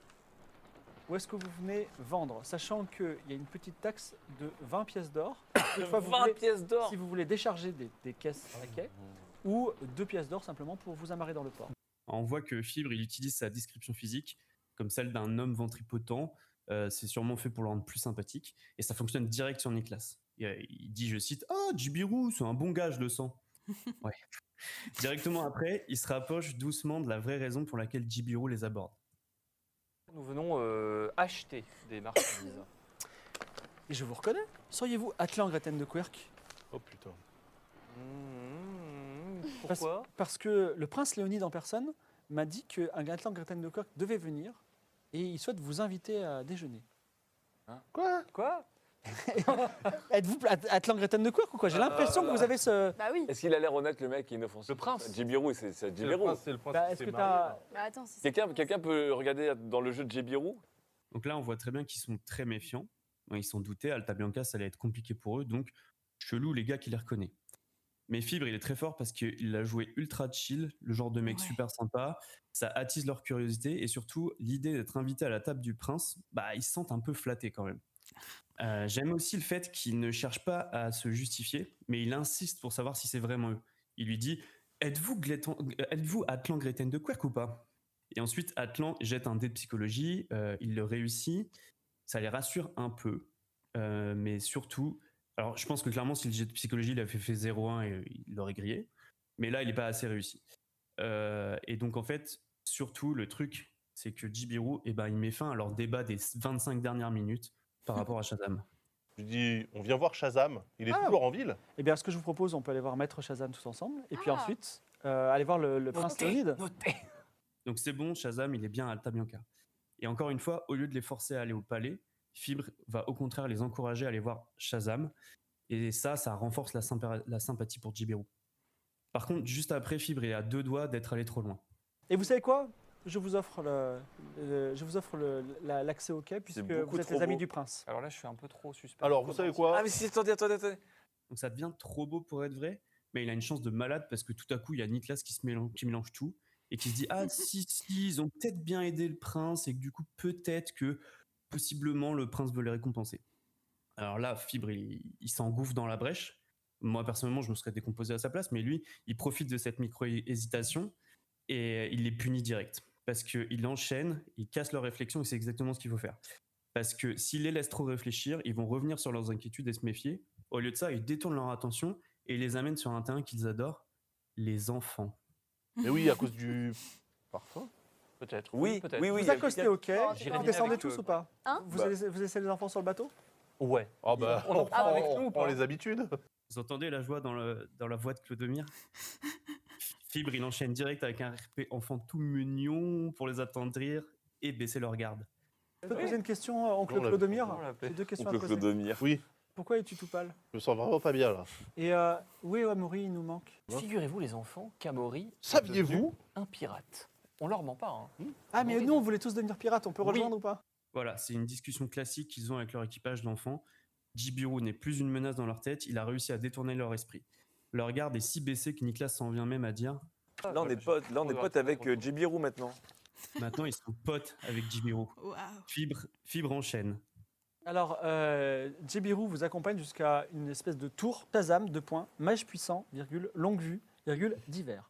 C: ou est-ce que vous venez vendre? Sachant qu'il y a une petite taxe de vingt pièces d'or. Toutefois, vous
K: vingt
C: voulez-
K: pièces d'or.
C: Si vous voulez décharger des, des caisses à quai, ou deux pièces d'or simplement pour vous amarrer dans le port.
G: On voit que Fibre, il utilise sa description physique comme celle d'un homme ventripotent. Euh, c'est sûrement fait pour le rendre plus sympathique. Et ça fonctionne direct sur Nicolas. Et, euh, il dit, je cite, « Ah, Jibiru, c'est un bon gars, je le sens. » Ouais. Directement après, il se rapproche doucement de la vraie raison pour laquelle Jibiru les aborde.
F: Nous venons euh, acheter des marchandises.
C: Et je vous reconnais. Seriez-vous Atlan Greten de Quirk?
L: Oh putain.
F: Mmh,
C: Parce-
F: pourquoi
C: Parce que le prince Léonide en personne m'a dit qu'un Atlan Greten de Quirk devait venir et il souhaite vous inviter à déjeuner.
L: Quoi?
F: Quoi
C: Êtes-vous At- Atlan Greten de Quirk ou quoi? J'ai l'impression que vous avez ce...
J: Bah oui.
K: Est-ce qu'il a l'air honnête, le mec, inoffensif?
L: Le prince.
K: Jibiru, c'est c'est
L: C'est le
K: Jibiru.
L: prince, c'est le prince
C: Bah,
L: qui
C: est-ce
L: s'est
C: que
L: marié,
C: t'as...
J: Bah attends, c'est
K: Quelqu'un quelqu'un peut regarder dans le jeu de Jibiru?
G: Donc là, on voit très bien qu'ils sont très méfiants. Ils s'en doutaient, Alta Bianca, ça allait être compliqué pour eux, donc chelou les gars qui les reconnaît. Mais Fibre, il est très fort parce qu'il a joué ultra chill, le genre de mec
B: Ouais.
G: super sympa, ça attise leur curiosité, et surtout, l'idée d'être invité à la table du prince, bah, ils se sentent un peu flattés quand même. Euh, j'aime aussi le fait qu'il ne cherche pas à se justifier, mais il insiste pour savoir si c'est vraiment eux. Il lui dit « Êtes-vous, Glétan- êtes-vous Atlan Greten de Quirk ou pas ?» Et ensuite, Atlan jette un dé de psychologie, euh, il le réussit, ça les rassure un peu, euh, mais surtout... Alors, je pense que clairement, si le jet de psychologie, il avait fait zéro un, il l'aurait grillé, mais là, il n'est pas assez réussi. Euh, et donc, en fait, surtout, le truc, c'est que Jibiru, eh ben, il met fin à leur débat des vingt-cinq dernières minutes par rapport à Shazam.
L: Je dis, on vient voir Shazam. Il est
C: Ah.
L: toujours en ville.
C: Eh bien, ce que je vous propose, on peut aller voir Maître Shazam tous ensemble, et puis
J: Ah.
C: ensuite, euh, aller voir le, le prince Léonide.
G: Donc, c'est bon, Shazam, il est bien à Alta Bianca. Et encore une fois, au lieu de les forcer à aller au palais, Fibre va au contraire les encourager à aller voir Shazam. Et ça, ça renforce la, sympa- la sympathie pour Jibiru. Par contre, juste après, Fibre est à deux doigts d'être allé trop loin.
C: Et vous savez quoi? Je vous offre le, le- je vous offre le- la- l'accès au quai, puisque
K: beaucoup
C: vous êtes
K: trop
C: les amis
K: beau.
C: du prince.
F: Alors là, je suis un peu trop suspect.
L: Alors, vous savez quoi?
K: Ah, mais si, attendez, attendez, attendez.
G: Donc ça devient trop beau pour être vrai, mais il a une chance de malade parce que tout à coup, il y a Niklas qui, se mélange, qui mélange tout et qui se dit « Ah si, si, ils ont peut-être bien aidé le prince et que du coup, peut-être que possiblement le prince veut les récompenser. » Alors là, Fibre, il, il s'engouffre dans la brèche. Moi, personnellement, je me serais décomposé à sa place, mais lui, il profite de cette micro-hésitation et il les punit direct. Parce qu'il enchaîne, il casse leur réflexion et c'est exactement ce qu'il faut faire. Parce que s'il les laisse trop réfléchir, ils vont revenir sur leurs inquiétudes et se méfier. Au lieu de ça, ils détournent leur attention et ils les amènent sur un terrain qu'ils adorent, les enfants.
L: Mais oui, à cause du parfum.
F: Peut-être.
K: Oui,
F: peut-être.
K: oui, oui.
C: Vous accostez au quai,
J: Bon,
C: vous
J: j'irai
C: descendez
F: avec
C: tous
F: eux.
C: ou pas?
J: Hein
C: vous,
K: Bah.
C: laissez, vous laissez les enfants sur le bateau?
F: Ouais.
L: Ah bah,
F: On en prend avec nous ou
L: on
F: pas
L: prend les habitudes.
G: Vous entendez la joie dans, le, dans la voix de Clodomir? Fibre, il enchaîne direct avec un R P enfant tout mignon pour les attendrir et baisser leur garde.
C: Je peux te poser une question, euh, oncle
L: On l'a-
C: Clodomir?
F: on l'a appelé.
C: J'ai deux questions
K: Oncle
C: à te poser.
K: Clodomir.
L: Oui,
C: Pourquoi es-tu tout pâle?
L: je me sens vraiment pas bien là.
C: Et euh, où est Amaury? Il nous manque.
F: Figurez-vous, les enfants, qu'Amaury
L: Saviez-vous?
F: un pirate. On leur ment pas. Hein.
C: Ah, mais
F: Amaury,
C: nous, on voulait tous devenir pirates. On peut
F: Oui.
C: rejoindre ou pas?
G: Voilà, c'est une discussion classique qu'ils ont avec leur équipage d'enfants. Jibiru n'est plus une menace dans leur tête, il a réussi à détourner leur esprit. Leur garde est si baissée que Niklas s'en vient même à dire
K: Là, on est potes là, on est potes avec euh, Jibiru maintenant.
G: maintenant ils sont potes avec Jibiru.
B: Waouh.
G: Fibre, Fibre enchaîne.
C: Alors, euh, Jibiru vous accompagne jusqu'à une espèce de tour. Shazam, deux points, mage puissant, virgule, longue vue, virgule, divers.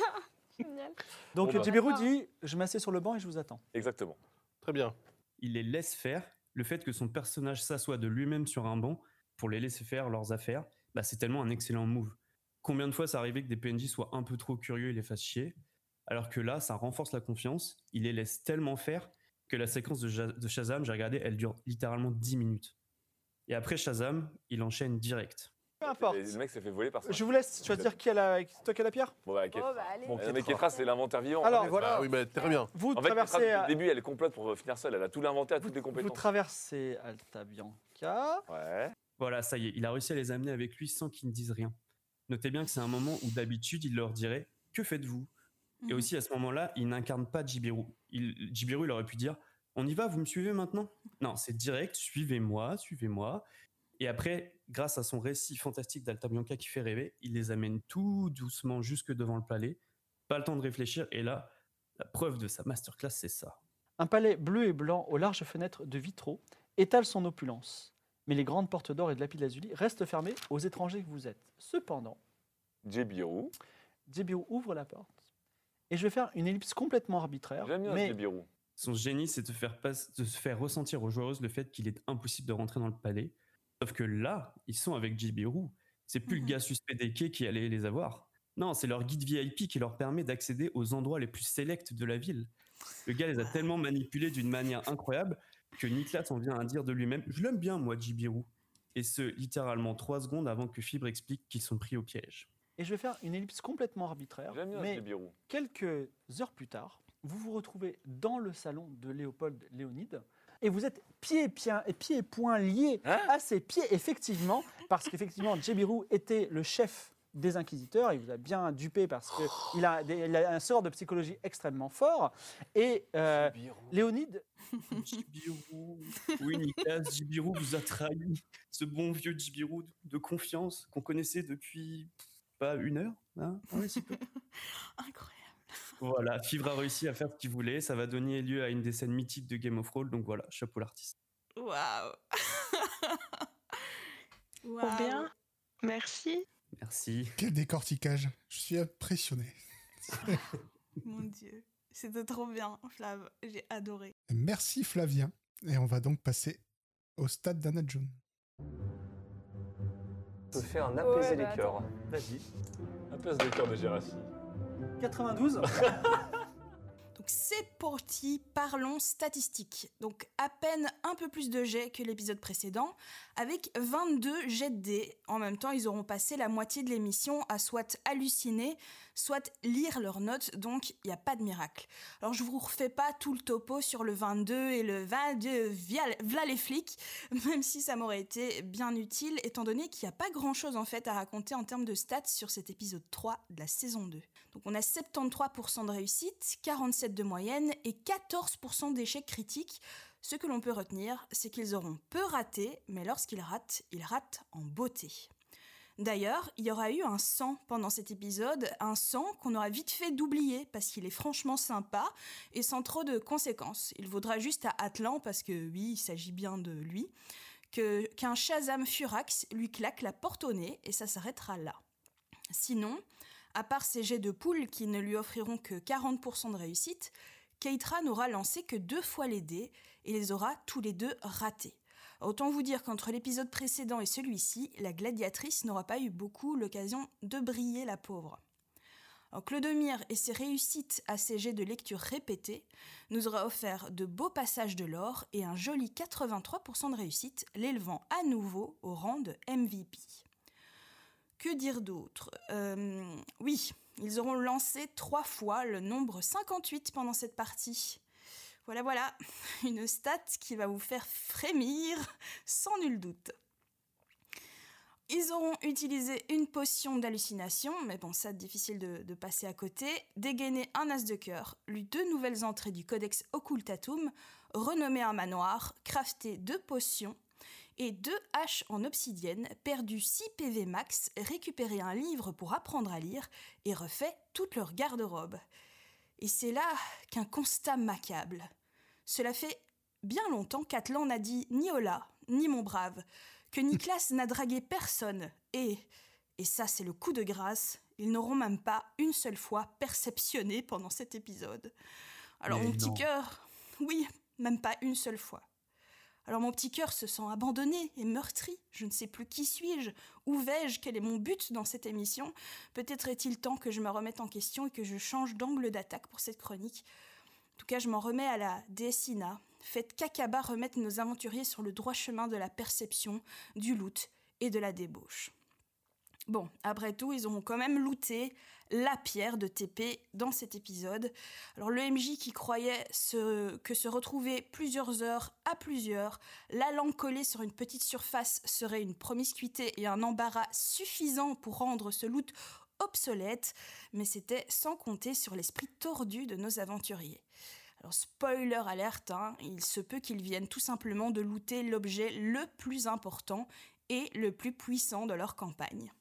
J: Génial.
C: Donc,
L: Bon, bah.
C: Jibiru
J: D'accord.
C: dit, je m'assieds sur le banc et je vous attends.
K: Exactement.
L: Très bien.
G: Il les laisse faire. Le fait que son personnage s'assoie de lui-même sur un banc pour les laisser faire leurs affaires, bah, c'est tellement un excellent move. Combien de fois ça arrivait que des P N J soient un peu trop curieux et les fassent chier, alors que là, ça renforce la confiance, il les laisse tellement faire que la séquence de, Ja- de Shazam, j'ai regardé, elle dure littéralement dix minutes. Et après Shazam, il enchaîne direct.
C: Peu importe.
K: Et le mec s'est fait voler par ça.
C: Je vous laisse. Tu vas dire qui a la, toi qui a la pierre?
K: Bon, bah,
J: Oh,
K: Ketra.
J: bah, allez.
F: Bon,
K: Euh, mais Ketra, c'est l'inventaire vivant.
C: Alors,
K: Mais
C: voilà.
L: Ah oui, mais très bien.
C: Vous
K: En fait, Ketra,
C: traversez,
K: depuis
C: euh,
K: le début, elle complote pour finir seule. Elle a tout l'inventaire, toutes les
C: vous
K: compétences.
C: traversez Alta Bianca.
K: Ouais.
G: Voilà, ça y est, il a réussi à les amener avec lui sans qu'ils ne disent rien. Notez bien que c'est un moment où d'habitude, il leur dirait « Que faites-vous ?» Et aussi, à ce moment-là, il n'incarne pas Jibiru. Il, Jibiru, il aurait pu dire « On y va, vous me suivez maintenant ?» Non, c'est direct « Suivez-moi, suivez-moi ». Et après, grâce à son récit fantastique d'Alta Bianca qui fait rêver, il les amène tout doucement jusque devant le palais. Pas le temps de réfléchir. Et là, la preuve de sa masterclass, c'est ça.
C: Un palais bleu et blanc aux larges fenêtres de vitraux étale son opulence. Mais les grandes portes d'or et de lapis-lazuli restent fermées aux étrangers que vous êtes. Cependant,
K: Jibiru.
C: Jibiru ouvre la porte. Et je vais faire une ellipse complètement arbitraire.
K: J'aime bien
C: mais
K: Jibiru.
G: Son génie, c'est de, faire pas- de se faire ressentir aux joueuses le fait qu'il est impossible de rentrer dans le palais. Sauf que là, ils sont avec Jibiru. C'est plus
B: Mhm.
G: le gars suspect des quais qui allait les avoir. Non, c'est leur guide V I P qui leur permet d'accéder aux endroits les plus sélects de la ville. Le gars les a tellement manipulés d'une manière incroyable que Niklas en vient à dire de lui-même « Je l'aime bien, moi, Jibiru ». Et ce, littéralement trois secondes avant que Fibre explique qu'ils sont pris au piège.
C: Et je vais faire une ellipse complètement arbitraire.
K: J'aime bien
C: mais
K: Jibiru.
C: quelques heures plus tard, vous vous retrouvez dans le salon de Léopold Léonide. Et vous êtes pieds et, pieds, et pieds et poings liés
K: Hein
C: à ses pieds, effectivement, parce qu'effectivement, Jibiru était le chef des inquisiteurs. Il vous a bien dupé parce qu'il a, des- il a un sort de psychologie extrêmement fort. Et euh, Léonide,
G: Jibiru. Oui, Niklas, Jibiru vous a trahi. Ce bon vieux Jibiru de confiance qu'on connaissait depuis pas une heure. Hein ouais, c'est peu.
B: Incroyable.
G: Voilà, Fibre a réussi à faire ce qu'il voulait. Ça va donner lieu à une des scènes mythiques de Game of Thrones. Donc voilà, chapeau l'artiste.
B: Waouh.
H: Trop bien. Merci.
G: Merci.
A: Quel décortiquage. Je suis impressionné.
B: Mon Dieu, c'était trop bien, Flav. J'ai adoré.
A: Merci Flavien. Et on va donc passer au stade d'Anna June.
F: Je peux faire un apaiser
J: Ouais,
F: les
J: bah,
F: cœurs.
C: Vas-y.
K: Un peu de cœur de Gérassi.
C: quatre-vingt-douze.
B: Donc c'est parti, parlons statistiques. Donc à peine un peu plus de jets que l'épisode précédent, avec vingt-deux jets de dés. En même temps, ils auront passé la moitié de l'émission à soit halluciner, soit lire leurs notes, donc il n'y a pas de miracle. Alors je vous refais pas tout le topo sur le vingt-deux et le vingt-deux, via, v'là les flics, même si ça m'aurait été bien utile, étant donné qu'il n'y a pas grand-chose en fait à raconter en termes de stats sur cet épisode trois de la saison deux. Donc on a soixante-treize pour cent de réussite, quarante-sept de moyenne et quatorze pour cent d'échecs critiques. Ce que l'on peut retenir, c'est qu'ils auront peu raté, mais lorsqu'ils ratent, ils ratent en beauté. D'ailleurs, il y aura eu un cent pendant cet épisode, un cent qu'on aura vite fait d'oublier parce qu'il est franchement sympa et sans trop de conséquences. Il vaudra juste à Atlan, parce que oui, il s'agit bien de lui, que, qu'un Shazam Furax lui claque la porte au nez et ça s'arrêtera là. Sinon, à part ces jets de poule qui ne lui offriront que quarante pour cent de réussite, Keitra n'aura lancé que deux fois les dés et les aura tous les deux ratés. Autant vous dire qu'entre l'épisode précédent et celui-ci, la gladiatrice n'aura pas eu beaucoup l'occasion de briller, la pauvre. Alors, Clodomir et ses réussites à ses jets de lecture répétés nous aura offert de beaux passages de l'or et un joli quatre-vingt-trois pour cent de réussite, l'élevant à nouveau au rang de M V P. Que dire d'autre ? euh, Oui, ils auront lancé trois fois le nombre cinquante-huit pendant cette partie. Voilà, voilà, une stat qui va vous faire frémir, sans nul doute. Ils auront utilisé une potion d'hallucination, mais bon, ça, difficile de, de passer à côté, dégainé un as de cœur, lu deux nouvelles entrées du Codex Occultatum, renommé un manoir, crafté deux potions, et deux haches en obsidienne, perdu six P V max, récupéré un livre pour apprendre à lire, et refait toute leur garde-robe. Et c'est là qu'un constat macabre. Cela fait bien longtemps qu'Atlan n'a dit ni hola, ni mon brave, que Niklas n'a dragué personne, et, et ça c'est le coup de grâce, ils n'auront même pas une seule fois perceptionné pendant cet épisode. Alors
G: Mais
B: mon petit
G: non.
B: cœur, oui, même pas une seule fois. Alors mon petit cœur se sent abandonné et meurtri, je ne sais plus qui suis-je, où vais-je, quel est mon but dans cette émission. Peut-être est-il temps que je me remette en question et que je change d'angle d'attaque pour cette chronique. En tout cas, je m'en remets à la déesse Ina. Faites Kakaba remettre nos aventuriers sur le droit chemin de la perception, du loot et de la débauche. Bon, après tout, ils auront quand même looté la pierre de T P dans cet épisode. Alors le M J qui croyait se, que se retrouver plusieurs heures à plusieurs, la langue collée sur une petite surface serait une promiscuité et un embarras suffisant pour rendre ce loot obsolète, mais c'était sans compter sur l'esprit tordu de nos aventuriers. Alors spoiler alerte, hein, il se peut qu'ils viennent tout simplement de looter l'objet le plus important et le plus puissant de leur campagne.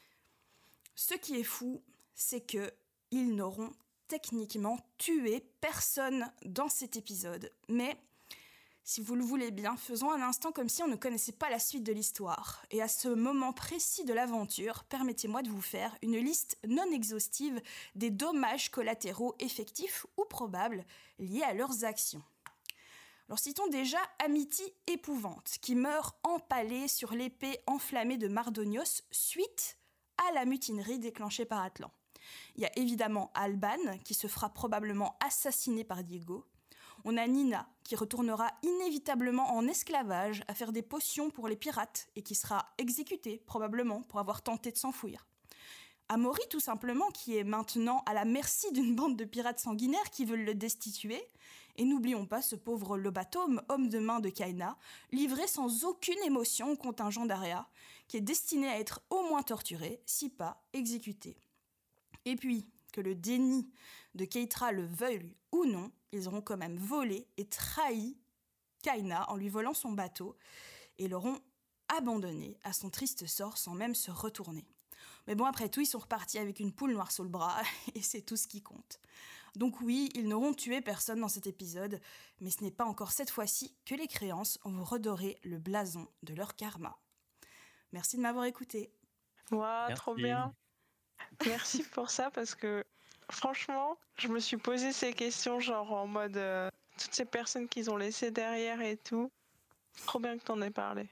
B: Ce qui est fou, c'est que ils n'auront techniquement tué personne dans cet épisode. Mais, si vous le voulez bien, faisons un instant comme si on ne connaissait pas la suite de l'histoire. Et à ce moment précis de l'aventure, permettez-moi de vous faire une liste non exhaustive des dommages collatéraux effectifs ou probables liés à leurs actions. Alors citons déjà Amity Épouvante, qui meurt empalée sur l'épée enflammée de Mardonios suite à la mutinerie déclenchée par Atlan. Il y a évidemment Alban, qui se fera probablement assassiner par Diego. On a Nina, qui retournera inévitablement en esclavage à faire des potions pour les pirates et qui sera exécutée, probablement, pour avoir tenté de s'enfuir. Amaury, tout simplement, qui est maintenant à la merci d'une bande de pirates sanguinaires qui veulent le destituer. Et n'oublions pas ce pauvre Lobatome, homme de main de Kaina, livré sans aucune émotion au contingent d'Aria, qui est destiné à être au moins torturé, si pas exécuté. Et puis, que le déni de Keitra le veuille ou non, ils auront quand même volé et trahi Kaina en lui volant son bateau et l'auront abandonné à son triste sort sans même se retourner. Mais bon, après tout, ils sont repartis avec une poule noire sous le bras, et c'est tout ce qui compte. Donc oui, ils n'auront tué personne dans cet épisode, mais ce n'est pas encore cette fois-ci que les créances vont redorer le blason de leur karma. Merci de m'avoir écouté.
H: Waouh, trop bien. Merci pour ça, parce que franchement, je me suis posé ces questions, genre en mode euh, toutes ces personnes qu'ils ont laissées derrière et tout. Trop bien que t'en aies parlé.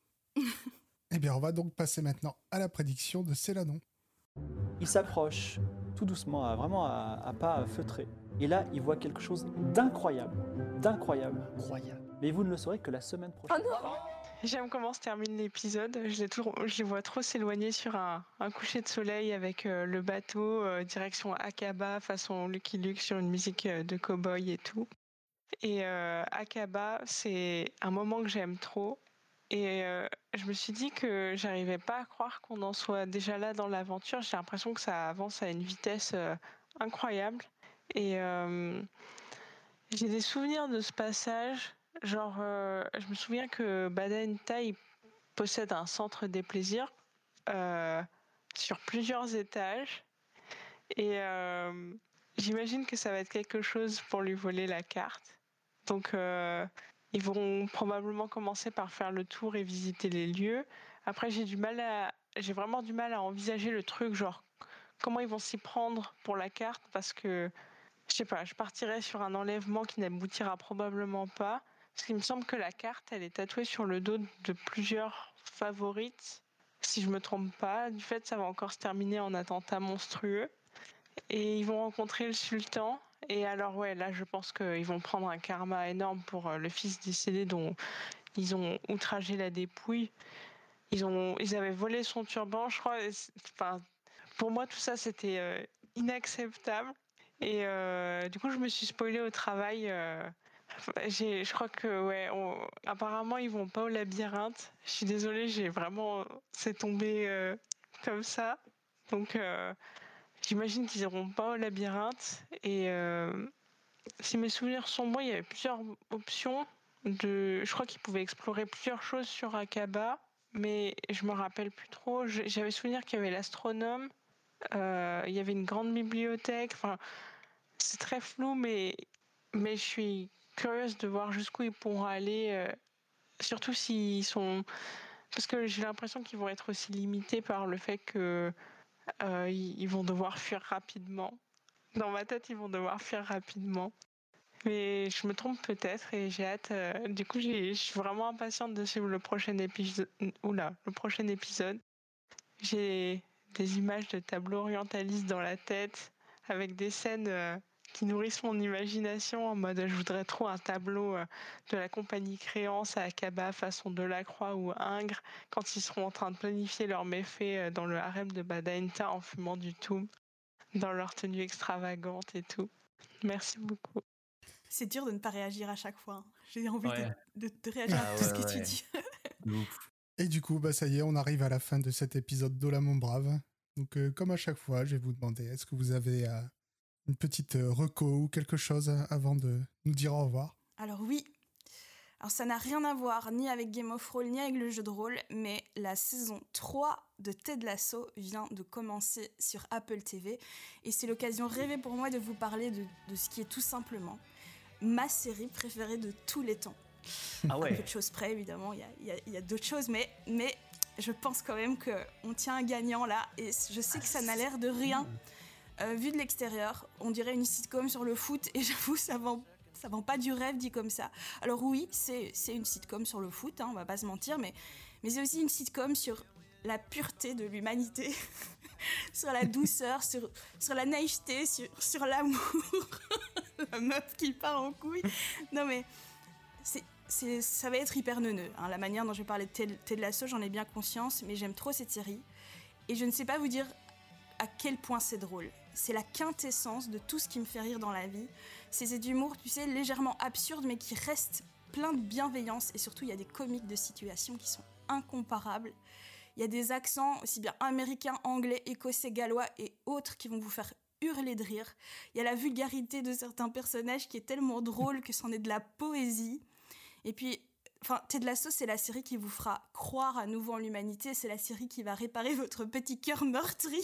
A: Eh bien, on va donc passer maintenant à la prédiction de Céladon.
C: Il s'approche tout doucement, à, vraiment à, à pas feutré. Et là, il voit quelque chose d'incroyable. D'incroyable. Incroyable. Mais vous ne le saurez que la semaine prochaine.
H: Oh non. J'aime comment se termine l'épisode. Je les, tout, je les vois trop s'éloigner sur un, un coucher de soleil avec euh, le bateau, euh, direction Akaba, façon Lucky Luke sur une musique euh, de cow-boy et tout. Et euh, Akaba, c'est un moment que j'aime trop. Et euh, je me suis dit que j'arrivais pas à croire qu'on en soit déjà là dans l'aventure. J'ai l'impression que ça avance à une vitesse euh, incroyable. Et euh, j'ai des souvenirs de ce passage. Genre, euh, je me souviens que Badainta, il possède un centre des plaisirs euh, sur plusieurs étages. Et euh, j'imagine que ça va être quelque chose pour lui voler la carte. Donc, euh, ils vont probablement commencer par faire le tour et visiter les lieux. Après, j'ai du mal à, j'ai vraiment du mal à envisager le truc, genre comment ils vont s'y prendre pour la carte, parce que je sais pas, je partirais sur un enlèvement qui n'aboutira probablement pas, parce qu'il me semble que la carte, elle est tatouée sur le dos de plusieurs favorites, si je me trompe pas. Du fait, ça va encore se terminer en attentat monstrueux. Et ils vont rencontrer le sultan. Et alors, ouais, là, je pense qu'ils vont prendre un karma énorme pour le fils décédé dont ils ont outragé la dépouille. Ils, ont, ils avaient volé son turban, je crois. Enfin, pour moi, tout ça, c'était euh, inacceptable. Et euh, du coup, je me suis spoilée au travail. Euh, j'ai, je crois que, ouais, on, apparemment, ils vont pas au labyrinthe. Je suis désolée, j'ai vraiment... C'est tombé euh, comme ça. Donc... Euh, J'imagine qu'ils n'iront pas au labyrinthe. Et euh, si mes souvenirs sont bons, il y avait plusieurs options. De, je crois qu'ils pouvaient explorer plusieurs choses sur Akaba, mais je me rappelle plus trop. J'avais souvenir qu'il y avait l'astronome, euh, il y avait une grande bibliothèque. Enfin, c'est très flou, mais, mais je suis curieuse de voir jusqu'où ils pourront aller, euh, surtout s'ils sont... Parce que j'ai l'impression qu'ils vont être aussi limités par le fait que Euh, ils vont devoir fuir rapidement. Dans ma tête, ils vont devoir fuir rapidement. Mais je me trompe peut-être et j'ai hâte. Euh, du coup, j'ai, je suis vraiment impatiente de suivre le prochain épisode. Oula, le prochain épisode. J'ai des images de tableaux orientalistes dans la tête avec des scènes euh, qui nourrissent mon imagination en mode je voudrais trop un tableau euh, de la compagnie Créance à Akaba façon Delacroix ou Ingres quand ils seront en train de planifier leurs méfaits euh, dans le harem de Badainta en fumant du toum, dans leur tenue extravagante et tout. Merci beaucoup.
B: C'est dur de ne pas réagir à chaque fois. J'ai envie
G: Ouais.
B: de, de, de réagir
G: Ah
B: à tout
G: ouais,
B: ce que
G: ouais.
B: tu dis.
G: Ouf.
A: Et du coup, bah ça y est, on arrive à la fin de cet épisode d'Ola mon brave. Donc, euh, comme à chaque fois, je vais vous demander, est-ce que vous avez euh, une petite euh, reco ou quelque chose euh, avant de nous dire au revoir?
B: Alors oui, alors ça n'a rien à voir ni avec Game of Thrones ni avec le jeu de rôle, mais la saison trois de Ted Lasso vient de commencer sur Apple T V et c'est l'occasion rêvée pour moi de vous parler de, de ce qui est tout simplement ma série préférée de tous les temps.
G: Ah ouais.
B: Un peu de choses près, évidemment, il y a, il y a, il y a d'autres choses, mais, mais je pense quand même qu'on tient un gagnant là, et je sais que ça n'a l'air de rien. Euh, vu de l'extérieur, on dirait une sitcom sur le foot, et j'avoue, ça vend, ça vend pas du rêve dit comme ça. Alors oui, c'est, c'est une sitcom sur le foot, hein, on va pas se mentir, mais, mais c'est aussi une sitcom sur la pureté de l'humanité, sur la douceur, sur, sur la naïveté, sur, sur l'amour, la meuf qui part en couille. Non mais, c'est... C'est, ça va être hyper neuneux, hein. La manière dont je vais parler de Ted, Ted Lasso, j'en ai bien conscience, mais j'aime trop cette série. Et je ne sais pas vous dire à quel point c'est drôle. C'est la quintessence de tout ce qui me fait rire dans la vie. C'est cet humour, tu sais, légèrement absurde, mais qui reste plein de bienveillance. Et surtout, il y a des comiques de situation qui sont incomparables. Il y a des accents aussi bien américains, anglais, écossais, gallois et autres qui vont vous faire hurler de rire. Il y a la vulgarité de certains personnages qui est tellement drôle que c'en est de la poésie. Et puis, Enfin, Ted Lasso, c'est la série qui vous fera croire à nouveau en l'humanité. C'est la série qui va réparer votre petit cœur meurtri.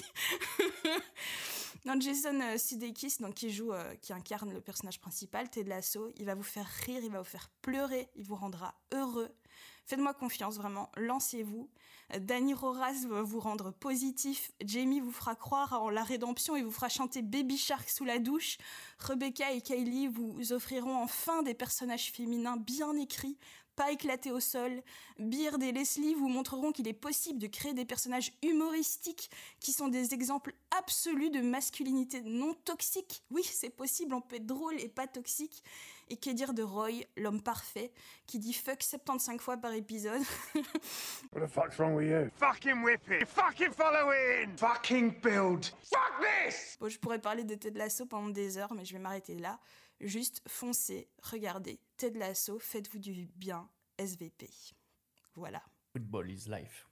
B: Non, Jason euh, Sudeikis, donc qui joue, euh, qui incarne le personnage principal, Ted Lasso, il va vous faire rire, il va vous faire pleurer, il vous rendra heureux. Faites-moi confiance, vraiment, lancez-vous. Euh, Dani Roras va vous rendre positif. Jamie vous fera croire en la rédemption et vous fera chanter Baby Shark sous la douche. Rebecca et Kylie vous offriront enfin des personnages féminins bien écrits, pas éclatés au sol. Beard et Leslie vous montreront qu'il est possible de créer des personnages humoristiques qui sont des exemples absolus de masculinité non toxique. Oui, c'est possible, on peut être drôle et pas toxique. Et que dire de Roy, l'homme parfait, qui dit fuck soixante-quinze fois par épisode.
E: What the fuck's wrong with you? Fucking whip it! Fucking follow in! Fucking build! Fuck this!
B: Bon, je pourrais parler de Ted Lasso pendant des heures, mais je vais m'arrêter là. Juste foncez, regardez. Ted Lasso, faites-vous du bien, S V P. Voilà.
G: Football is life.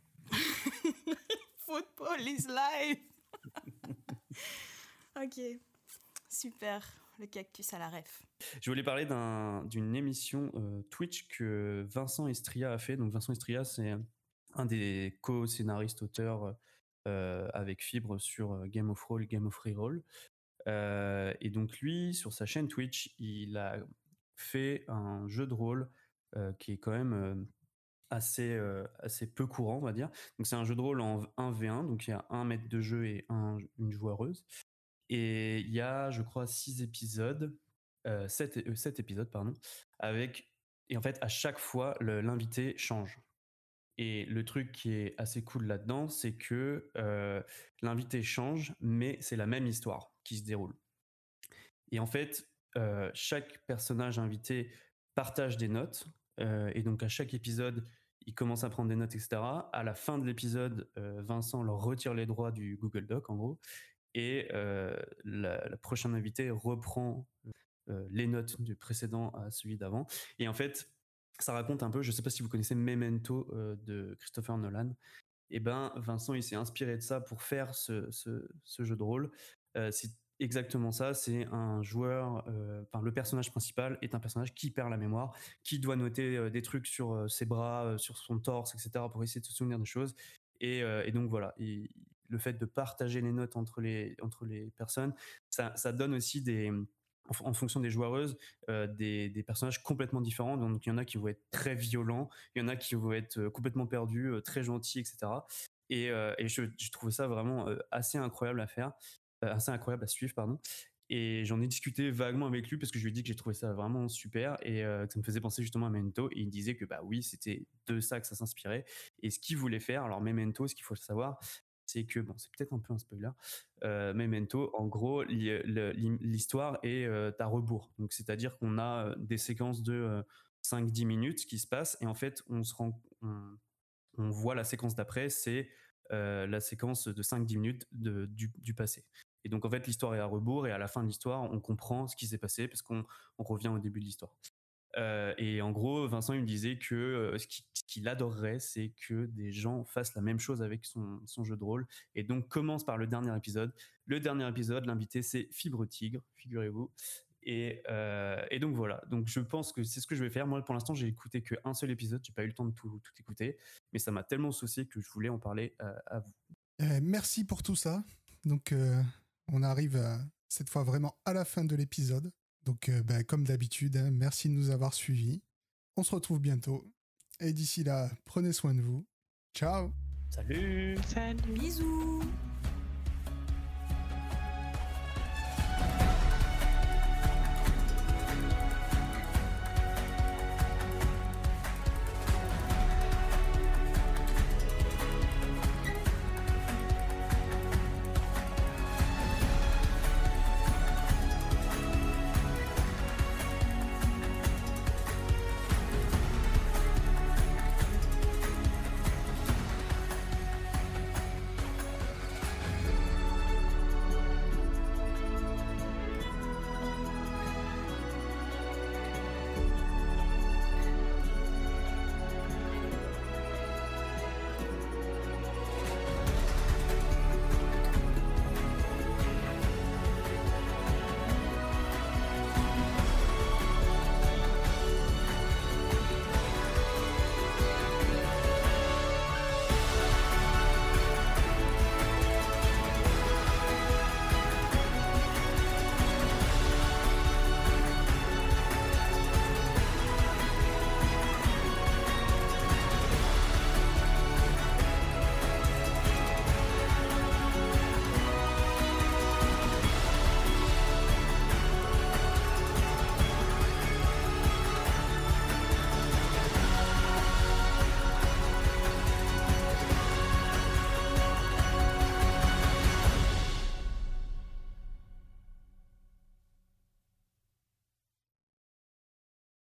B: Football is life. Ok, super. Le cactus à la ref.
G: Je voulais parler d'un, d'une émission euh, Twitch que Vincent Estria a fait. Donc Vincent Estria, c'est un des co-scénaristes auteurs euh, avec Fibre sur Game of Roll, Game of Reroll. Euh, et donc lui, sur sa chaîne Twitch, il a fait un jeu de rôle euh, qui est quand même euh, assez, euh, assez peu courant, on va dire. Donc c'est un jeu de rôle en un v un, donc il y a un maître de jeu et un, une joueuse. Et il y a, je crois, six épisodes, euh, sept, euh, sept épisodes, pardon, avec, et en fait, à chaque fois, le, l'invité change. Et le truc qui est assez cool là-dedans, c'est que euh, l'invité change, mais c'est la même histoire qui se déroule. Et en fait, euh, chaque personnage invité partage des notes, euh, et donc à chaque épisode, il commence à prendre des notes, et cetera. À la fin de l'épisode, euh, Vincent leur retire les droits du Google Doc, en gros, et euh, la, la prochaine invitée reprend euh, les notes du précédent à celui d'avant. Et en fait, ça raconte un peu, je ne sais pas si vous connaissez Memento euh, de Christopher Nolan. Et ben, Vincent, il s'est inspiré de ça pour faire ce, ce, ce jeu de rôle. Euh, c'est exactement ça, c'est un joueur, euh, enfin le personnage principal est un personnage qui perd la mémoire, qui doit noter euh, des trucs sur euh, ses bras, euh, sur son torse, et cetera pour essayer de se souvenir des choses. Et, euh, et donc voilà, il, le fait de partager les notes entre les, entre les personnes, ça, ça donne aussi des, en, en fonction des joueuses, euh, des, des personnages complètement différents. Donc il y en a qui vont être très violents, il y en a qui vont être complètement perdus, euh, très gentils, et cetera. Et, euh, et je, je trouve ça vraiment euh, assez incroyable à faire, euh, assez incroyable à suivre, pardon. Et j'en ai discuté vaguement avec lui parce que je lui ai dit que j'ai trouvé ça vraiment super et euh, que ça me faisait penser justement à Memento. Et il disait que bah oui, c'était de ça que ça s'inspirait. Et ce qu'il voulait faire, alors Memento, ce qu'il faut savoir, c'est que, bon, c'est peut-être un peu un spoiler, euh, Memento, en gros, l'histoire est euh, à rebours. Donc, c'est-à-dire qu'on a des séquences de euh, cinq dix minutes qui se passent et en fait, on se rend, on, on voit la séquence d'après, c'est euh, la séquence de cinq dix minutes de, du, du passé. Et donc, en fait, l'histoire est à rebours et à la fin de l'histoire, on comprend ce qui s'est passé parce qu'on on revient au début de l'histoire. Euh, et en gros, Vincent, il me disait que euh, ce, qu'il, ce qu'il adorerait, c'est que des gens fassent la même chose avec son, son jeu de rôle. Et donc, commence par le dernier épisode. Le dernier épisode, l'invité, c'est Fibre Tigre, figurez-vous. Et, euh, et donc, voilà. Donc, je pense que c'est ce que je vais faire. Moi, pour l'instant, j'ai écouté qu'un seul épisode. J'ai pas eu le temps de tout, tout écouter. Mais ça m'a tellement saucé que je voulais en parler euh, à vous.
A: Euh, merci pour tout ça. Donc, euh, on arrive à, cette fois vraiment à la fin de l'épisode. Donc, euh, bah, comme d'habitude, hein, merci de nous avoir suivis. On se retrouve bientôt. Et d'ici là, prenez soin de vous. Ciao.
G: Salut.
H: Salut.
B: Bisous.